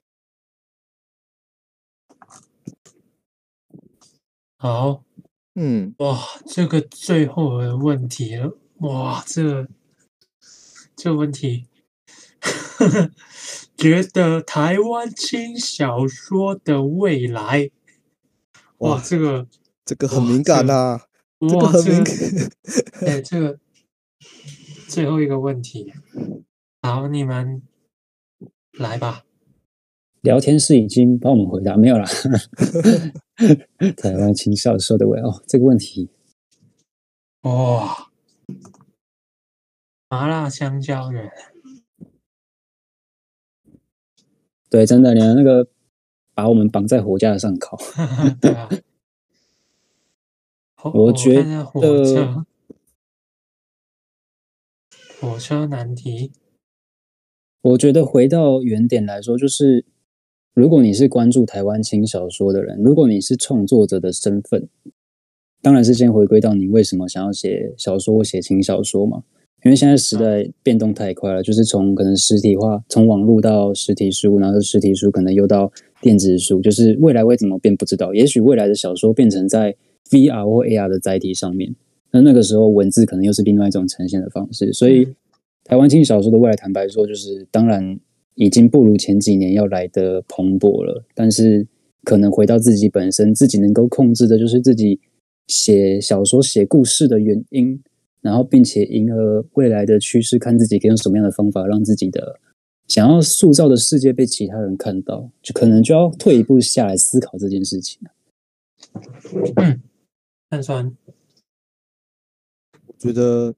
好，哇，这个最后的问题了，哇，这问题。觉得台湾轻小说的未来，哇，这个很敏感呐，这个很敏感。 哎，这个最后一个问题，好，你们来吧。 聊天室已经帮我们回答没有啦。台湾轻小说的未来这个问题， 哇，麻辣香蕉人， 对，真的，你那个把我们绑在火架上烤。 对啊， 我觉看下得火车难题。 我觉得回到原点来说，就是如果你是关注台湾轻小说的人，如果你是创作者的身份，当然是先回归到你为什么想要写小说或写轻小说嘛。因为现在时代变动太快了，就是从可能实体化，从网络到实体书，然后实体书可能又到电子书，就是未来会怎么变不知道。也许未来的小说变成在 VR 或 AR 的载体上面，那个时候文字可能又是另外一种呈现的方式。所以台湾轻小说的未来，坦白说，就是当然已经不如前几年要来的蓬勃了，但是可能回到自己本身，自己能够控制的就是自己写小说、写故事的原因。然后，并且迎合未来的趋势，看自己可以用什么样的方法，让自己的想要塑造的世界被其他人看到，就可能就要退一步下来思考这件事情。 碳酸， 我觉得，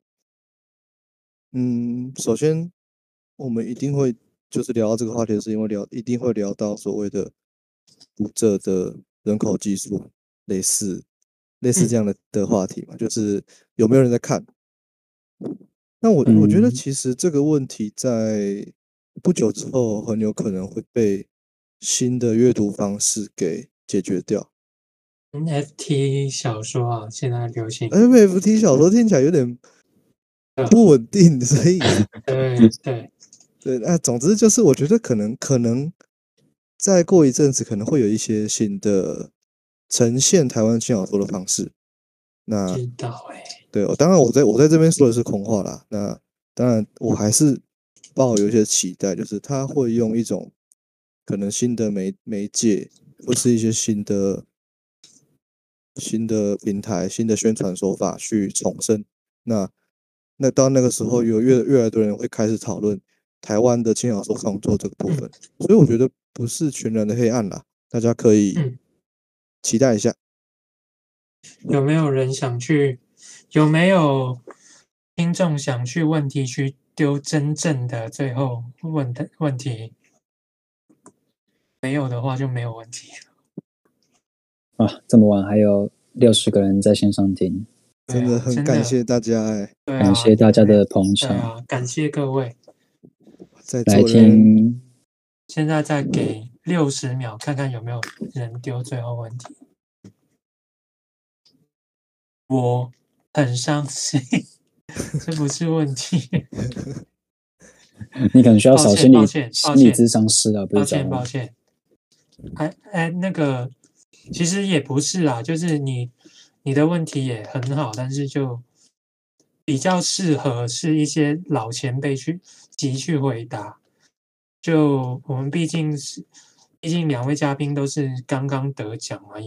首先我们一定会就是聊到这个话题，是因为一定会聊到所谓的读者的人口基数，类似这样的话题嘛，就是有没有人在看。那我觉得其实这个问题在不久之后很有可能会被新的阅读方式给解决掉。 NFT 小说啊，现在流行。 NFT 小说听起来有点不稳定，所以对，那总之就是我觉得可能再过一阵子可能会有一些新的呈现台湾轻小说的方式。那知道对，当然我在这边说的是空话啦。那当然我还是抱有一些期待，就是他会用一种可能新的媒介，或是一些新的平台、新的宣传手法去重生。那到那个时候，有越来越多人会开始讨论台湾的轻小说创作这个部分，所以我觉得不是全然的黑暗啦，大家可以期待一下。 有没有人想去？有没有听众想去问题区丢真正的最后问题，没有的话就没有问题。 啊，这么晚还有60个人在线上听， 真的很真的感谢大家对感谢大家的捧场。 感谢各位。 来在座人听， 现在再给60秒，看看有没有人丢最后问题。我很伤心，这不是问题。 你可能需要找心理咨商师啊，不是找抱歉。那个其实也不是啦，就是你的问题也很好，但是就比较适合是一些老前辈急去回答。就我们毕竟2位嘉宾都是刚刚得奖嘛，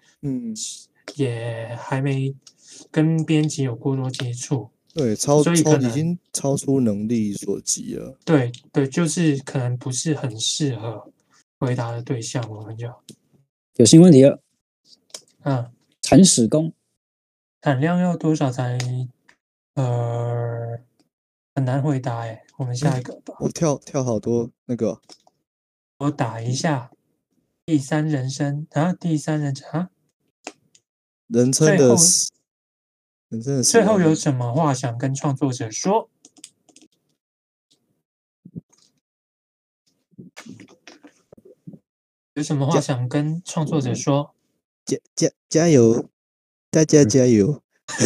也还没跟编辑有过多接触， 对， 所以已经超出能力所及了。 对，就是可能不是很适合回答的对象，我们就有新问题了。 铲屎工产量要多少才很难回答我们下一个吧。 我跳好多那个， 我打一下第三人称人称的最后有什么话想跟创作者说？有什么话想跟创作者说？ 加油，大家加油！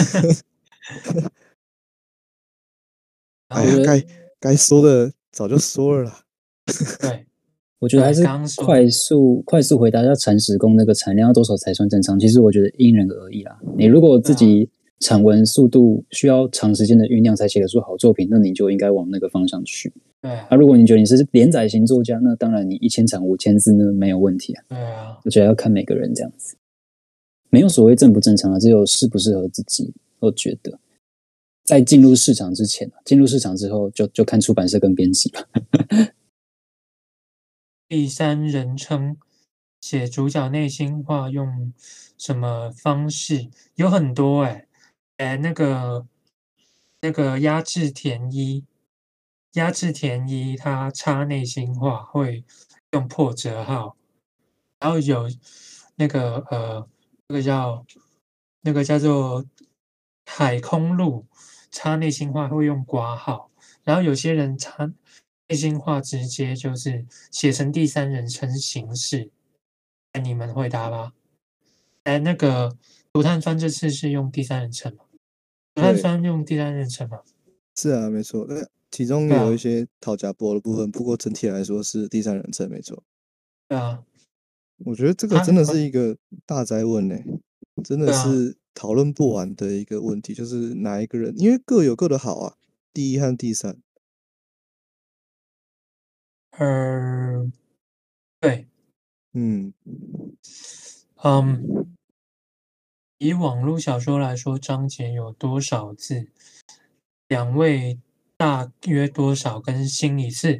哎呀，该说的早就说了啦。 对， 我觉得还是快速回答一下铲屎工那个产量要多少才算正常。其实我觉得因人而异啦。你如果自己产文速度需要长时间的酝酿才写得出好作品，那你就应该往那个方向去。 对如果你觉得你是连载型作家，那当然你1000产5000字那没有问题啊。 对啊， 我觉得要看每个人这样子，没有所谓正不正常啊，只有适不适合自己。我觉得在进入市场之前，进入市场之后就看出版社跟编辑了。 第三人称写主角内心话用什么方式？有很多那个压制田一他插内心话会用破折号，然后有那个那个叫做海空路插内心话会用括号，然后有些人插内心话直接就是写成第三人称形式。你们回答吧。那个涂碳酸这次是用第三人称吗？涂碳酸用第三人称吗？ 是啊，没错。那其中有一些讨价波的部分，不过整体来说是第三人称，没错。 对啊， 我觉得这个真的是一个大哉问真的是讨论不完的一个问题，就是哪一个人，因为各有各的好啊，第一和第三。 对， 嗯， 以网络小说来说，章节有多少字？2位大约多少跟心理是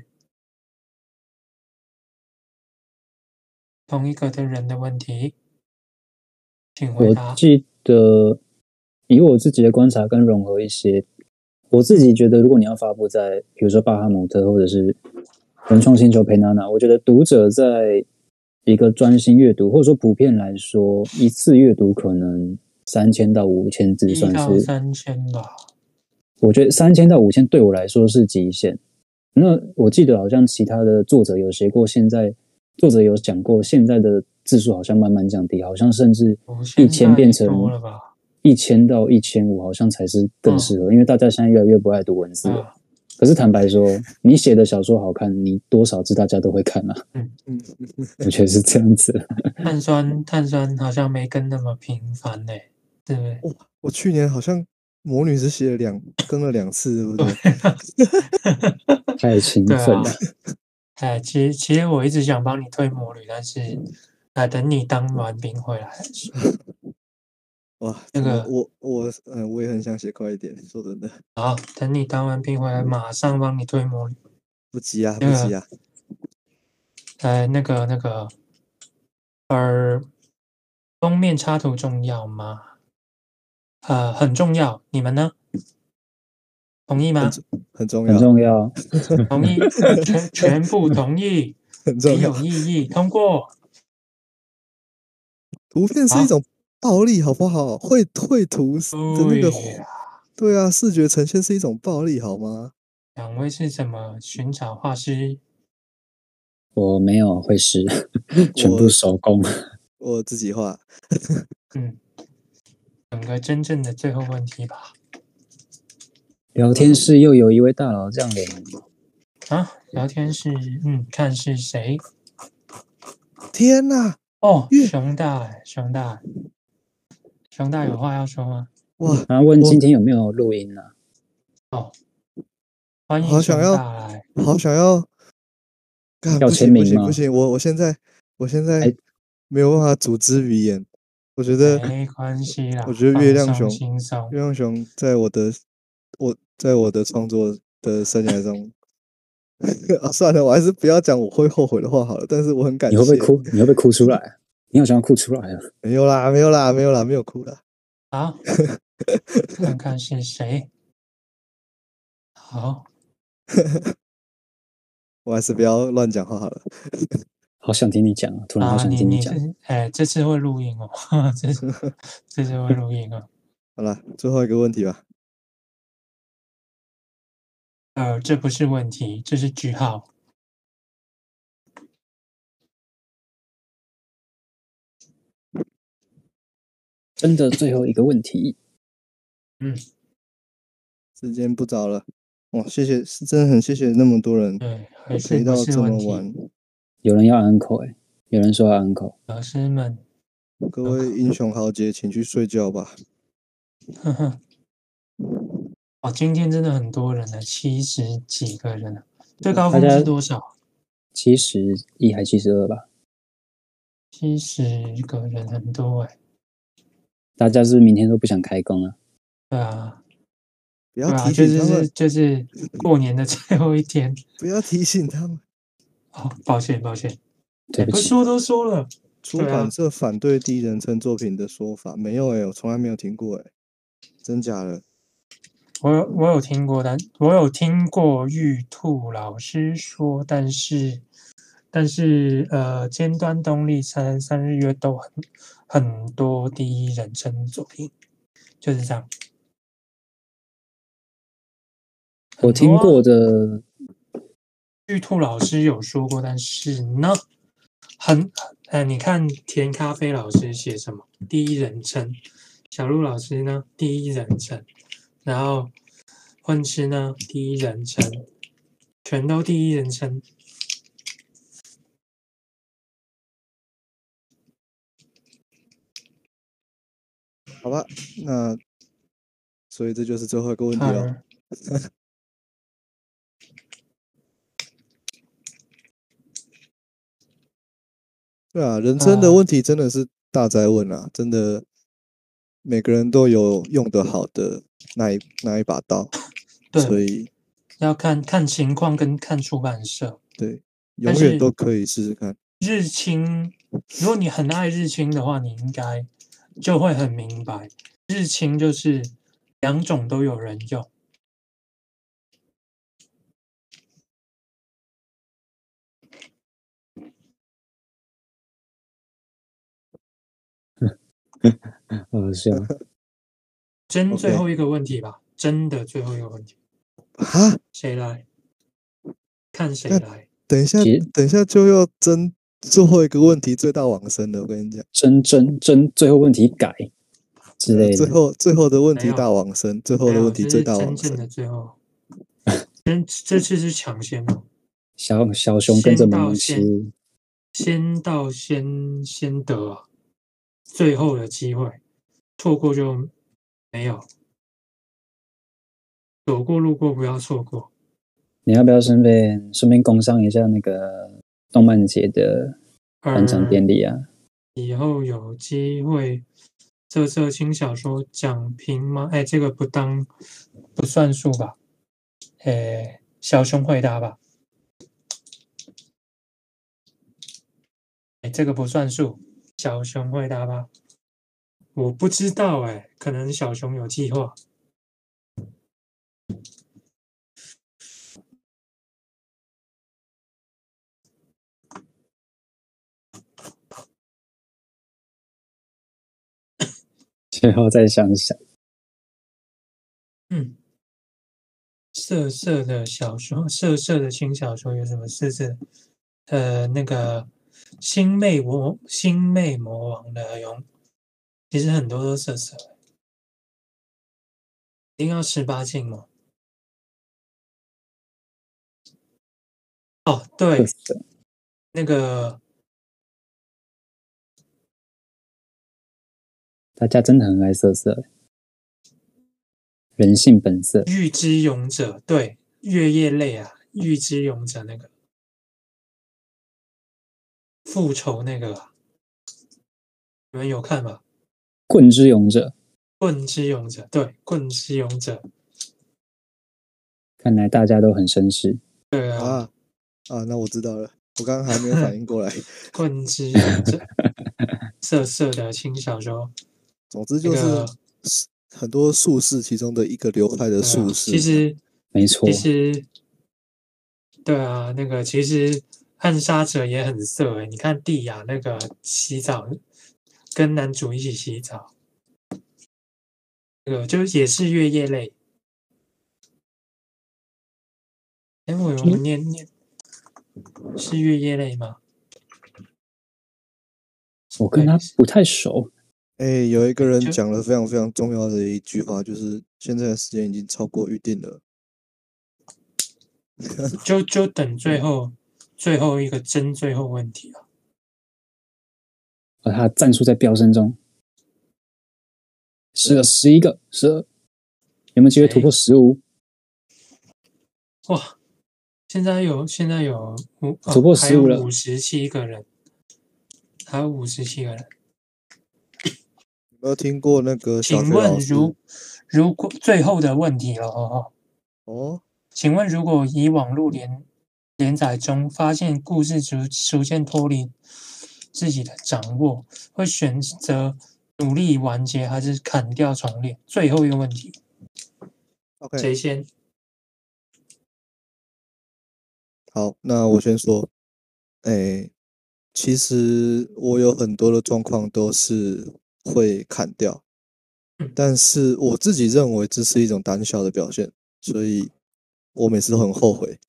同一个的人的问题，请回答。 我记得以我自己的观察跟融合一些，我自己觉得，如果你要发布在比如说巴哈姆特或者是文创星球陪娜娜，我觉得读者在一个专心阅读，或者说普遍来说，一次阅读可能3000到5000字算是 1到3000吧。 我觉得3000到5000对我来说是极限。那我记得好像其他的作者有写过，现在作者有讲过，现在的字数好像慢慢降低，好像甚至1000变成1000到1500，好像才是更适合，因为大家现在越来越不爱读文字了。可是坦白说，你写的小说好看，你多少字大家都会看啊。我觉得是这样子。 碳酸好像没跟那么频繁对不对？ 我去年好像魔女只写了更了2次，对不对？ 太勤奋了。 其实我一直想帮你推魔女，但是等你当完兵回来哇， 那个我也很想写快一点，说真的。 好，等你当完兵回来，马上帮你推魔女。 不急啊，不急啊。 那个，封面插图重要吗？很重要。你们呢？ 同意吗？ 很很重要， 重要。 同意，全部同意， 很重要。 没有异议，通过。 图片是一种暴力，好不好？绘图的那个， 对呀， 对啊，视觉呈现是一种暴力，好吗？ 两位是怎么寻找画师？ 我没有会师，全部我手工。 我自己画。 嗯，整个真正的最后问题吧。 聊天室又有一位大佬降临， 啊，聊天室，看是谁？ 天哪！ 哦， 月熊大，熊大，熊大有话要说吗？ 哇， 他问今天有没有录音呢？ 哦，欢我迎熊好想要， 大来。 好想要，干要不行不签名吗？ 行不行，我现在哎， 没有办法组织语言。我觉得， 没关系啦， 我觉得月放松亮熊， 轻松。 月亮熊在我的创作的生涯中，啊，算了，我还是不要讲我会后悔的话好了。但是我很感谢， 你会不会哭？你会不会哭出来？你好像要哭出来了。 没有啦，没有啦，没有啦，没有哭啦。 好，看看是谁。好， 我还是不要乱讲话好了。 好想听你讲啊！突然好啊， 想听你讲。 这次会录音哦，这次会录音哦。 好了，最后一个问题吧。 这不是问题，这是句号。 真的最后一个问题， 时间不早了，哇，谢谢，是真的很谢谢那么多人对，还是陪不到这么是问题？ 晚。 有人要 uncle 哎、有人说要 uncle， 老师们， 各位英雄豪杰，请去睡觉吧。 呵呵，哦，今天真的很多人了，70几个人了，最高峰大家是多少 71还72吧？ ？70个人，很多哎。 大家是不是明天都不想开工啊？ 对啊， 不要对啊， 提醒他们， 就是过年的最后一天。 不要提醒他们。 哦，抱歉抱歉， 对不起， 不是说都说了。 出对啊， 版社反对第一人称作品的说法没有我从来没有听过真假的？ 我有听过，我有听过玉兔老师说，但是尖端动力三日月都很多第一人称作品，就是这样。 我听过的玉兔老师有说过，但是呢，你看甜咖啡老师写什么？第一人称。小鹿老师呢？第一人称。然后混吃呢？第一人称，全都第一人称。 好吧，那所以这就是最后一个问题了。对啊，人生的问题真的是大灾问啊！真的，每个人都有用得好的那一把刀，所以要看情况跟看出版社。 对，永远都可以试试看。 日清，如果你很爱日清的话，你应该就会很明白，日清就是两种都有人用。 好笑。 最后一个问题吧，真的最后一个问题。 哈？ 谁来？看谁来？ 等一下就要争最后一个问题最大往生了，我跟你讲。 争最后问题改之类的。 最后的问题大往生，最后的问题最大往生。 这是真正的最后。这次是抢先哦。 小熊跟着萌萌吃， 先到先得啊，最后的机会，错过就没有。走过路过不要错过。 你要不要顺便工商一下那个动漫节的颁奖典礼啊？ 以后有机会，这轻小说讲评吗？这个不算数吧？小熊回答吧。这个不算数，小熊回答吧。我不知道可能小熊有计划。 最后再想想。 嗯，色色的小说，色色的轻小说有什么色色？那个星魅魔王的其实很多都色色，一定要18禁吗？哦，对，那个大家真的很爱色色，人性本色。 预知勇者，对，月夜泪啊，预知勇者那个复仇那个啊，你们有看吗？ 棍之勇者， 棍之勇者，对，棍之勇者， 看来大家都很绅士。 对啊， 那我知道了，我刚刚还没有反应过来。 棍之勇者，色色的轻小说， 总之就是那个很多术士其中的一个流派的对啊， 术士。 没错， 其实对啊，那个其实暗杀者也很色诶，你看蒂亚那个洗澡，跟男主一起洗澡，那个就也是月夜泪。哎，我们念是月夜泪吗？ 我跟他不太熟。 有一个人讲了非常非常重要的一句话，就是现在的时间已经超过预定了。 就等最后一个最后问题了。 而他战术在飙升中，11个12，有没有机会突破15？ 哇，现在有突破还有 15了 57个人，还有57个人。 有没有听过那个小请学老问师？ 如果最后的问题了哦， 请问如果以网络连载中发现故事逐渐脱离自己的掌握，会选择努力完结还是砍掉重练？最后一个问题， OK， 谁先？ 好，那我先说。哎，其实我有很多的状况都是会砍掉，但是我自己认为这是一种胆小的表现，所以我每次都很后悔。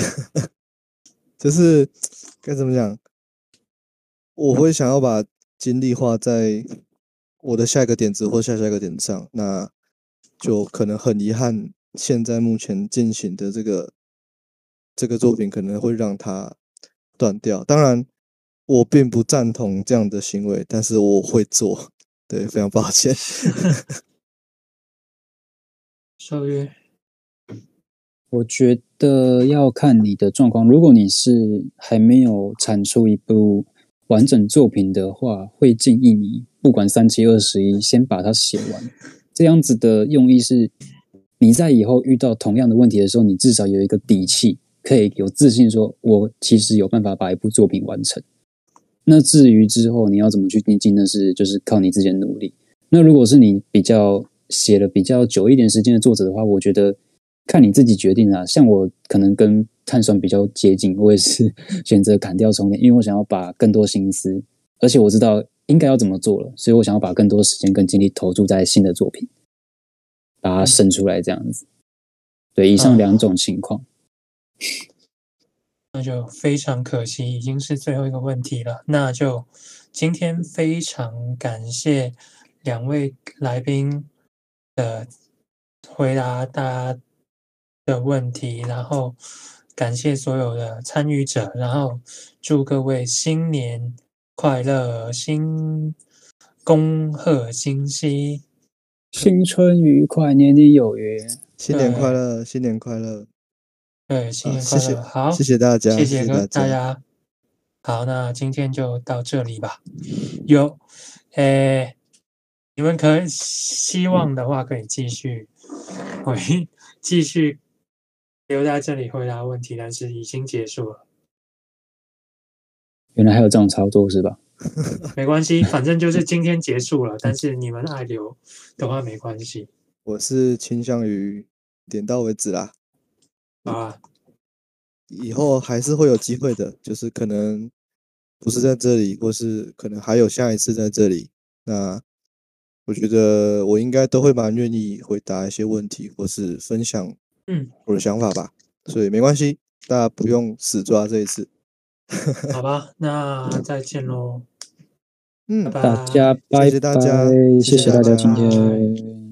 就是该怎么讲，我会想要把精力花在我的下一个点子或下一个点子上，那就可能很遗憾，现在目前进行的这个作品可能会让它断掉。当然，我并不赞同这样的行为，但是我会做。对，非常抱歉。 受约。 我觉得要看你的状况。如果你是还没有产出一部完整作品的话，会建议你不管3721，先把它写完。这样子的用意是，你在以后遇到同样的问题的时候，你至少有一个底气，可以有自信说，我其实有办法把一部作品完成。那至于之后你要怎么去精进，那是就是靠你自己的努力。那如果是你写了比较久一点时间的作者的话，我觉得看你自己决定啦。像我可能跟碳酸比较接近，我也是选择砍掉重练，因为我想要把更多心思，而且我知道应该要怎么做了，所以我想要把更多时间跟精力投注在新的作品，把它生出来这样子。对，以上两种情况。 那就非常可惜，已经是最后一个问题了。那就今天非常感谢两位来宾的回答大家的问题，然后感谢所有的参与者，然后祝各位新年快乐，恭贺新禧， 新春愉快，年年有余。 新年快乐，新年快乐！ 对，新年谢谢， 快乐，好， 谢谢大家， 谢谢谢谢大家。 大家。好，那今天就到这里吧。有，诶，你们希望的话，可以继续留在这里回答问题，但是已经结束了。 原来还有这种操作是吧？ 没关系，反正就是今天结束了。但是你们爱留的话没关系。 我是倾向于点到为止啦。 好啊， 以后还是会有机会的，就是可能不是在这里，或是可能还有下一次在这里。那我觉得我应该都会蛮愿意回答一些问题，或是分享我的想法吧。所以没关系，大家不用死抓这一次。 好吧，那再见喽，拜嗯， 拜。 大家拜谢谢大家， 拜，谢谢谢大谢大家今家。 天。